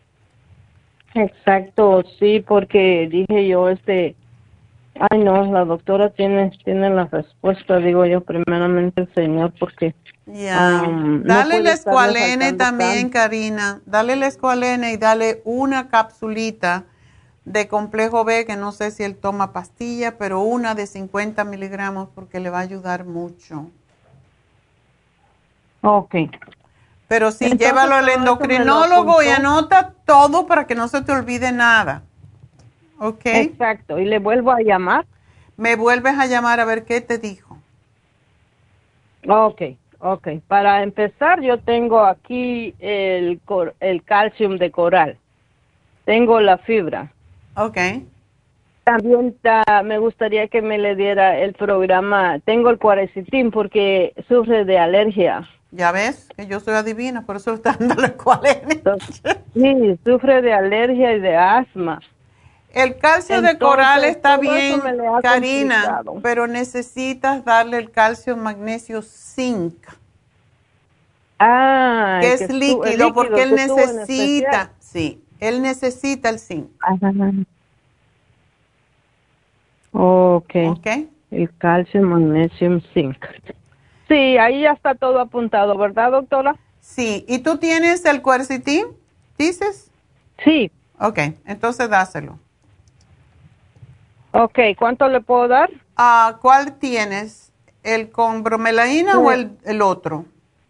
S14: Exacto, sí, porque dije yo, este, ay no, la doctora tiene, tiene la respuesta, digo yo, primeramente el señor, porque
S5: Ya.
S14: um, no
S5: Dale
S14: puede
S5: el
S14: estarle
S5: escualene
S14: faltando
S5: también,
S14: tanto.
S5: Karina. Dale el escualene y dale una capsulita de complejo B, que no sé si él toma pastilla, pero una de cincuenta miligramos porque le va a ayudar mucho.
S14: Ok,
S5: Pero sí,
S14: Entonces,
S5: llévalo al
S14: todo eso me lo
S5: endocrinólogo y
S14: apuntó.
S5: anota todo para que no se te olvide nada. ¿Ok?
S14: Exacto. ¿Y le vuelvo a llamar?
S5: Me vuelves a llamar a ver qué te dijo.
S14: Ok, ok. Para empezar, yo tengo aquí el, cor- el calcium de coral. Tengo la fibra.
S5: Ok.
S14: También ta- me gustaría que me le diera el programa. Tengo el cuaricitín porque sufre de alergia.
S5: Ya ves que yo soy adivina, por eso está dándole cuál es.
S14: Sí, sufre de alergia y de asma.
S5: El calcio de
S14: Entonces,
S5: coral está
S14: todo eso
S5: bien,
S14: me le ha
S5: Karina,
S14: complicado.
S5: pero necesitas darle el calcio, magnesio, zinc,
S14: Ah,
S5: que
S14: el
S5: es
S14: que estu- el
S5: líquido,
S14: líquido
S5: porque él
S14: que tuvo en
S5: necesita,
S14: especial.
S5: sí, él necesita el zinc.
S14: Ajá. Okay.
S5: ¿Ok?
S14: El calcio, magnesio, zinc. Sí, ahí ya está todo apuntado, ¿verdad, doctora?
S5: Sí, ¿y tú tienes el quercetin, dices?
S14: Sí.
S5: Ok, entonces dáselo.
S14: Ok, ¿cuánto le puedo dar?
S5: Ah, ¿cuál tienes? ¿El con bromelaína
S14: Sí.
S5: o el, el otro?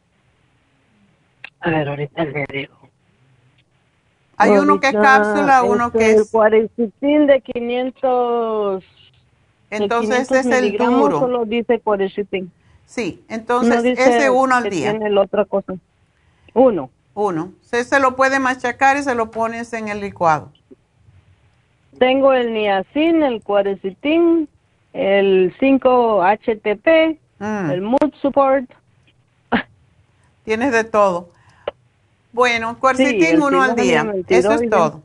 S14: A ver, ahorita le digo.
S5: Hay uno que es cápsula, uno que
S14: El
S5: es...
S14: cuaricitín de quinientos...
S5: Entonces
S14: de
S5: ese es el
S14: miligramos
S5: duro.
S14: solo dice cuaricitín.
S5: Sí, entonces
S14: No dice
S5: ese uno al
S14: que
S5: día.
S14: tiene la otra cosa. Uno.
S5: Uno. Se, se lo puede machacar y se lo pones en el licuado.
S14: Tengo el niacin, el cuaricitín, el cinco H T P,
S5: Mm.
S14: el mood support.
S5: Tienes de todo. Bueno,
S14: Sí,
S5: quercetin
S14: el
S5: uno al día.
S14: Timonium, el
S5: Eso es
S14: tiroides.
S5: todo.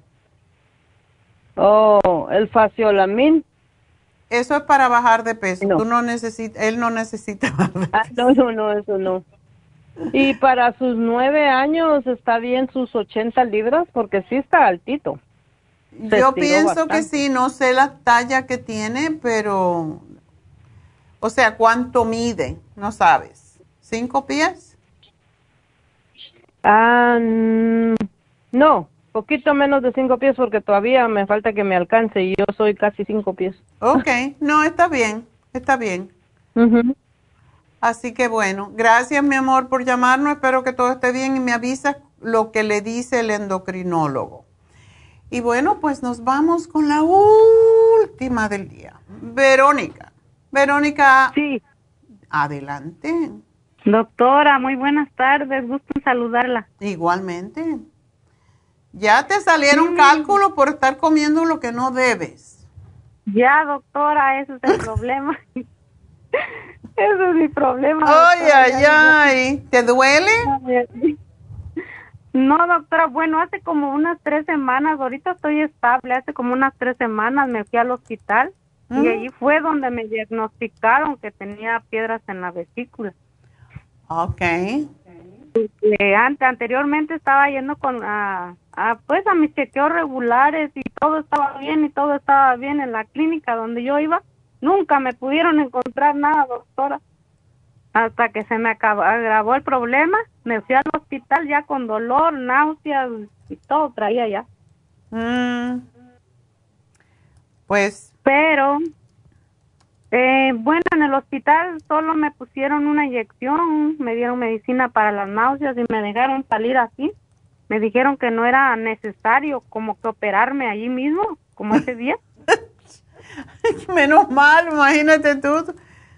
S14: Oh, el faciolamin.
S5: Eso es para bajar de peso.
S14: No.
S5: Tú no necesitas, él no necesita bajar de
S14: Ah, no, no, no, eso no. Y para sus nueve años está bien sus ochenta libras porque sí está altito. Se
S5: Yo
S14: estiró
S5: pienso que
S14: bastante.
S5: sí, no sé la talla que tiene, pero, o sea, ¿cuánto mide? No sabes. ¿Cinco pies?
S14: Ah, mm, no, poquito menos de cinco pies porque todavía me falta que me alcance y yo soy casi cinco pies.
S5: Ok, no, está bien, está bien.
S14: Ujú.
S5: Así que bueno, gracias mi amor por llamarnos, espero que todo esté bien y me avisas lo que le dice el endocrinólogo. Y bueno, pues nos vamos con la última del día. Verónica. Verónica.
S15: Sí.
S5: Adelante.
S15: Doctora, muy buenas tardes, gusto en saludarla.
S5: Igualmente. Ya te salieron
S15: Sí.
S5: cálculos por estar comiendo lo que no debes.
S15: Ya, doctora, ese es el problema. Ese es mi problema.
S5: Ay,
S15: doctora,
S5: ay,
S15: ya-
S5: ay. ¿Te duele?
S15: No, doctora, bueno, hace como unas tres semanas, ahorita estoy estable, hace como unas tres semanas me fui al hospital
S5: ¿Mm?
S15: y allí fue donde me diagnosticaron que tenía piedras en la vesícula.
S5: Ok.
S15: Eh, ante, anteriormente estaba yendo con a, a, pues a mis chequeos regulares y todo estaba bien y todo estaba bien en la clínica donde yo iba. Nunca me pudieron encontrar nada, doctora. Hasta que se me acabó, agravó el problema, me fui al hospital ya con dolor, náuseas y todo traía ya.
S5: Mm. Pues.
S15: Pero, eh, bueno, en el hospital solo me pusieron una inyección, me dieron medicina para las náuseas y me dejaron salir así. Me dijeron que no era necesario como que operarme allí mismo, como ese día.
S5: Menos mal, imagínate tú.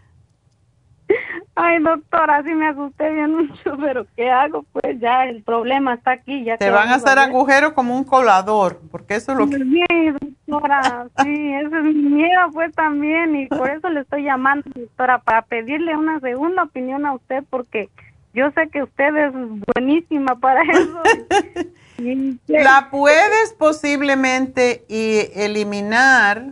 S15: Ay, doctora, sí me asusté bien mucho, pero ¿qué hago? Pues ya el problema está aquí. Ya
S5: Te
S15: ¿qué
S5: van a
S15: vamos
S5: hacer
S15: ver?
S5: agujeros como un colador, porque eso es lo que...
S15: Sí, doctora, sí, ese es mi miedo pues también y por eso le estoy llamando, doctora, para pedirle una segunda opinión a usted porque yo sé que usted es buenísima para eso. Y-
S5: La puedes posiblemente y eliminar,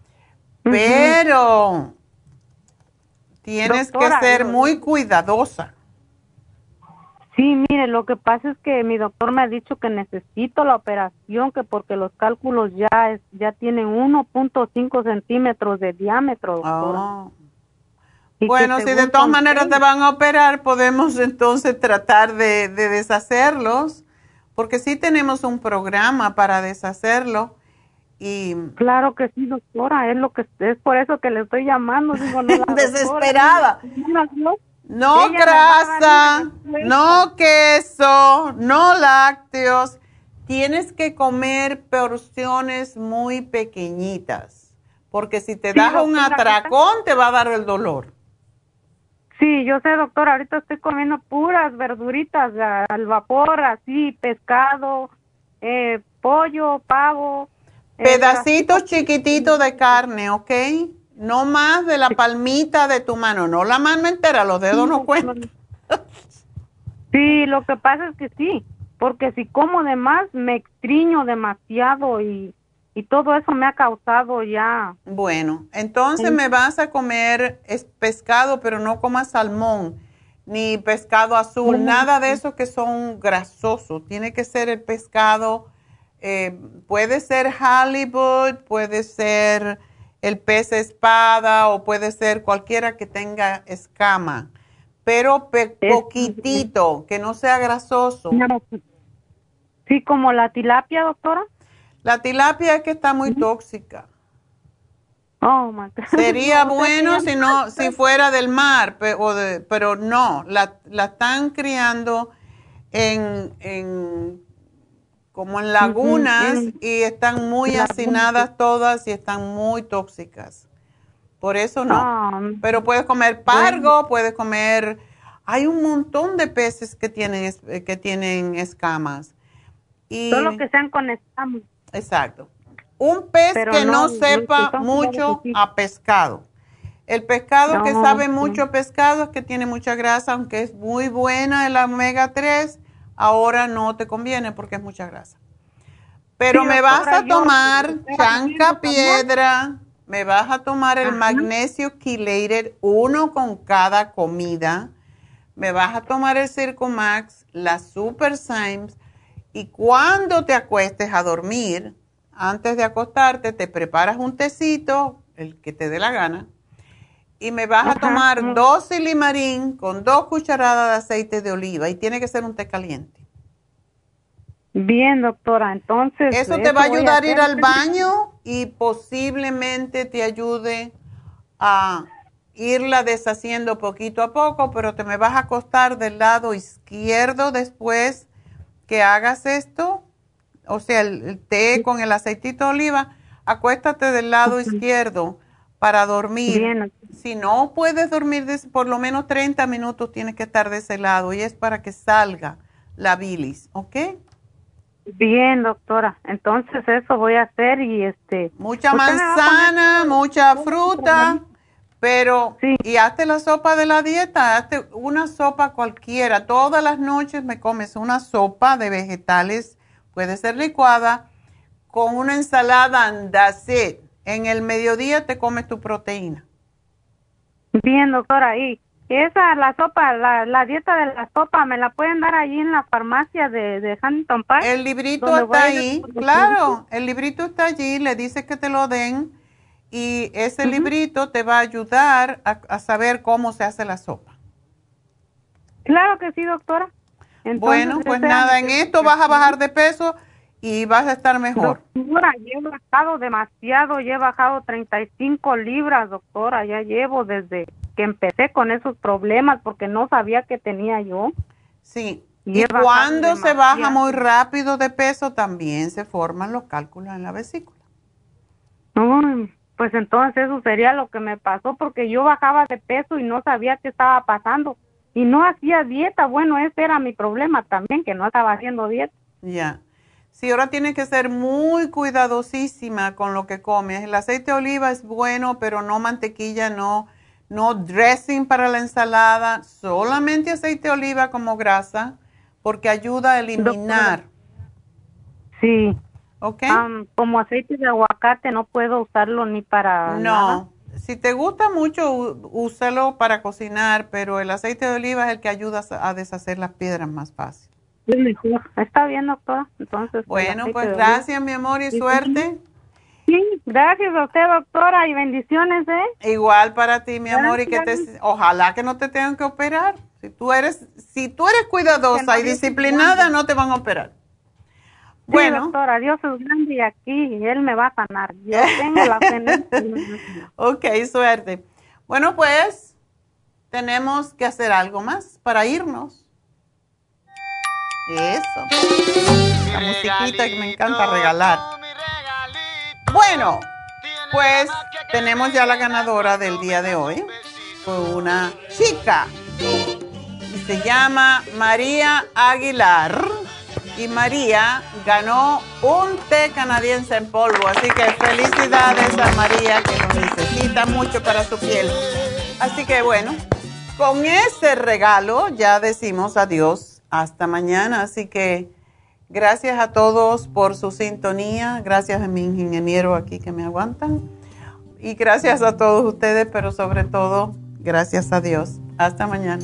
S5: pero tienes
S15: Doctora,
S5: que ser
S15: yo-
S5: muy cuidadosa.
S15: Sí, mire, lo que pasa es que mi doctor me ha dicho que necesito la operación, que porque los cálculos ya es, ya tienen uno punto cinco centímetros de diámetro, doctora.
S5: Oh.
S15: Y que
S5: Bueno, si de
S15: según
S5: todas
S15: son
S5: maneras
S15: seis.
S5: te van a operar, podemos entonces tratar de, de deshacerlos, porque sí tenemos un programa para deshacerlo. Y
S15: Claro que sí, doctora, es lo que es por eso que le estoy llamando, digo, no, la doctora,
S5: Desesperada.
S15: no,
S5: no
S15: ella me va a dar
S5: grasa,
S15: una-
S5: no queso, no lácteos. Tienes que comer porciones muy pequeñitas, porque si te
S15: Sí,
S5: das un
S15: doctora,
S5: atracón te va a dar el dolor.
S15: Sí, yo sé, doctora, ahorita estoy comiendo puras verduritas a- al vapor, así, pescado, eh, pollo, pavo. eh,
S5: Pedacitos chiquititos de carne, ¿ok? No más de la palmita de tu mano, no la mano entera, los dedos no cuentan.
S15: Sí, lo que pasa es que sí, porque si como de más me extriño demasiado y, y todo eso me ha causado ya.
S5: Bueno, entonces me vas a comer es pescado, pero no comas salmón, ni pescado azul, nada de eso que son grasosos. Tiene que ser el pescado, eh, puede ser halibut, puede ser el pez espada o puede ser cualquiera que tenga escama, pero pe- poquitito, que no sea grasoso.
S15: Sí, como la tilapia, doctora.
S5: La tilapia es que está muy tóxica.
S15: Oh, my God.
S5: Sería
S15: No,
S5: bueno
S15: sería
S5: si no, si fuera del mar, pe- o de- pero no, la, la están criando en, en como en lagunas
S15: Ujú, en-
S5: y están muy
S15: lagunas.
S5: hacinadas todas y están muy tóxicas. Por eso no.
S15: Ah,
S5: Pero puedes comer pargo, puedes comer, hay un montón de peces que tienen es- que tienen escamas. Y,
S15: Solo que sean con escamas.
S5: exacto. Un pez
S15: Pero
S5: que no,
S15: no,
S5: sepa
S15: no, no,
S5: mucho
S15: sí.
S5: a pescado. El pescado que
S15: No,
S5: sabe
S15: no.
S5: mucho a pescado es que tiene mucha grasa, aunque es muy buena el omega tres, ahora no te conviene porque es mucha grasa. Pero
S15: Sí,
S5: me
S15: doctora,
S5: vas a
S15: yo-
S5: tomar
S15: yo-
S5: chanca piedra, me vas a tomar el
S15: Ajá.
S5: magnesio chelated, uno con cada comida, me vas a tomar el Circumax, la Super Symes, y cuando te acuestes a dormir, antes de acostarte, te preparas un tecito, el que te dé la gana, y me vas a
S15: Ajá.
S5: tomar dos silimarín con dos cucharadas de aceite de oliva, y tiene que ser un té caliente.
S15: Bien, doctora, entonces...
S5: Eso te va a
S15: voy
S5: ayudar a ir
S15: hacer.
S5: al baño y posiblemente te ayude a irla deshaciendo poquito a poco, pero te me vas a acostar del lado izquierdo después que hagas esto, o sea, el, el té con el aceitito de oliva, acuéstate del lado izquierdo para dormir.
S15: Bien.
S5: Si no puedes dormir de- por lo menos treinta minutos, tienes que estar de ese lado y es para que salga la bilis, ¿ok?
S15: Bien, doctora. Entonces eso voy a hacer y este...
S5: Mucha
S15: ¿usted me va a
S5: manzana,
S15: poner-
S5: mucha fruta, pero, y hazte la sopa de la dieta, hazte una sopa cualquiera. Todas las noches me comes una sopa de vegetales, puede ser licuada, con una ensalada and that's it. En el mediodía te comes tu proteína.
S15: Bien, doctora. Y esa, la sopa, la, la dieta de la sopa, ¿me la pueden dar allí en la farmacia de, de Huntington Park?
S5: El librito
S15: ¿Donde
S5: está
S15: voy a ir
S5: ahí,
S15: por los
S5: claro, el librito está allí, le dices que te lo den y ese librito te va a ayudar a, a saber cómo se hace la sopa.
S15: Claro que sí, doctora. Entonces,
S5: Bueno, pues
S15: ese
S5: nada,
S15: era mi-
S5: en esto vas a bajar de peso y vas a estar mejor.
S15: Doctora, yo he bajado demasiado, ya he bajado treinta y cinco libras, doctora, ya llevo desde que empecé con esos problemas porque no sabía que tenía yo.
S5: Sí,
S15: Y
S5: y
S15: he bajado
S5: cuando se baja
S15: demasiado.
S5: muy rápido de peso también se forman los cálculos en la vesícula.
S15: Uy, pues entonces eso sería lo que me pasó porque yo bajaba de peso y no sabía qué estaba pasando y no hacía dieta. Bueno, ese era mi problema también, que no estaba haciendo dieta.
S5: Ya. Sí, ahora tienes que ser muy cuidadosísima con lo que comes. El aceite de oliva es bueno, pero no mantequilla, no, no dressing para la ensalada, solamente aceite de oliva como grasa, porque ayuda a eliminar.
S15: Sí.
S5: ¿Ok?
S15: Am, como aceite de aguacate no puedo usarlo ni para nada.
S5: No, si te gusta mucho, ú- úsalo para cocinar, pero el aceite de oliva es el que ayuda a deshacer las piedras más fácil.
S15: Está bien, doctora. Entonces,
S5: Bueno,
S15: el aceite
S5: pues
S15: de
S5: gracias, mi amor, y
S15: Sí,
S5: suerte.
S15: Sí, gracias a usted, doctora, y bendiciones, ¿eh?
S5: Igual para ti, mi amor, y que te,
S15: Gracias.
S5: ojalá que no te tengan que operar. Si tú eres, si tú eres cuidadosa y
S15: Dios es
S5: disciplinada,
S15: grande.
S5: no te van a operar.
S15: Sí,
S5: Bueno.
S15: doctora, Dios es grande y aquí Él me va a sanar. Yo tengo la fe en Él.
S5: Ok, suerte. Bueno, pues tenemos que hacer algo más para irnos. Eso. La musiquita que me encanta regalar. Bueno, pues tenemos ya la ganadora del día de hoy. Fue una chica. Y se llama María Aguilar. Y María ganó un té canadiense en polvo. Así que felicidades a María, que lo necesita mucho para su piel. Así que bueno, con ese regalo ya decimos adiós hasta mañana. Así que gracias a todos por su sintonía. Gracias a mi ingeniero aquí que me aguantan. Y gracias a todos ustedes, pero sobre todo, gracias a Dios. Hasta mañana.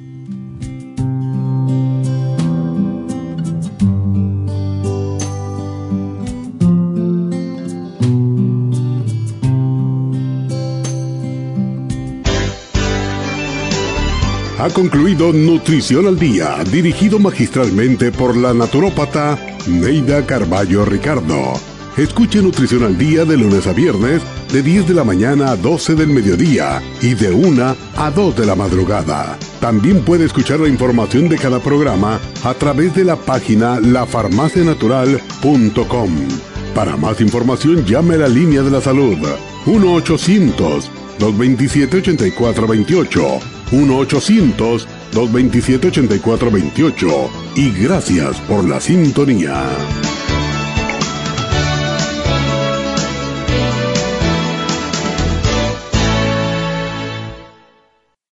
S1: Ha concluido Nutrición al Día, dirigido magistralmente por la naturópata Neida Carballo Ricardo. Escuche Nutrición al Día de lunes a viernes, de diez de la mañana a doce del mediodía y de una a dos de la madrugada. También puede escuchar la información de cada programa a través de la página la farmacia natural punto com. Para más información, llame a la línea de la salud uno ochocientos, dos veintisiete, ochenta y cuatro veintiocho. uno ochocientos, dos veintisiete, ochenta y cuatro veintiocho. Y gracias por la sintonía.